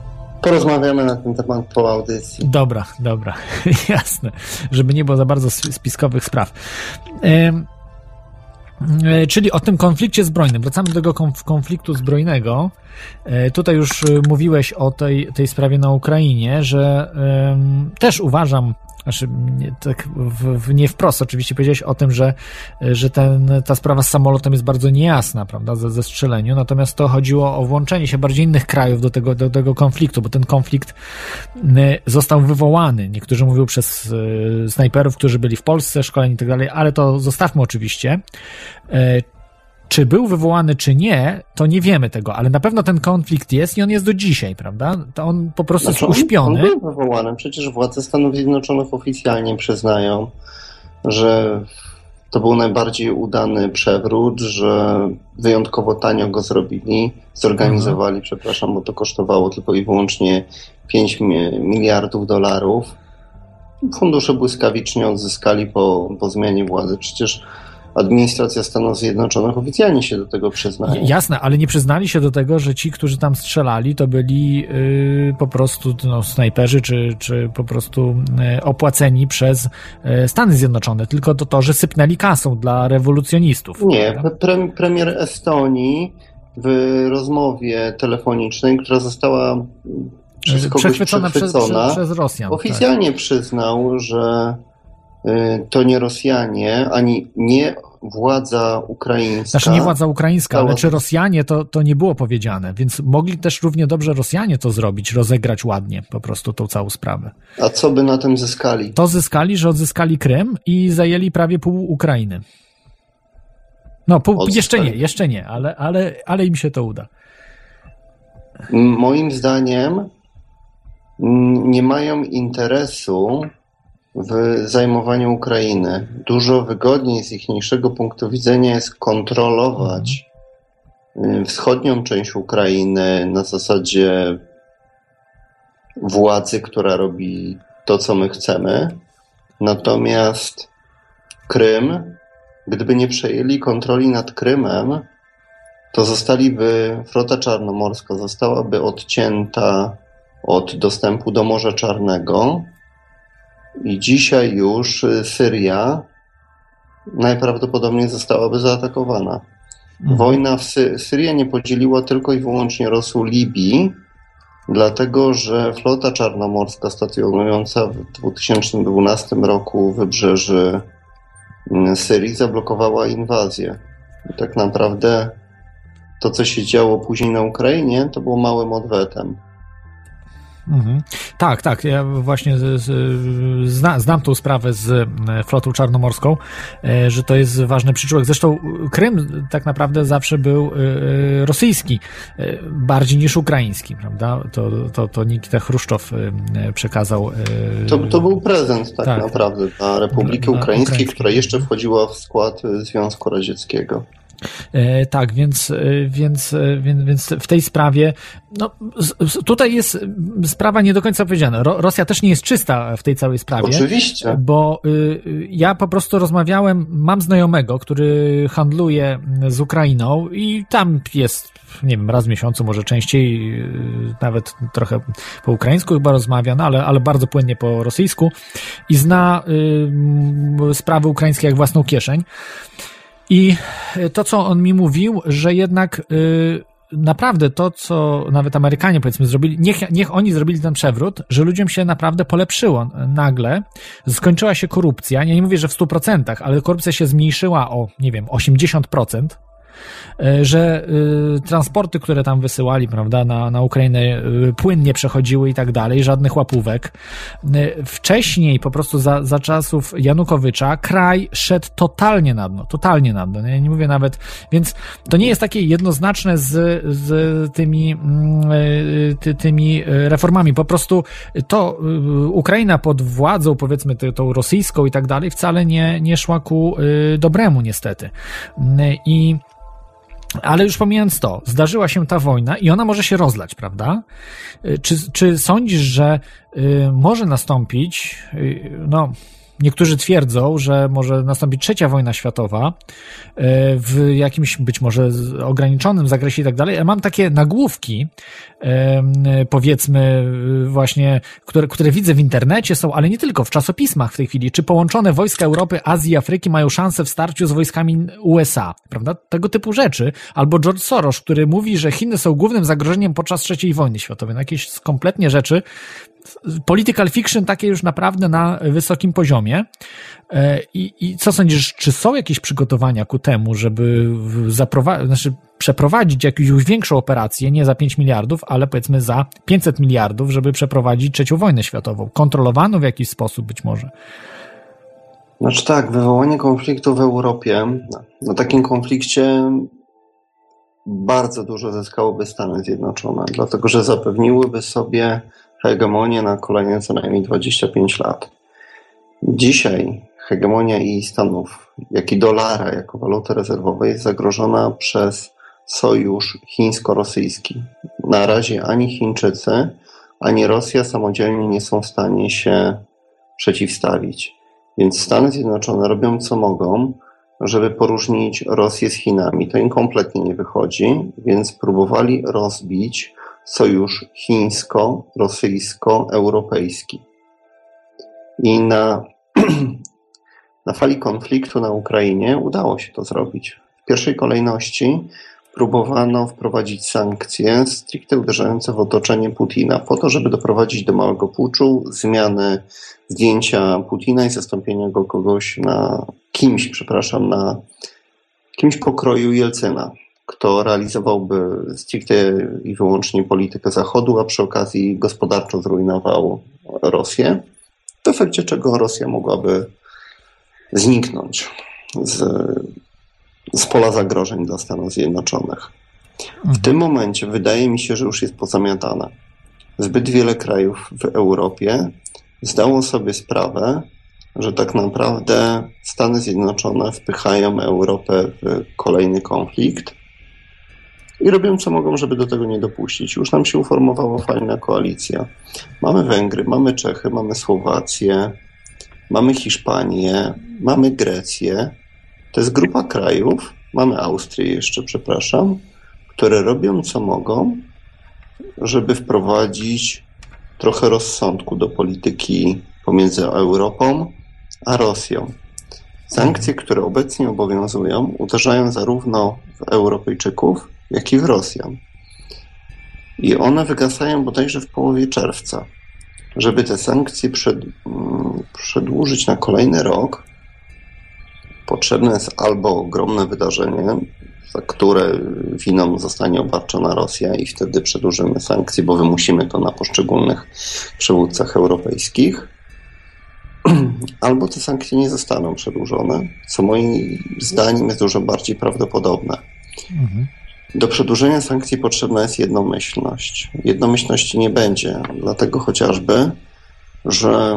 Porozmawiamy na ten temat po audycji. Dobra, dobra, jasne, żeby nie było za bardzo spiskowych spraw. Ym, y, czyli o tym konflikcie zbrojnym, wracamy do tego konf- konfliktu zbrojnego. Y, tutaj już y, mówiłeś o tej, tej sprawie na Ukrainie, że y, też uważam, znaczy nie, tak w, w, nie wprost oczywiście powiedziałeś o tym, że, że ten, ta sprawa z samolotem jest bardzo niejasna, prawda, ze, ze strzeleniu, natomiast to chodziło o włączenie się bardziej innych krajów do tego, do tego konfliktu, bo ten konflikt został wywołany, niektórzy mówią przez y, snajperów, którzy byli w Polsce, szkoleni i tak dalej, ale to zostawmy oczywiście. Y, Czy był wywołany, czy nie, to nie wiemy tego, ale na pewno ten konflikt jest i on jest do dzisiaj, prawda? To on po prostu znaczy, jest uśpiony. On, on był wywołany. Przecież władze Stanów Zjednoczonych oficjalnie przyznają, że to był najbardziej udany przewrót, że wyjątkowo tanio go zrobili, zorganizowali, mhm. przepraszam, bo to kosztowało tylko i wyłącznie pięć miliardów dolarów. Fundusze błyskawicznie odzyskali po, po zmianie władzy. Przecież administracja Stanów Zjednoczonych oficjalnie się do tego przyznaje. Jasne, ale nie przyznali się do tego, że ci, którzy tam strzelali, to byli yy, po prostu no, snajperzy, czy, czy po prostu yy, opłaceni przez yy, Stany Zjednoczone, tylko to to, że sypnęli kasą dla rewolucjonistów. Nie, pre, premier Estonii w rozmowie telefonicznej, która została przez kogoś przechwycona, przechwycona przez, przez, przez Rosjan. Oficjalnie tak. przyznał, że to nie Rosjanie, ani nie władza ukraińska. Znaczy nie władza ukraińska, stała... ale czy Rosjanie, to, to nie było powiedziane, więc mogli też równie dobrze Rosjanie to zrobić, rozegrać ładnie po prostu tą całą sprawę. A co by na tym zyskali? To zyskali, że odzyskali Krym i zajęli prawie pół Ukrainy. No, pół, jeszcze nie, jeszcze nie, ale, ale, ale im się to uda. Moim zdaniem nie mają interesu w zajmowaniu Ukrainy. Dużo wygodniej z ichniejszego punktu widzenia jest kontrolować wschodnią część Ukrainy na zasadzie władzy, która robi to, co my chcemy. Natomiast Krym, gdyby nie przejęli kontroli nad Krymem, to zostaliby, flota czarnomorska zostałaby odcięta od dostępu do Morza Czarnego. I dzisiaj już Syria najprawdopodobniej zostałaby zaatakowana. Mhm. Wojna w Sy- Syria nie podzieliła tylko i wyłącznie losu Libii, dlatego że flota czarnomorska stacjonująca w dwa tysiące dwunastym roku w wybrzeży Syrii zablokowała inwazję. I tak naprawdę to, co się działo później na Ukrainie, to było małym odwetem. Mhm. Tak, tak, ja właśnie z, z, zna, znam tą sprawę z flotą czarnomorską, że to jest ważny przyczółek. Zresztą Krym tak naprawdę zawsze był rosyjski, bardziej niż ukraiński, prawda? To, to, to Nikita Chruszczow przekazał. To, to był prezent tak, tak naprawdę dla Republiki dla, Ukraińskiej, Ukraińskiej, która jeszcze wchodziła w skład Związku Radzieckiego. E, tak, więc, więc, więc, więc w tej sprawie, no, tutaj jest sprawa nie do końca powiedziana. Ro, Rosja też nie jest czysta w tej całej sprawie. Oczywiście. Bo y, ja po prostu rozmawiałem, mam znajomego, który handluje z Ukrainą i tam jest, nie wiem, raz w miesiącu, może częściej, y, nawet trochę po ukraińsku chyba rozmawia, no, ale, ale bardzo płynnie po rosyjsku i zna y, sprawy ukraińskie jak własną kieszeń. I to, co on mi mówił, że jednak y, naprawdę to, co nawet Amerykanie, powiedzmy, zrobili, niech, niech oni zrobili ten przewrót, że ludziom się naprawdę polepszyło nagle. Skończyła się korupcja. Ja nie mówię, że w stu procentach, ale korupcja się zmniejszyła o, nie wiem, osiemdziesiąt procent. Że y, transporty, które tam wysyłali, prawda, na, na Ukrainę y, płynnie przechodziły i tak dalej, żadnych łapówek. Y, wcześniej, po prostu za, za czasów Janukowycza, kraj szedł totalnie na dno, totalnie na dno. Ja nie mówię nawet, więc to nie jest takie jednoznaczne z, z tymi, y, ty, tymi reformami. Po prostu to y, Ukraina pod władzą, powiedzmy, ty, tą rosyjską i tak dalej, wcale nie, nie szła ku y, dobremu, niestety. Y, I Ale już pomijając to, zdarzyła się ta wojna i ona może się rozlać, prawda? Czy, czy sądzisz, że y, może nastąpić, y, no, niektórzy twierdzą, że może nastąpić trzecia wojna światowa w jakimś być może ograniczonym zakresie i tak dalej. Mam takie nagłówki, powiedzmy właśnie, które, które widzę w internecie są, ale nie tylko, w czasopismach w tej chwili. Czy połączone wojska Europy, Azji i Afryki mają szansę w starciu z wojskami U S A? Prawda? Tego typu rzeczy. Albo George Soros, który mówi, że Chiny są głównym zagrożeniem podczas trzeciej wojny światowej. No jakieś kompletnie rzeczy. Political fiction takie już naprawdę na wysokim poziomie. I, i co sądzisz, czy są jakieś przygotowania ku temu, żeby zaprowadzić, znaczy przeprowadzić jakąś większą operację, nie za pięć miliardów, ale powiedzmy za pięćset miliardów, żeby przeprowadzić trzecią wojnę światową? Kontrolowaną w jakiś sposób być może? Znaczy tak, wywołanie konfliktu w Europie, na takim konflikcie bardzo dużo zyskałyby Stany Zjednoczone, dlatego że zapewniłyby sobie hegemonię na kolejne co najmniej dwadzieścia pięć lat. Dzisiaj hegemonia i Stanów, jak i dolara jako waluty rezerwowej jest zagrożona przez sojusz chińsko-rosyjski. Na razie ani Chińczycy, ani Rosja samodzielnie nie są w stanie się przeciwstawić. Więc Stany Zjednoczone robią co mogą, żeby poróżnić Rosję z Chinami. To im kompletnie nie wychodzi, więc próbowali rozbić sojusz chińsko-rosyjsko-europejski. I na, na fali konfliktu na Ukrainie udało się to zrobić. W pierwszej kolejności próbowano wprowadzić sankcje stricte uderzające w otoczenie Putina po to, żeby doprowadzić do małego puczu, zmiany zdjęcia Putina i zastąpienia go kogoś na kimś, przepraszam, na kimś pokroju Jelcyna, kto realizowałby stricte i wyłącznie politykę Zachodu, a przy okazji gospodarczo zrujnował Rosję, w efekcie czego Rosja mogłaby zniknąć z, z pola zagrożeń dla Stanów Zjednoczonych. W tym momencie wydaje mi się, że już jest pozamiatane. Zbyt wiele krajów w Europie zdało sobie sprawę, że tak naprawdę Stany Zjednoczone wpychają Europę w kolejny konflikt i robią co mogą, żeby do tego nie dopuścić. Już nam się uformowała fajna koalicja. Mamy Węgry, mamy Czechy, mamy Słowację, mamy Hiszpanię, mamy Grecję. To jest grupa krajów, mamy Austrię jeszcze, przepraszam, które robią co mogą, żeby wprowadzić trochę rozsądku do polityki pomiędzy Europą a Rosją. Sankcje, które obecnie obowiązują, uderzają zarówno w Europejczyków, jak i w Rosjan. I one wygasają bodajże w połowie czerwca. Żeby te sankcje przed, przedłużyć na kolejny rok, potrzebne jest albo ogromne wydarzenie, za które winą zostanie obarczona Rosja i wtedy przedłużymy sankcje, bo wymusimy to na poszczególnych przywódcach europejskich, albo te sankcje nie zostaną przedłużone, co moim zdaniem jest dużo bardziej prawdopodobne. Mhm. Do przedłużenia sankcji potrzebna jest jednomyślność. Jednomyślności nie będzie, dlatego chociażby, że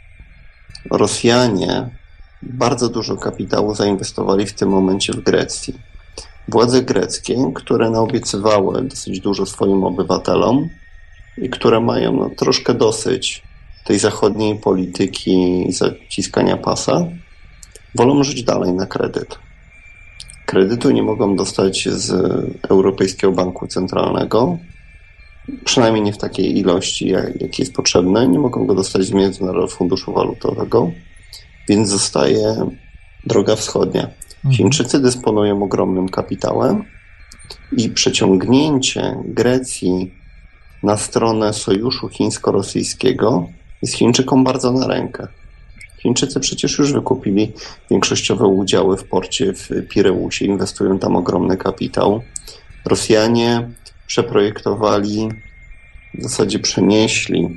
Rosjanie bardzo dużo kapitału zainwestowali w tym momencie w Grecji. Władze greckie, które naobiecywały dosyć dużo swoim obywatelom i które mają no, troszkę dosyć tej zachodniej polityki zaciskania pasa, wolą żyć dalej na kredyt. Kredytu nie mogą dostać z Europejskiego Banku Centralnego, przynajmniej nie w takiej ilości, jak, jak jest potrzebne. Nie mogą go dostać z Międzynarodowego Funduszu Walutowego, więc zostaje droga wschodnia. Chińczycy dysponują ogromnym kapitałem i przeciągnięcie Grecji na stronę sojuszu chińsko-rosyjskiego jest Chińczykom bardzo na rękę. Chińczycy przecież już wykupili większościowe udziały w porcie w Pireusie, inwestują tam ogromny kapitał. Rosjanie przeprojektowali, w zasadzie przenieśli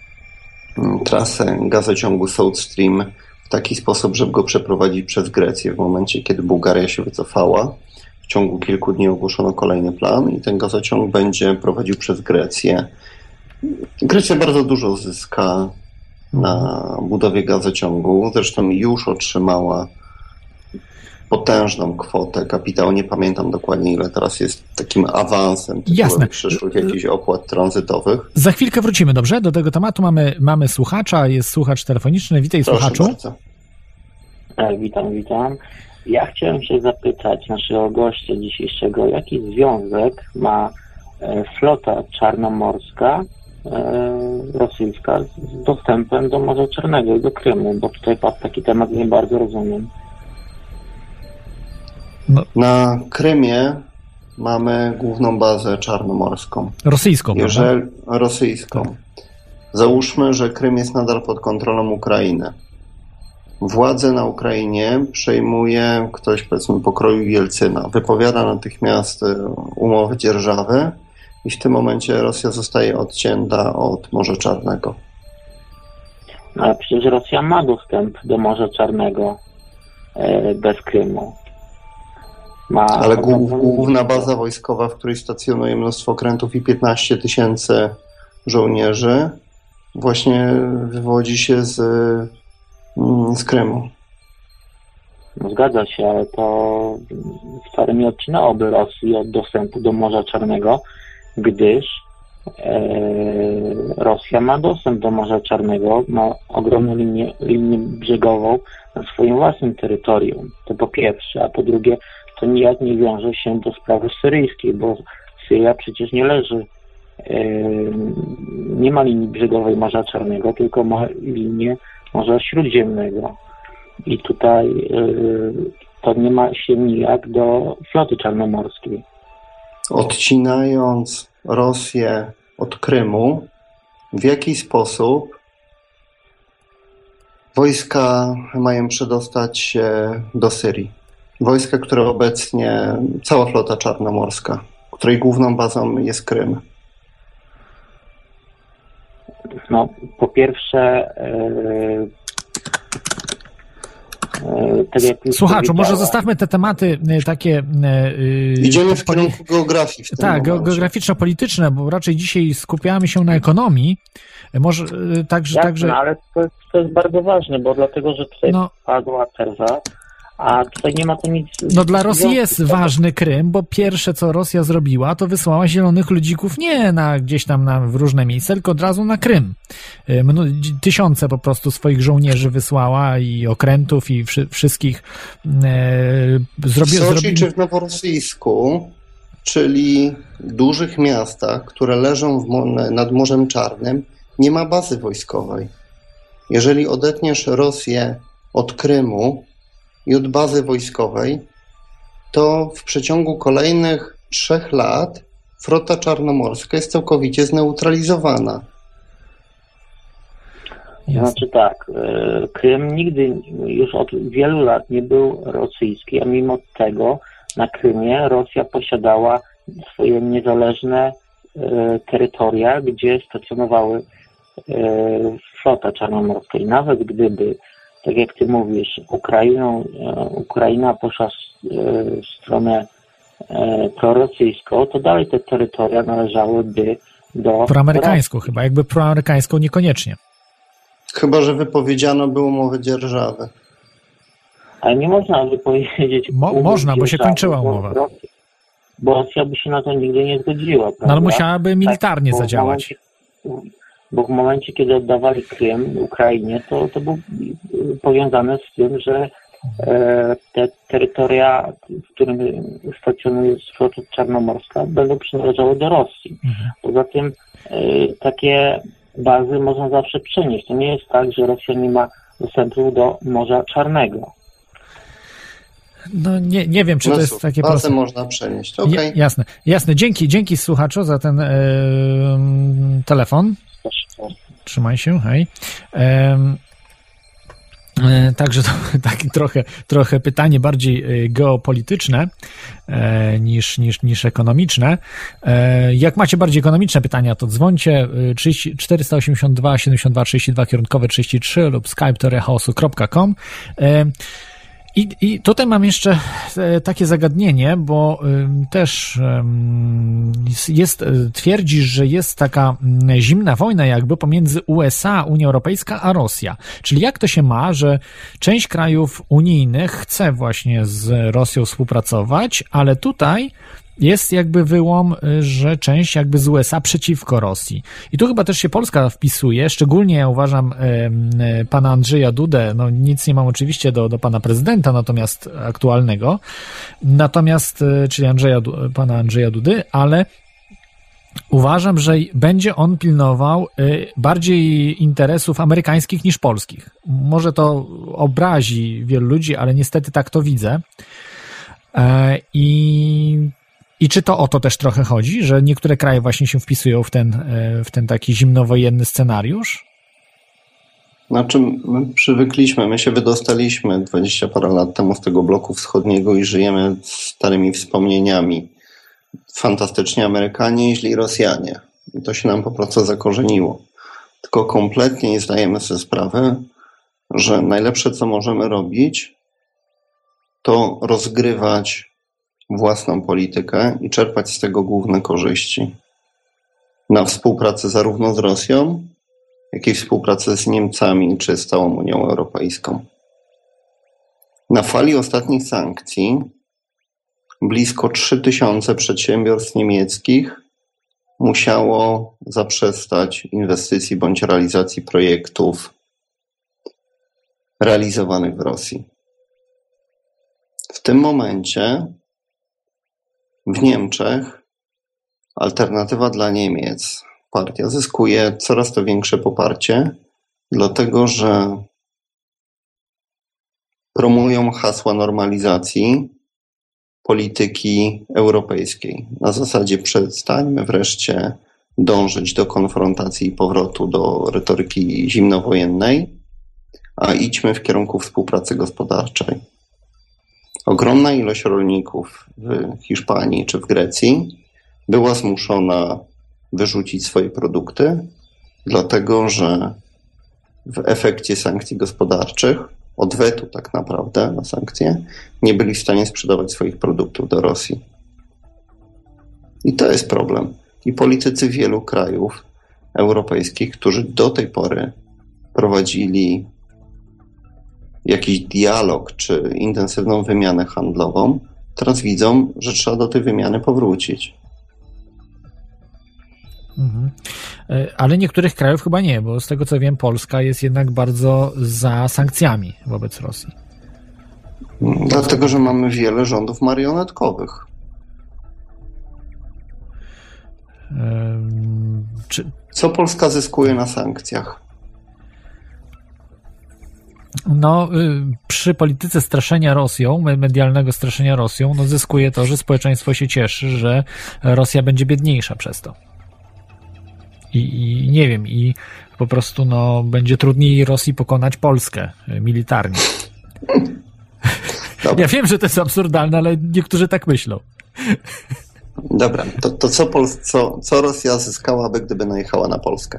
trasę gazociągu South Stream w taki sposób, żeby go przeprowadzić przez Grecję w momencie, kiedy Bułgaria się wycofała. W ciągu kilku dni ogłoszono kolejny plan i ten gazociąg będzie prowadził przez Grecję. Grecja bardzo dużo zyska na budowie gazociągu. Zresztą już otrzymała potężną kwotę kapitału. Nie pamiętam dokładnie, ile teraz jest takim awansem Jasne. przyszłych jakichś opłat tranzytowych. Za chwilkę wrócimy, dobrze? Do tego tematu mamy, mamy słuchacza, jest słuchacz telefoniczny. Witaj, Proszę słuchaczu. bardzo. Tak, witam, witam. Ja chciałem się zapytać naszego gościa dzisiejszego, jaki związek ma e, flota czarnomorska e, rosyjska z dostępem do Morza Czarnego i do Krymu, bo tutaj padł taki temat, nie bardzo rozumiem. Na Krymie mamy główną bazę czarnomorską. Rosyjską, Jeżeli, prawda? rosyjską. Tak. Załóżmy, że Krym jest nadal pod kontrolą Ukrainy. Władzę na Ukrainie przejmuje ktoś, powiedzmy, pokroju Jelcyna. Wypowiada natychmiast umowę dzierżawy i w tym momencie Rosja zostaje odcięta od Morza Czarnego. No, ale przecież Rosja ma dostęp do Morza Czarnego e, bez Krymu. Ma Ale głów, ogromną- główna baza wojskowa, w której stacjonuje mnóstwo okrętów i piętnaście tysięcy żołnierzy, właśnie wywodzi się z, z Krymu. No, zgadza się, ale to wcale nie odcinałoby Rosji od dostępu do Morza Czarnego, gdyż e, Rosja ma dostęp do Morza Czarnego, ma ogromną linię, linię brzegową na swoim własnym terytorium. To po pierwsze, a po drugie, to nijak nie wiąże się do sprawy syryjskiej, bo Syria przecież nie leży, e, nie ma linii brzegowej Morza Czarnego, tylko ma linię Morza Śródziemnego. I tutaj y, to nie ma się nijak do floty czarnomorskiej. Odcinając Rosję od Krymu, w jaki sposób wojska mają przedostać się do Syrii? Wojska, które obecnie, cała flota czarnomorska, której główną bazą jest Krym. No, po pierwsze, y, y, tak jak już Słuchaczu, może powiedziałem, zostawmy te tematy y, takie... y, Idziemy w poli- kierunku geografii w tym Tak, ge- momencie. geograficzno-polityczne, bo raczej dzisiaj skupiamy się na ekonomii. Może y, także... Jasne, także ale to jest, to jest bardzo ważne, bo dlatego, że tutaj no, padła teza, a tutaj nie ma to nic... no dla Rosji związku jest z tym. ważny Krym, bo pierwsze co Rosja zrobiła, to wysłała zielonych ludzików nie na gdzieś tam na, w różne miejsca, tylko od razu na Krym. Y, mnu- Tysiące po prostu swoich żołnierzy wysłała i okrętów i wszy- wszystkich e, W zrobi, Soczi zrobili... czy w Noworosyjsku, czyli dużych miastach, które leżą w, mo- nad Morzem Czarnym, nie ma bazy wojskowej. Jeżeli odetniesz Rosję od Krymu i od bazy wojskowej, to w przeciągu kolejnych trzech lat flota czarnomorska jest całkowicie zneutralizowana. Znaczy tak, e, Krym nigdy już od wielu lat nie był rosyjski, a mimo tego na Krymie Rosja posiadała swoje niezależne e, terytoria, gdzie stacjonowały e, flota czarnomorska. I nawet gdyby, tak jak ty mówisz, Ukrainą, e, Ukraina poszła w, e, w stronę e, prorosyjską, to dalej te terytoria należałyby do Proamerykańską chyba, jakby proamerykańską niekoniecznie. Chyba że wypowiedziano by umowę dzierżawy. Ale nie można wypowiedzieć... Mo- umów można, bo się dzierżawy, kończyła bo umowa. Rosja, bo Rosja by się na to nigdy nie zgodziła, prawda? No ale musiałaby militarnie bo w zadziałać. Momencie, bo w momencie, kiedy oddawali Krym Ukrainie, to, to było powiązane z tym, że e, te terytoria, w którym stacjonuje flota czarnomorska, będą przynależały do Rosji. Mhm. Poza tym e, takie bazy można zawsze przenieść. To nie jest tak, że Rosja nie ma dostępu do Morza Czarnego. No nie, nie wiem, czy No to jest cóż, takie bazę proste. można przenieść. Okej. Ja, jasne, jasne. Dzięki, dzięki słuchaczu za ten e, telefon. Trzymaj się, hej. Em, e, Także to takie trochę, trochę pytanie bardziej e, geopolityczne e, niż, niż, niż ekonomiczne. E, Jak macie bardziej ekonomiczne pytania, to dzwońcie e, trzydzieści czterysta osiemdziesiąt dwa siedemdziesiąt dwa trzydzieści dwa kierunkowe trzydzieści trzy lub skype teoria chaosu kropka com. E, I, I tutaj mam jeszcze takie zagadnienie, bo też jest, twierdzisz, że jest taka zimna wojna jakby pomiędzy U S A, Unia Europejska, a Rosja. Czyli jak to się ma, że część krajów unijnych chce właśnie z Rosją współpracować, ale tutaj jest jakby wyłom, że część jakby z U S A przeciwko Rosji. I tu chyba też się Polska wpisuje, szczególnie ja uważam e, pana Andrzeja Dudę, no nic nie mam oczywiście do, do pana prezydenta, natomiast aktualnego, natomiast, czyli Andrzeja, pana Andrzeja Dudy, ale uważam, że będzie on pilnował bardziej interesów amerykańskich niż polskich. Może to obrazi wielu ludzi, ale niestety tak to widzę. I I czy to o to też trochę chodzi, że niektóre kraje właśnie się wpisują w ten, w ten taki zimnowojenny scenariusz? Znaczy, my przywykliśmy, my się wydostaliśmy dwadzieścia parę lat temu z tego bloku wschodniego i żyjemy starymi wspomnieniami. Fantastyczni Amerykanie i źli Rosjanie. I to się nam po prostu zakorzeniło. Tylko kompletnie nie zdajemy sobie sprawy, że najlepsze, co możemy robić, to rozgrywać własną politykę i czerpać z tego główne korzyści. Na współpracę zarówno z Rosją, jak i współpracę z Niemcami czy z całą Unią Europejską. Na fali ostatnich sankcji blisko trzy tysiące przedsiębiorstw niemieckich musiało zaprzestać inwestycji bądź realizacji projektów realizowanych w Rosji. W tym momencie w Niemczech Alternatywa dla Niemiec, partia, zyskuje coraz to większe poparcie, dlatego że promują hasła normalizacji polityki europejskiej. Na zasadzie przestańmy wreszcie dążyć do konfrontacji i powrotu do retoryki zimnowojennej, a idźmy w kierunku współpracy gospodarczej. Ogromna ilość rolników w Hiszpanii czy w Grecji była zmuszona wyrzucić swoje produkty, dlatego że w efekcie sankcji gospodarczych, odwetu tak naprawdę na sankcje, nie byli w stanie sprzedawać swoich produktów do Rosji. I to jest problem. I politycy wielu krajów europejskich, którzy do tej pory prowadzili jakiś dialog czy intensywną wymianę handlową, teraz widzą, że trzeba do tej wymiany powrócić. Mhm. Ale niektórych krajów chyba nie, bo z tego co wiem, Polska jest jednak bardzo za sankcjami wobec Rosji. Dlatego, że mamy wiele rządów marionetkowych. Um, czy... Co Polska zyskuje na sankcjach? No, przy polityce straszenia Rosją, medialnego straszenia Rosją, no zyskuje to, że społeczeństwo się cieszy, że Rosja będzie biedniejsza przez to. I, i nie wiem, i po prostu no, będzie trudniej Rosji pokonać Polskę militarnie. Dobra. Ja wiem, że to jest absurdalne, ale niektórzy tak myślą. Dobra, to, to co, Pol- co, co Rosja zyskałaby, gdyby najechała na Polskę?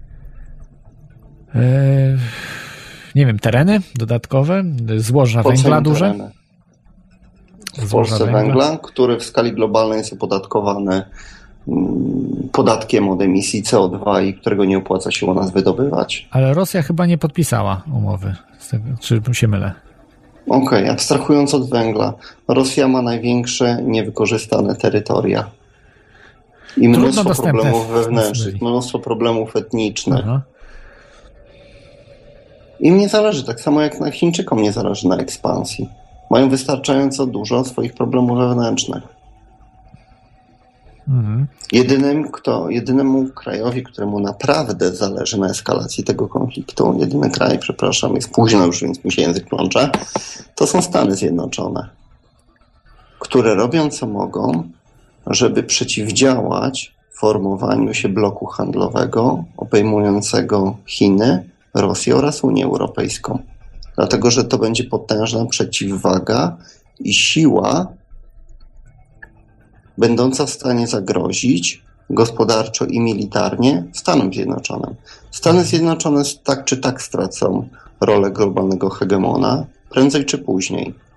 Eee... Nie wiem, tereny dodatkowe, złoża po węgla duże. W Polsce węgla. węgla, który w skali globalnej jest opodatkowany podatkiem od emisji C O dwa i którego nie opłaca się u nas wydobywać. Ale Rosja chyba nie podpisała umowy, z tego, czy się mylę? Okej, okay, abstrahując od węgla, Rosja ma największe niewykorzystane terytoria. I mnóstwo problemów wewnętrznych, mnóstwo problemów etnicznych. Aha. Im nie zależy, tak samo jak na Chińczykom nie zależy na ekspansji. Mają wystarczająco dużo swoich problemów wewnętrznych. Mhm. Jedynym, kto, jedynemu krajowi, któremu naprawdę zależy na eskalacji tego konfliktu, jedyny kraj, przepraszam, jest późno już, więc mi się język plącze, to są Stany Zjednoczone, które robią co mogą, żeby przeciwdziałać formowaniu się bloku handlowego obejmującego Chiny, Rosję oraz Unię Europejską. Dlatego, że to będzie potężna przeciwwaga i siła będąca w stanie zagrozić gospodarczo i militarnie Stanom Zjednoczonym. Stany Zjednoczone tak czy tak stracą rolę globalnego hegemona, prędzej czy później.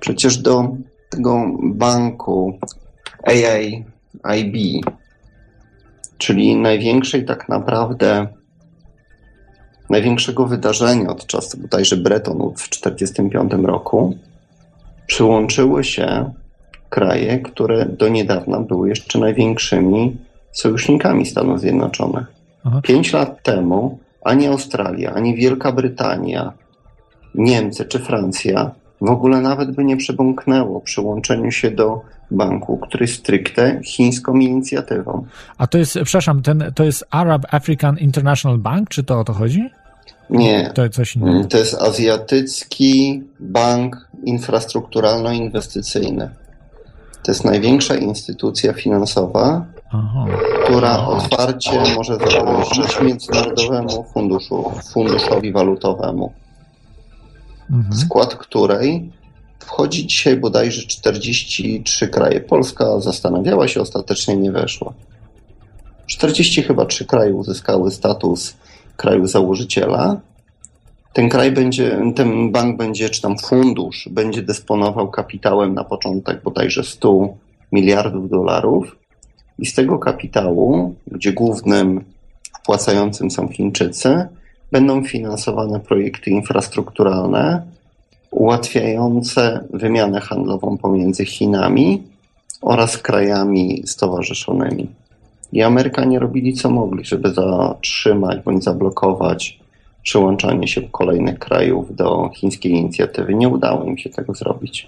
Przecież do tego banku A A I B, czyli największej tak naprawdę, największego wydarzenia od czasu bodajże Bretton Woods w tysiąc dziewięćset czterdziestym piątym roku, przyłączyły się kraje, które do niedawna były jeszcze największymi sojusznikami Stanów Zjednoczonych. Aha. Pięć lat temu ani Australia, ani Wielka Brytania, Niemcy czy Francja w ogóle nawet by nie przebąknęło przyłączeniu się do banku, który jest stricte chińską inicjatywą. A to jest, przepraszam, ten, to jest Arab African International Bank, czy to o to chodzi? Nie, To coś innego. to jest Azjatycki Bank Infrastrukturalno-Inwestycyjny. To jest największa instytucja finansowa, Aha. która otwarcie może zagrozić Międzynarodowemu Funduszu, Funduszowi Walutowemu, Mhm. w skład której wchodzi dzisiaj bodajże czterdzieści trzy kraje. Polska zastanawiała się, ostatecznie nie weszła. czterdzieści chyba trzy kraje uzyskały status kraju założyciela. Ten kraj będzie, ten bank będzie, czy tam fundusz będzie dysponował kapitałem na początek bodajże sto miliardów dolarów i z tego kapitału, gdzie głównym wpłacającym są Chińczycy, będą finansowane projekty infrastrukturalne ułatwiające wymianę handlową pomiędzy Chinami oraz krajami stowarzyszonymi. I Amerykanie robili co mogli, żeby zatrzymać bądź zablokować przyłączanie się kolejnych krajów do chińskiej inicjatywy. Nie udało im się tego zrobić.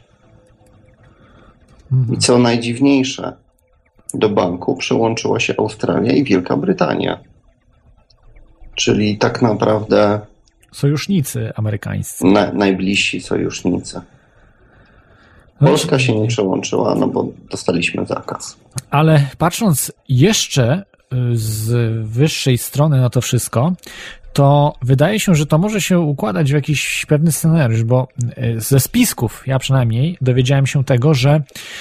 Mhm. I co najdziwniejsze, do banku przyłączyła się Australia i Wielka Brytania. Czyli tak naprawdę Sojusznicy amerykańscy. na, najbliżsi sojusznicy. Polska się nie przyłączyła, no bo dostaliśmy zakaz. Ale patrząc jeszcze z wyższej strony na to wszystko, to wydaje się, że to może się układać w jakiś pewny scenariusz, bo ze spisków, ja przynajmniej, dowiedziałem się tego, że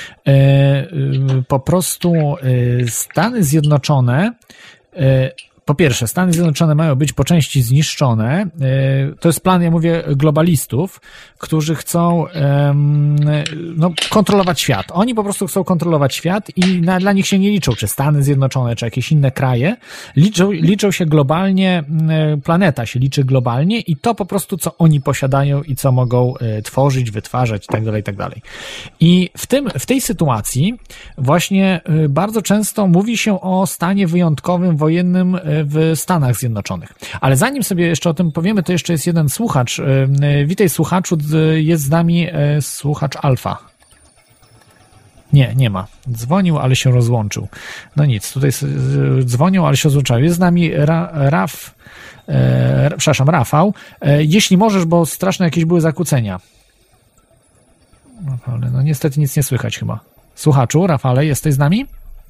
po prostu Stany Zjednoczone, po pierwsze, Stany Zjednoczone mają być po części zniszczone. To jest plan, ja mówię, globalistów, którzy chcą no, kontrolować świat. Oni po prostu chcą kontrolować świat i na, dla nich się nie liczą, czy Stany Zjednoczone, czy jakieś inne kraje. Liczą, liczą się globalnie, planeta się liczy globalnie i to po prostu, co oni posiadają i co mogą tworzyć, wytwarzać i tak dalej, i tak dalej. I w tym, w tej sytuacji właśnie bardzo często mówi się o stanie wyjątkowym, wojennym w Stanach Zjednoczonych. Ale zanim sobie jeszcze o tym powiemy, to jeszcze jest jeden słuchacz. Witaj, słuchaczu, jest z nami słuchacz Alfa. Nie, nie ma. Dzwonił, ale się rozłączył. No nic, tutaj dzwonił, ale się rozłączył. Jest z nami Ra, Raf, e, przepraszam, Rafał. E, jeśli możesz, bo straszne jakieś były zakłócenia. Rafale, no niestety nic nie słychać chyba. Słuchaczu, Rafale, jesteś z nami?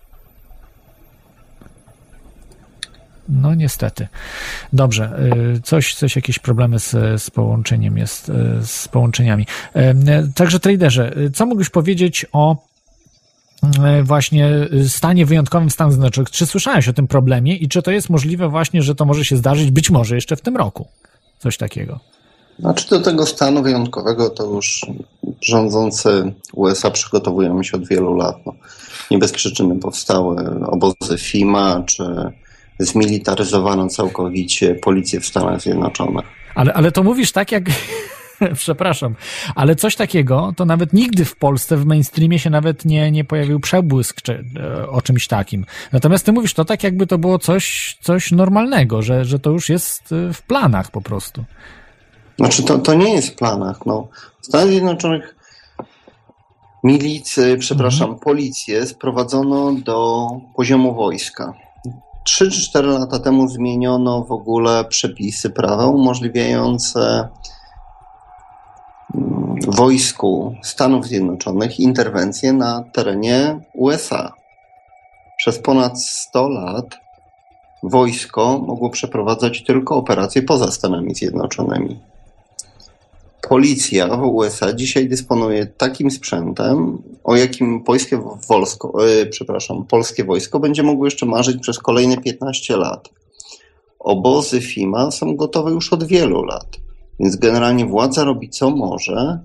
No niestety. Dobrze, coś, coś jakieś problemy z, z połączeniem jest, z połączeniami. Także traderze, co mógłbyś powiedzieć o właśnie stanie wyjątkowym Stanów Zjednoczonych? Czy słyszałeś o tym problemie i czy to jest możliwe właśnie, że to może się zdarzyć być może jeszcze w tym roku? Coś takiego. Znaczy do tego stanu wyjątkowego to już rządzący U S A przygotowują się od wielu lat. No, nie bez przyczyny powstały obozy FEMA, czy zmilitaryzowano całkowicie policję w Stanach Zjednoczonych. Ale, ale to mówisz tak jak... Przepraszam, ale coś takiego, to nawet nigdy w Polsce w mainstreamie się nawet nie, nie pojawił przebłysk czy, o czymś takim. Natomiast ty mówisz to tak, jakby to było coś, coś normalnego, że, że to już jest w planach po prostu. Znaczy to, to nie jest w planach. No. W Stanach Zjednoczonych milicy, przepraszam, mhm. policję sprowadzono do poziomu wojska. Trzy czy cztery lata temu zmieniono w ogóle przepisy prawa umożliwiające wojsku Stanów Zjednoczonych interwencję na terenie U S A. Przez ponad sto lat wojsko mogło przeprowadzać tylko operacje poza Stanami Zjednoczonymi. Policja w U S A dzisiaj dysponuje takim sprzętem, o jakim polskie wojsko, yy, przepraszam, polskie wojsko będzie mogło jeszcze marzyć przez kolejne piętnaście lat. Obozy FEMA są gotowe już od wielu lat, więc generalnie władza robi co może,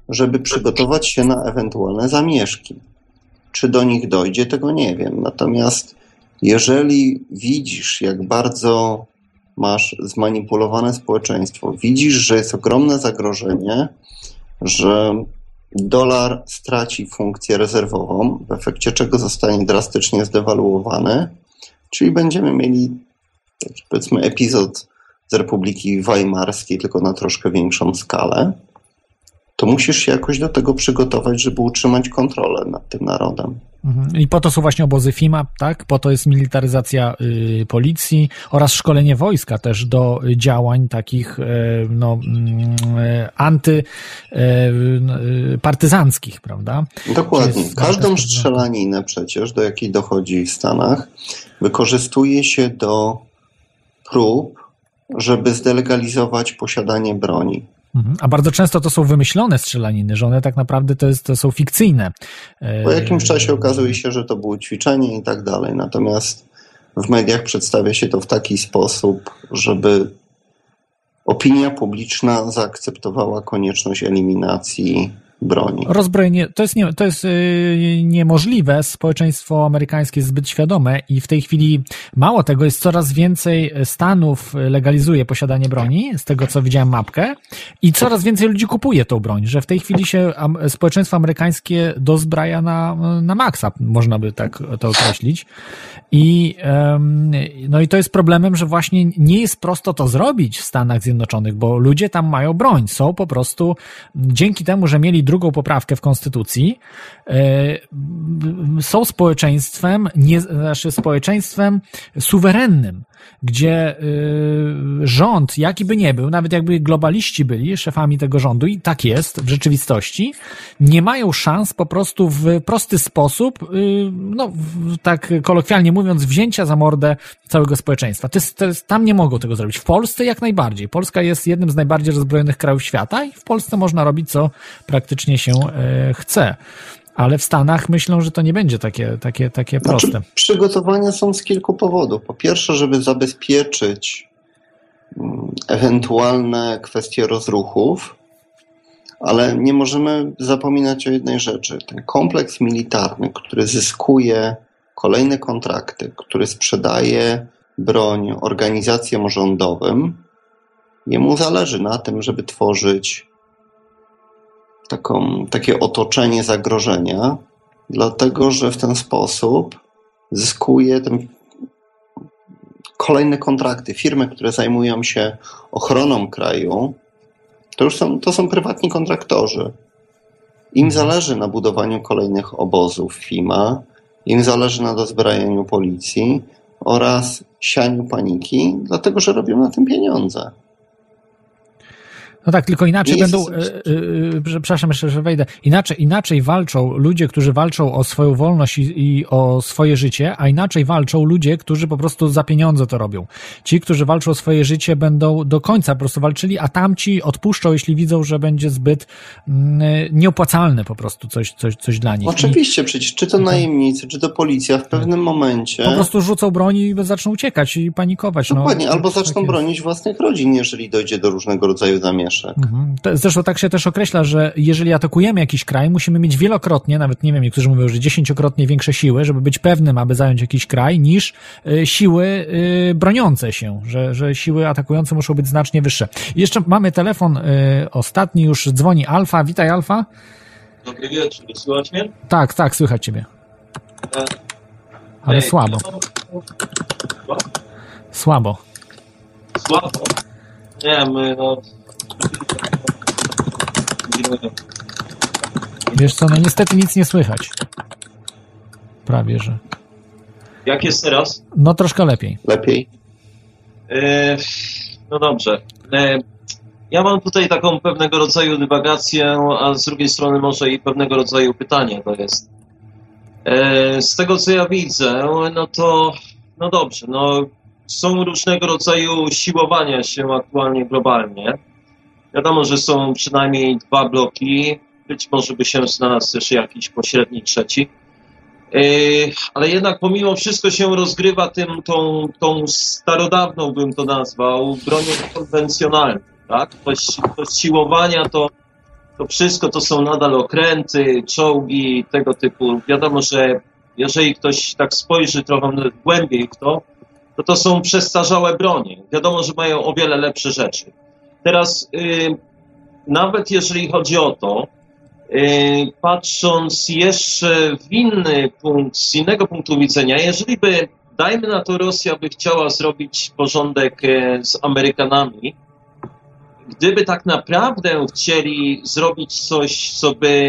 żeby przygotować się na ewentualne zamieszki. Czy do nich dojdzie, tego nie wiem. Natomiast jeżeli widzisz, jak bardzo masz zmanipulowane społeczeństwo, widzisz, że jest ogromne zagrożenie, że dolar straci funkcję rezerwową, w efekcie czego zostanie drastycznie zdewaluowany, czyli będziemy mieli taki, powiedzmy, epizod z Republiki Weimarskiej, tylko na troszkę większą skalę, to musisz się jakoś do tego przygotować, żeby utrzymać kontrolę nad tym narodem. I po to są właśnie obozy F I M A, tak? Po to jest militaryzacja y, policji oraz szkolenie wojska też do działań takich y, no, y, antypartyzanckich, y, prawda? Dokładnie. Jest, Każdą strzelaninę przecież, do jakiej dochodzi w Stanach, wykorzystuje się do prób, żeby zdelegalizować posiadanie broni. A bardzo często to są wymyślone strzelaniny, że one tak naprawdę to, jest, to są fikcyjne. Po jakimś czasie okazuje się, że to było ćwiczenie i tak dalej. Natomiast w mediach przedstawia się to w taki sposób, żeby opinia publiczna zaakceptowała konieczność eliminacji broni. Rozbrojenie, to jest, nie, to jest yy, niemożliwe. Społeczeństwo amerykańskie jest zbyt świadome i w tej chwili mało tego, jest coraz więcej stanów legalizuje posiadanie broni, z tego co widziałem mapkę, i coraz więcej ludzi kupuje tą broń, że w tej chwili się am, społeczeństwo amerykańskie dozbraja na, na maksa, można by tak to określić. I, ym, no i to jest problemem, że właśnie nie jest prosto to zrobić w Stanach Zjednoczonych, bo ludzie tam mają broń, są po prostu, dzięki temu, że mieli drugą poprawkę w Konstytucji, są społeczeństwem, nie, znaczy społeczeństwem suwerennym, gdzie rząd, jaki by nie był, nawet jakby globaliści byli szefami tego rządu, i tak jest w rzeczywistości, nie mają szans po prostu w prosty sposób, no tak kolokwialnie mówiąc, wzięcia za mordę całego społeczeństwa. To jest, to jest, tam nie mogą tego zrobić. W Polsce jak najbardziej. Polska jest jednym z najbardziej rozbrojonych krajów świata i w Polsce można robić, co praktycznie się e, chce. Ale w Stanach myślą, że to nie będzie takie, takie, takie proste. Znaczy, przygotowania są z kilku powodów. Po pierwsze, żeby zabezpieczyć ewentualne kwestie rozruchów, ale nie możemy zapominać o jednej rzeczy. Ten kompleks militarny, który zyskuje kolejne kontrakty, który sprzedaje broń organizacjom rządowym, jemu zależy na tym, żeby tworzyć taką, takie otoczenie zagrożenia, dlatego że w ten sposób zyskuje ten kolejne kontrakty. Firmy, które zajmują się ochroną kraju, to już są, to są prywatni kontraktorzy. Im zależy na budowaniu kolejnych obozów F I M A, im zależy na dozbrajaniu policji oraz sianiu paniki, dlatego że robią na tym pieniądze. No tak, tylko inaczej Nie będą, jest... yy, yy, przepraszam jeszcze, że wejdę, inaczej, inaczej walczą ludzie, którzy walczą o swoją wolność i, i o swoje życie, a inaczej walczą ludzie, którzy po prostu za pieniądze to robią. Ci, którzy walczą o swoje życie, będą do końca po prostu walczyli, a tamci odpuszczą, jeśli widzą, że będzie zbyt yy, nieopłacalne po prostu coś, coś, coś dla nich. Oczywiście, I, przecież czy to najemnicy, czy to policja w pewnym momencie... Po prostu rzucą broń i zaczną uciekać i panikować. Dokładnie, no, albo zaczną tak bronić własnych rodzin, jeżeli dojdzie do różnego rodzaju zamieszek. Mhm. Zresztą tak się też określa, że jeżeli atakujemy jakiś kraj, musimy mieć wielokrotnie, nawet nie wiem, niektórzy mówią, że dziesięciokrotnie większe siły, żeby być pewnym, aby zająć jakiś kraj, niż y, siły y, broniące się, że, że siły atakujące muszą być znacznie wyższe. I jeszcze mamy telefon y, ostatni, już dzwoni Alfa. Witaj, Alfa. Dobry wieczór, słychać mnie? Tak, tak, słychać ciebie. E, Ale ej, słabo. No, Słabo. słabo? Nie, my no... Wiesz co, no niestety nic nie słychać. Prawie, że. Jak jest teraz? No troszkę lepiej. Lepiej? E, no dobrze. E, ja mam tutaj taką pewnego rodzaju dywagację, a z drugiej strony może i pewnego rodzaju pytanie to jest. E, z tego co ja widzę, no to no dobrze, no są różnego rodzaju siłowania się aktualnie globalnie. Wiadomo, że są przynajmniej dwa bloki, być może by się znalazł też jakiś pośredni trzeci. Yy, ale jednak pomimo wszystko się rozgrywa tym, tą, tą starodawną, bym to nazwał, bronią konwencjonalną, tak? To, to siłowania to to wszystko to są nadal okręty, czołgi, tego typu. Wiadomo, że jeżeli ktoś tak spojrzy trochę głębiej w to, to to są przestarzałe bronie. Wiadomo, że mają o wiele lepsze rzeczy. Teraz yy, nawet jeżeli chodzi o to, yy, patrząc jeszcze w inny punkt, z innego punktu widzenia, jeżeli by, dajmy na to, Rosja by chciała zrobić porządek yy, z Amerykanami, gdyby tak naprawdę chcieli zrobić coś, co by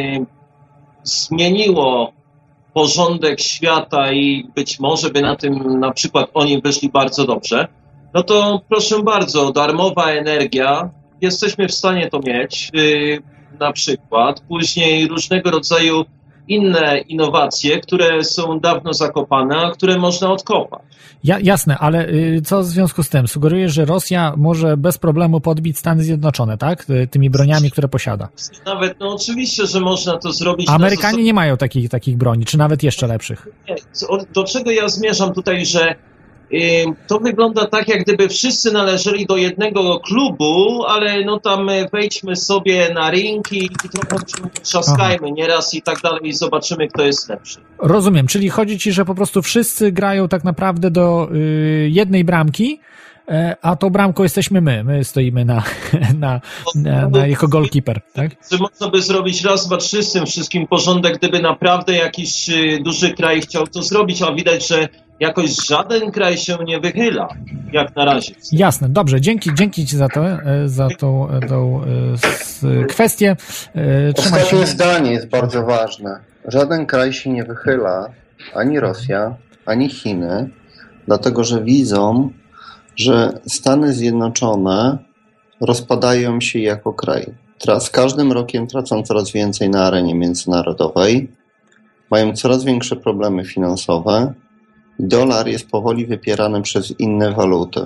zmieniło porządek świata i być może by na tym na przykład oni wyszli bardzo dobrze, no to proszę bardzo, darmowa energia, jesteśmy w stanie to mieć, yy, na przykład, później różnego rodzaju inne innowacje, które są dawno zakopane, a które można odkopać. Ja, jasne, ale y, co w związku z tym? Sugerujesz, że Rosja może bez problemu podbić Stany Zjednoczone, tak? Tymi broniami, które posiada. Nawet, no oczywiście, że można to zrobić. Amerykanie nie mają takich, takich broni, czy nawet jeszcze lepszych. Nie. Do czego ja zmierzam tutaj, że y, to wygląda tak, jak gdyby wszyscy należeli do jednego klubu, ale no tam wejdźmy sobie na ring i, i trochę trzaskajmy nieraz i tak dalej i zobaczymy, kto jest lepszy. Rozumiem, czyli chodzi ci, że po prostu wszyscy grają tak naprawdę do y, jednej bramki, y, a tą bramką jesteśmy my. My stoimy na, na, na, na jako goalkeeper, tak? Czy można by zrobić raz, dwa, trzy z tym wszystkim porządek, gdyby naprawdę jakiś y, duży kraj chciał to zrobić, a widać, że jakoś żaden kraj się nie wychyla, jak na razie. Jasne, dobrze, dzięki, dzięki ci za to, za tą, tą kwestię. Trzymaj się. Ostatnie zdanie jest bardzo ważne. Żaden kraj się nie wychyla, ani Rosja, ani Chiny, dlatego że widzą, że Stany Zjednoczone rozpadają się jako kraj. Z każdym rokiem tracą coraz więcej na arenie międzynarodowej, mają coraz większe problemy finansowe. Dolar jest powoli wypierany przez inne waluty.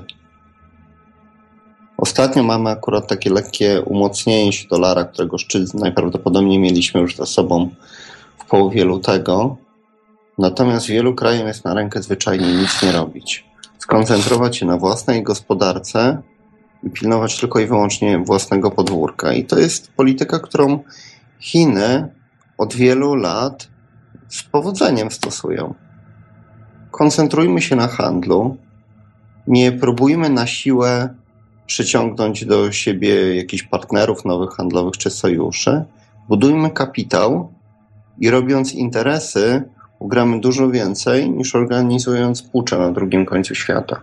Ostatnio mamy akurat takie lekkie umocnienie się dolara, którego szczyt najprawdopodobniej mieliśmy już za sobą w połowie lutego. Natomiast wielu krajom jest na rękę zwyczajnie nic nie robić. Skoncentrować się na własnej gospodarce i pilnować tylko i wyłącznie własnego podwórka. I to jest polityka, którą Chiny od wielu lat z powodzeniem stosują. Koncentrujmy się na handlu, nie próbujmy na siłę przyciągnąć do siebie jakichś partnerów nowych handlowych czy sojuszy. Budujmy kapitał i robiąc interesy ugramy dużo więcej niż organizując pucze na drugim końcu świata.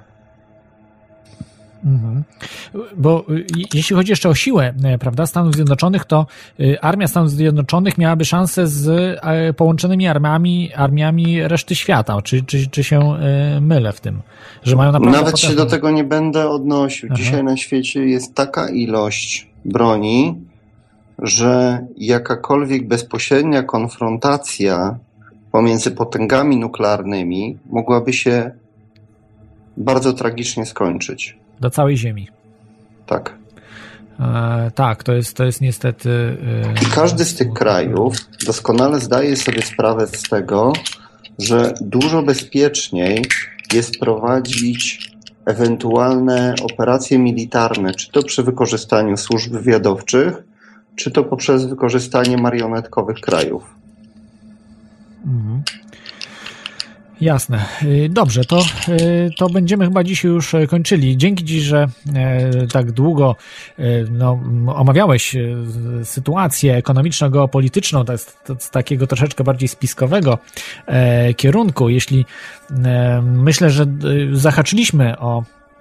Mhm. Bo jeśli chodzi jeszcze o siłę, prawda, Stanów Zjednoczonych, to armia Stanów Zjednoczonych miałaby szansę z połączonymi armiami, armiami reszty świata. Czy, czy, czy się mylę w tym? Że mają naprawdę Nawet potężne... się do tego nie będę odnosił. Aha. Dzisiaj na świecie jest taka ilość broni, że jakakolwiek bezpośrednia konfrontacja pomiędzy potęgami nuklearnymi mogłaby się bardzo tragicznie skończyć. Do całej Ziemi. Tak. E, tak, to jest, to jest niestety... E, Każdy z tych krajów doskonale zdaje sobie sprawę z tego, że dużo bezpieczniej jest prowadzić ewentualne operacje militarne, czy to przy wykorzystaniu służb wywiadowczych, czy to poprzez wykorzystanie marionetkowych krajów. Mhm. Jasne. Dobrze, to, to będziemy chyba dzisiaj już kończyli. Dzięki Ci, że tak długo no, omawiałeś sytuację ekonomiczno-geopolityczną to jest, to z takiego troszeczkę bardziej spiskowego kierunku. Jeśli myślę, że zahaczyliśmy o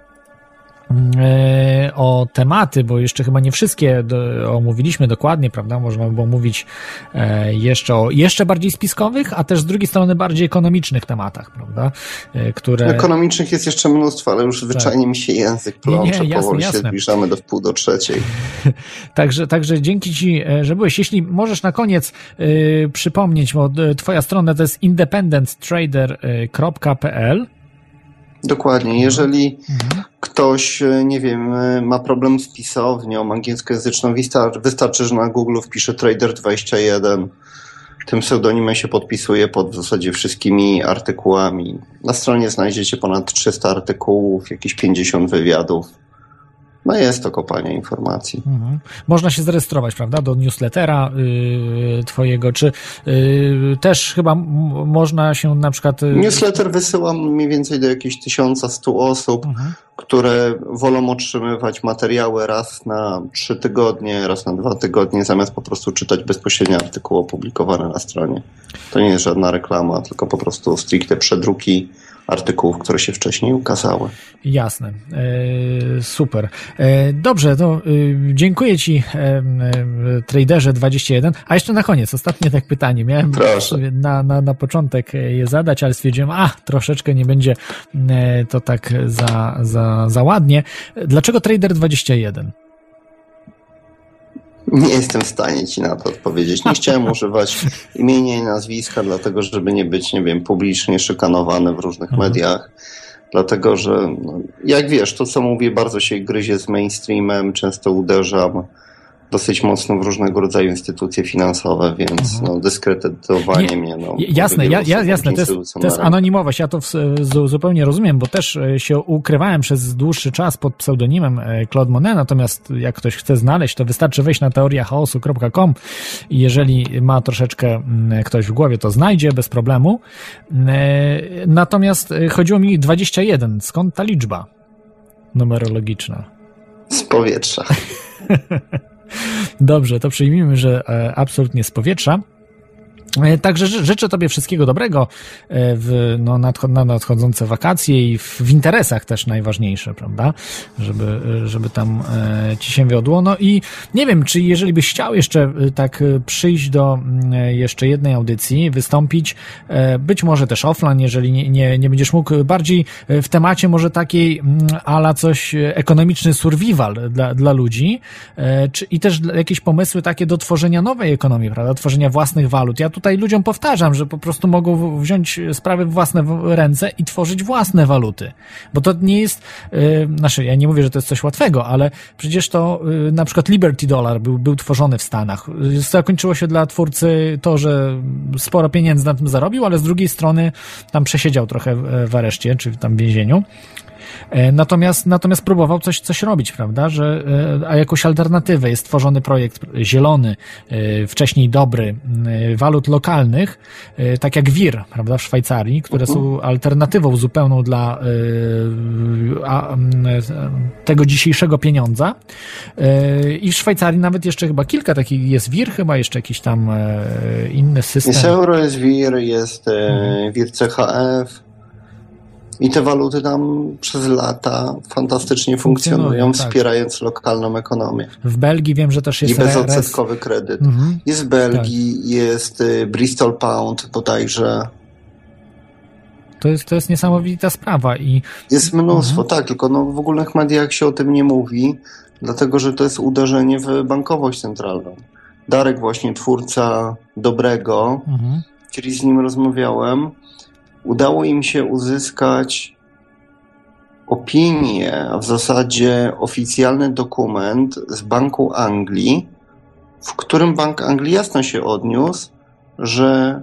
o tematy, bo jeszcze chyba nie wszystkie do, omówiliśmy dokładnie, prawda? Można by było mówić jeszcze o jeszcze bardziej spiskowych, a też z drugiej strony bardziej ekonomicznych tematach, prawda? Które... Ekonomicznych jest jeszcze mnóstwo, ale już zwyczajnie tak. mi się język plącze, nie, nie, powoli jasne. się zbliżamy do wpół do trzeciej. także, także dzięki Ci, że byłeś. Jeśli możesz na koniec y, przypomnieć, bo Twoja strona to jest independent trader kropka p l. Dokładnie. Jeżeli mhm. ktoś, nie wiem, ma problem z pisownią angielskojęzyczną, wystarczy, że na Google wpisze Trader dwadzieścia jeden. Tym pseudonimem się podpisuje pod w zasadzie wszystkimi artykułami. Na stronie znajdziecie ponad trzysta artykułów, jakieś pięćdziesiąt wywiadów. No jest to kopalnia informacji. Mhm. Można się zarejestrować, prawda, do newslettera yy, twojego, czy yy, też chyba m- można się na przykład... Yy... Newsletter wysyłam mniej więcej do jakichś tysiąca stu osób, mhm. które wolą otrzymywać materiały raz na trzy tygodnie, raz na dwa tygodnie, zamiast po prostu czytać bezpośrednio artykuły opublikowane na stronie. To nie jest żadna reklama, tylko po prostu stricte przedruki artykułów, które się wcześniej ukazały. Jasne. E, super. E, dobrze, to e, dziękuję Ci, e, e, Traderze dwadzieścia jeden. A jeszcze na koniec, ostatnie tak pytanie. Miałem na, na, na początek je zadać, ale stwierdziłem, a troszeczkę nie będzie e, to tak za, za, za ładnie. Dlaczego Trader dwadzieścia jeden? Nie jestem w stanie Ci na to odpowiedzieć. Nie chciałem używać imienia i nazwiska, dlatego żeby nie być, nie wiem, publicznie szykanowany w różnych mhm. mediach. Dlatego, że no, jak wiesz, to co mówię bardzo się gryzie z mainstreamem, często uderzam dosyć mocno w różnego rodzaju instytucje finansowe, więc mhm. no, dyskredytowanie nie, mnie... No, jasne, ja, ja, jasne, to jest, to jest anonimowość. Ja to w, z, zupełnie rozumiem, bo też się ukrywałem przez dłuższy czas pod pseudonimem Claude Monet, natomiast jak ktoś chce znaleźć, to wystarczy wejść na teoria chaosu kropka com i jeżeli ma troszeczkę ktoś w głowie, to znajdzie bez problemu. Natomiast chodziło mi dwadzieścia jeden. Skąd ta liczba numerologiczna? Z powietrza. Dobrze, to przyjmijmy, że absolutnie z powietrza. Także życzę Tobie wszystkiego dobrego w no, nadchod- na nadchodzące wakacje i w, w interesach też najważniejsze, prawda? Żeby, żeby tam e, Ci się wiodło. No i nie wiem, czy jeżeli byś chciał jeszcze tak przyjść do e, jeszcze jednej audycji, wystąpić, e, być może też offline, jeżeli nie, nie, nie będziesz mógł, bardziej w temacie może takiej a la coś ekonomiczny survival dla, dla ludzi e, czy, i też jakieś pomysły takie do tworzenia nowej ekonomii, prawda? Tworzenia własnych walut. Ja tutaj ludziom powtarzam, że po prostu mogą wziąć sprawy w własne ręce i tworzyć własne waluty. Bo to nie jest, yy, znaczy ja nie mówię, że to jest coś łatwego, ale przecież to yy, na przykład Liberty Dollar był, był tworzony w Stanach. Zakończyło się dla twórcy to, że sporo pieniędzy na tym zarobił, ale z drugiej strony tam przesiedział trochę w areszcie, czy tam w więzieniu. Natomiast, natomiast próbował coś, coś robić, prawda, że, a jakąś alternatywę. Jest tworzony projekt zielony, wcześniej dobry, walut lokalnych, tak jak W I R, prawda, w Szwajcarii, które są alternatywą zupełną dla a, tego dzisiejszego pieniądza. I w Szwajcarii nawet jeszcze chyba kilka takich jest W I R, chyba jeszcze jakiś tam inny system. Jest euro, jest W I R, jest W I R C H F. I te waluty tam przez lata fantastycznie funkcjonują, funkcjonują tak. Wspierając lokalną ekonomię. W Belgii wiem, że też jest... I bezodsetkowy res... kredyt. Mhm. Jest w Belgii, tak. Jest Bristol Pound bodajże. To jest, to jest niesamowita sprawa. I jest mnóstwo, mhm. tak, tylko no w ogólnych mediach się o tym nie mówi, dlatego że to jest uderzenie w bankowość centralną. Darek właśnie, twórca Dobrego, mhm. czyli z nim rozmawiałem, udało im się uzyskać opinię, a w zasadzie oficjalny dokument z Banku Anglii, w którym Bank Anglii jasno się odniósł, że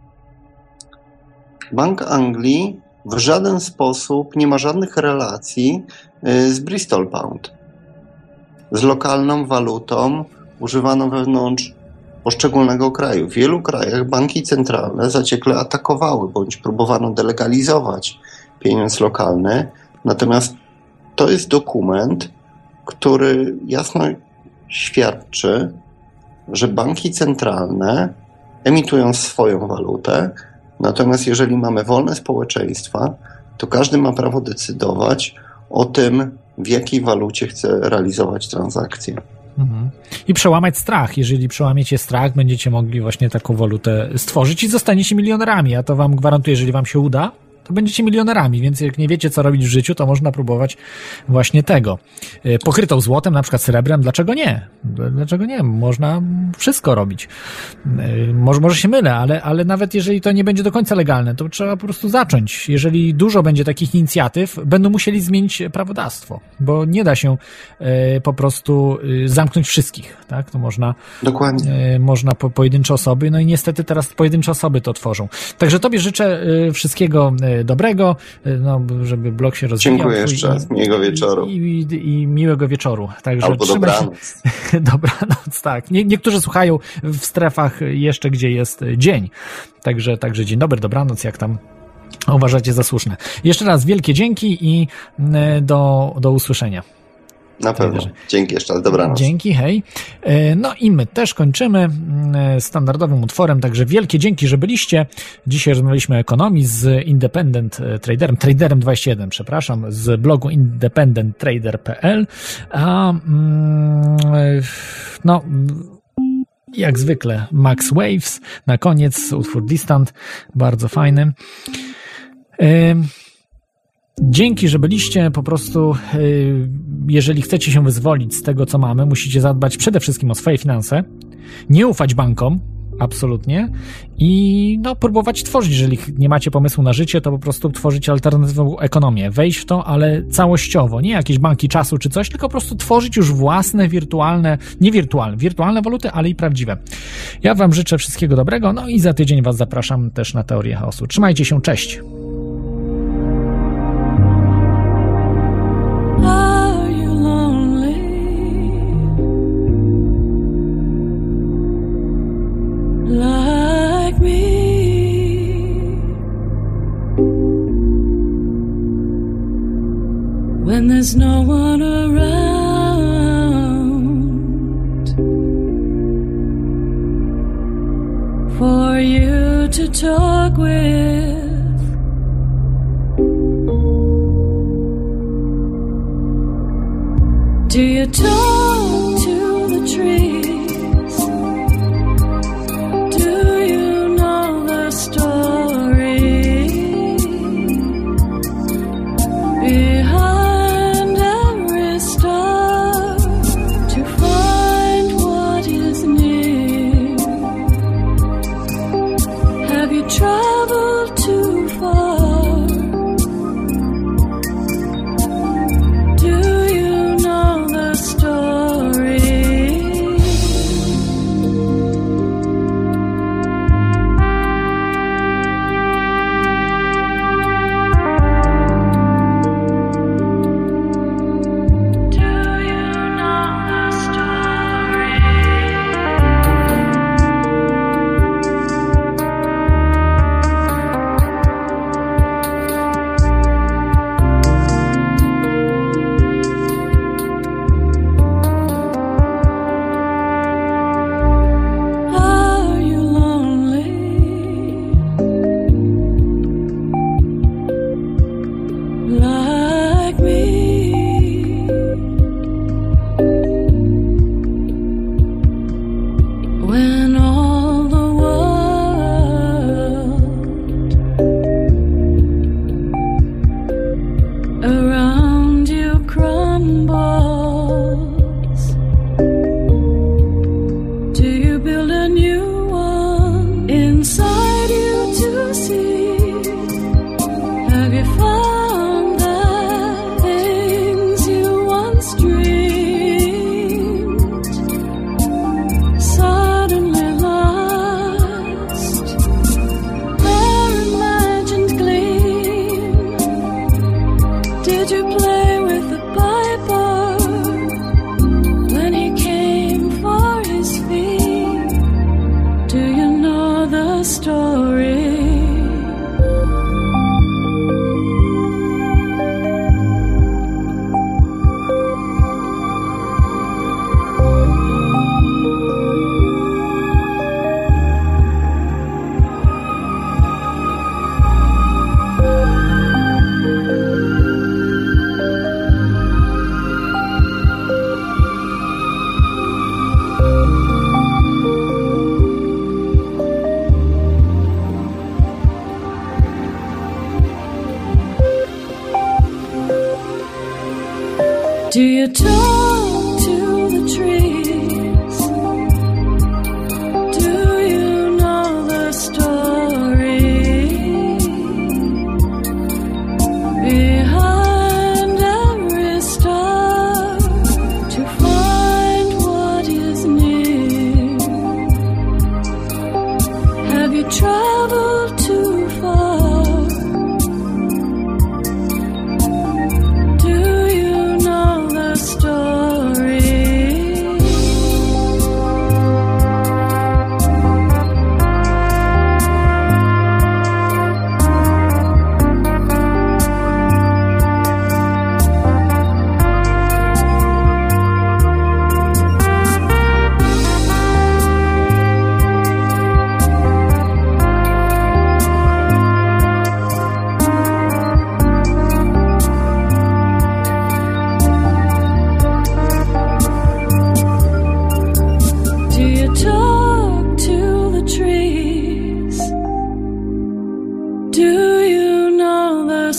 Bank Anglii w żaden sposób nie ma żadnych relacji z Bristol Pound, z lokalną walutą używaną wewnątrz poszczególnego kraju. W wielu krajach banki centralne zaciekle atakowały, bądź próbowano delegalizować pieniądz lokalny. Natomiast to jest dokument, który jasno świadczy, że banki centralne emitują swoją walutę, natomiast jeżeli mamy wolne społeczeństwa, to każdy ma prawo decydować o tym, w jakiej walucie chce realizować transakcje. Mhm. I przełamać strach. Jeżeli przełamiecie strach, będziecie mogli właśnie taką walutę stworzyć i zostaniecie milionerami. Ja to wam gwarantuję, jeżeli wam się uda, to będziecie milionerami, więc jak nie wiecie, co robić w życiu, to można próbować właśnie tego. Pokrytą złotem, na przykład srebrem, dlaczego nie? Dlaczego nie? Można wszystko robić. Może, może się mylę, ale, ale nawet jeżeli to nie będzie do końca legalne, to trzeba po prostu zacząć. Jeżeli dużo będzie takich inicjatyw, będą musieli zmienić prawodawstwo, bo nie da się po prostu zamknąć wszystkich, tak? To można, dokładnie. Można po, pojedyncze osoby, no i niestety teraz pojedyncze osoby to tworzą. Także tobie życzę wszystkiego dobrego, no, żeby blog się rozwijał. Dziękuję jeszcze raz. Miłego wieczoru. I, i, i miłego wieczoru. Także albo dobranoc. Się... Dobranoc, tak. Nie, niektórzy słuchają w strefach jeszcze, gdzie jest dzień. Także, także dzień dobry, dobranoc, jak tam uważacie za słuszne. Jeszcze raz wielkie dzięki i do, do usłyszenia. Na pewno. Dzięki jeszcze raz, dobranoc. Dzięki, hej. No i my też kończymy standardowym utworem, także wielkie dzięki, że byliście. Dzisiaj rozmawialiśmy o ekonomii z Independent Traderem, Traderem dwadzieścia jeden, przepraszam, z blogu independent trader kropka p l. A no... jak zwykle Max Waves, na koniec utwór Distant, bardzo fajny. Dzięki, że byliście. Po prostu jeżeli chcecie się wyzwolić z tego, co mamy, musicie zadbać przede wszystkim o swoje finanse, nie ufać bankom, absolutnie, i no próbować tworzyć. Jeżeli nie macie pomysłu na życie, to po prostu tworzyć alternatywną ekonomię. Wejść w to, ale całościowo, nie jakieś banki czasu czy coś, tylko po prostu tworzyć już własne wirtualne, nie wirtualne, wirtualne waluty, ale i prawdziwe. Ja wam życzę wszystkiego dobrego, no i za tydzień was zapraszam też na Teorię Chaosu. Trzymajcie się, cześć! Like me, when there's no one around for you to talk with, do you talk to the trees? Do you talk to the trees? Do you know the story behind every star to find what is near? Have you traveled too far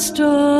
story.